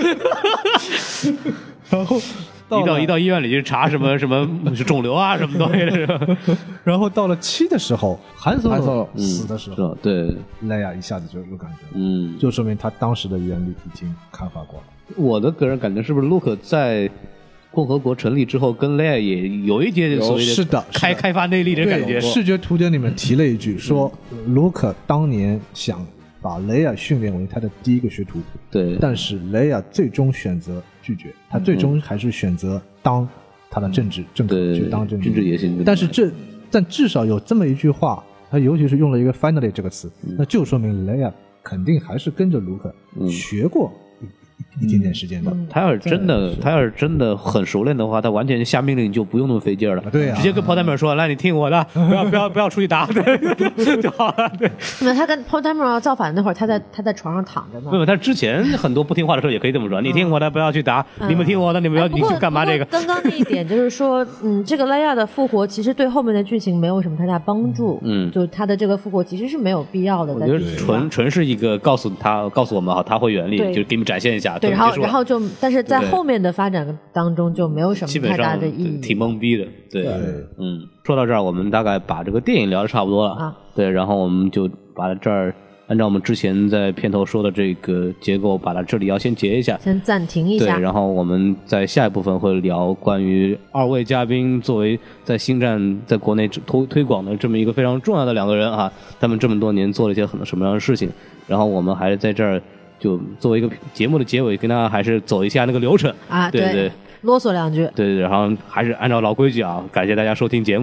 然后。 一到一到医院里去查什么什么肿瘤啊什么东西的， 然后到了七的时候，韩索罗死的时候， 嗯、对， 莱娅一下子就有感觉了，嗯，就说明他当时的原理已经开发过了。 我的个人感觉是不是卢克在共和国成立之后，跟莱娅也有一点所谓的是的开开发内力的感觉。 视觉图典里面提了一句，说卢克当年想把雷亚训练为他的第一个学徒， 对， 但是雷亚最终选择拒绝，他最终还是选择当他的政治政客去当政治政治野心。 但是这但至少有这么一句话，他尤其是用了一个 finally 这个词，嗯、那就说明雷亚肯定还是跟着卢克、嗯、学过一点点时间的、嗯。 他要是真的，他要是真的很熟练的话，他完全下命令就不用那么费劲了。 对啊， 直接跟 Paul Dameron 说：“来，你听我的，不要不要不要出去打，对就好了。”对。 那他跟 Paul Dameron 造反那会儿，他在他在床上躺着呢。 没有，他之前很多不听话的时候也可以这么说：“嗯、你听我的，不要去打；嗯、你们听我的，你们要、哎、你去干嘛？”这个刚刚那一点就是说，嗯，这个莱娅的复活其实对后面的剧情没有什么太大帮助。嗯，就他的这个复活其实是没有必要的。 我觉得纯纯是一个告诉他告诉我们哈，他会原力，就给你们展现一下。 对，然后然后就。但是在后面的发展当中就没有什么太大的意义， 挺懵逼的。对，对嗯，说到这儿，我们大概把这个电影聊得差不多了啊。对，然后我们就把这儿按照我们之前在片头说的这个结构，把它这里要先结一下， 先暂停一下。 对，然后我们在下一部分会聊关于二位嘉宾作为在星战在国内推推广的这么一个非常重要的两个人啊，他们这么多年做了一些很多什么样的事情，然后我们还是在这儿。就作为一个节目的结尾，跟大家还是走一下那个流程啊， 对 对, 对，啰嗦两句， 对对，然后还是按照老规矩啊，感谢大家收听节目。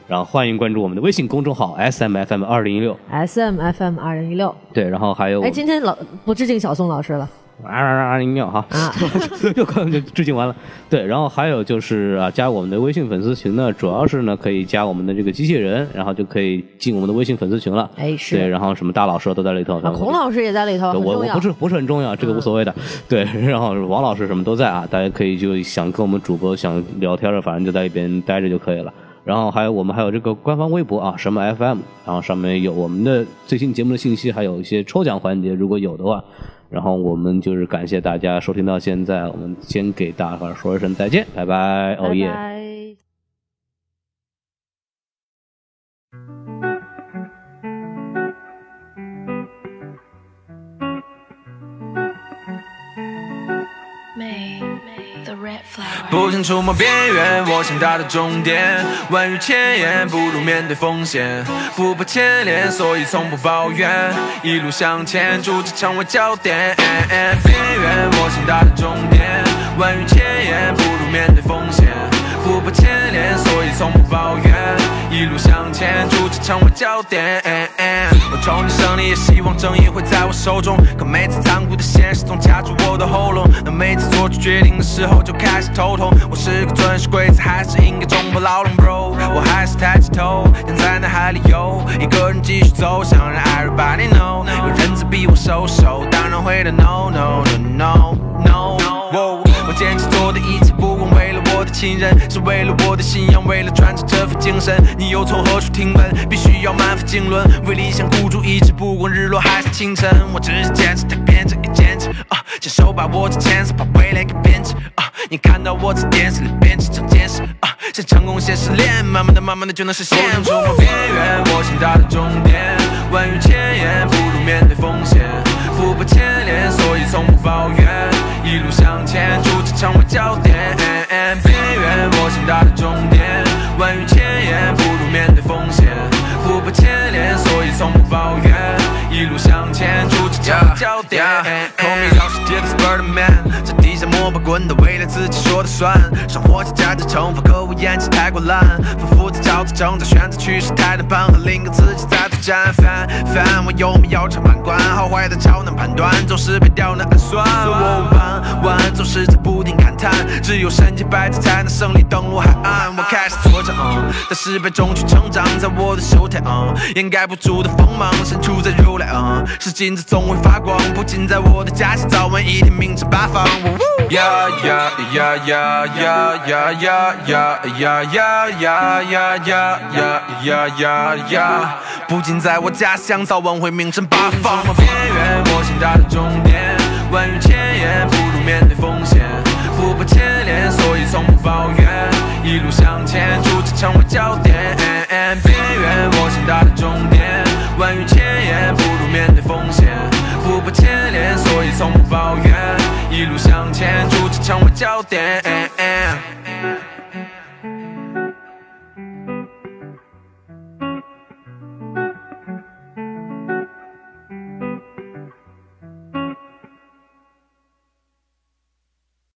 然后欢迎关注我们的微信公众号 S M F M 二零一六 S M F M 二零一六。 对，然后还有哎，今天老不致敬小宋老师了。 二零一六哈，啊，又可能就致敬完了。对，然后还有就是啊，加我们的微信粉丝群呢，主要是呢可以加我们的这个机器人，然后就可以进我们的微信粉丝群了。 哎，是。 对，然后什么大老师都在里头， 啊，孔老师也在里头， 我我不是不是很重要，这个无所谓的。嗯、对，然后王老师什么都在啊，大家可以就想跟我们主播想聊天的，反正就在一边待着就可以了。然后还有我们还有这个官方微博啊，什么 F M， 然后上面有我们的最新节目的信息，还有一些抽奖环节，如果有的话。然后我们就是感谢大家收听到现在，我们先给大伙说一声再见，拜拜，哦耶。 不想触摸边缘，我想达到终点。万语千言，不如面对风险。不怕牵连，所以从不抱怨。一路向前，逐渐成为焦点。边缘，我想达到终点。万语千言，不如面对风险。不怕牵连，所以从不抱怨。一路向前，逐渐成为焦点。我憧憬胜利，也希望正义会在我手中。可每次残酷的现实总卡住我的喉咙。当每次做出决定的时候，就开始头痛。我是个遵守规则，还是应该冲破牢笼 ，bro？ 我还是抬起头，想在脑海里游，一个人继续走，想让 everybody know。有人在逼我收手，当然会的 no no no no no。我坚持做的一切，不光为了我的亲人，是为了我的信仰，为了传承这份精神。你又从何处听闻？必须要满腹经纶，为理想孤注一掷，不管日落还是清晨。我只是坚持，它变成一坚持啊，亲手把握着前世，把未来给编织啊。你看到我在电视里编织成见识啊，像成功现实链，慢慢的、慢慢的就能实现。不想触摸边缘，我想达到终点。万语千言，不如面对风险。不怕牵连，所以从不抱怨。一路向前，逐渐成为焦点。边缘，我想达到终点。万语千言，不如面对风险。不怕牵连，所以从不抱怨。一路向前，逐渐成为焦点。Call me 老世界的 Spiderman， 这地下摸把滚的，为了自己说的算。生活加价值惩罚，可我演技太过烂。反复在找自挣扎，选择趋势太难判，和另一个自己在作战。翻翻，我有没有常判官？好坏的超难判断，总是被刁难暗算。我弯弯，总是在不停感叹，只有身经百战才能胜利登陆海岸。我开始作战，嗯，在失败中去成长，在我的手台，嗯，掩盖不住的锋芒，身处在如来，嗯，是金子总会发光，不仅在我的家乡，早晚一天名震八方。呀呀呀呀呀呀呀呀呀呀呀呀呀呀呀呀！不仅在我家乡，早晚会名震八方。边缘，我想达到终点。万语千言，不如面对风险。不怕牵连，所以从不抱怨。一路向前，逐渐成为焦点。边缘，我想达到终点。万语千言，不如面对风险。不怕牵连，所以从不抱怨。一路向前，逐渐成为焦点。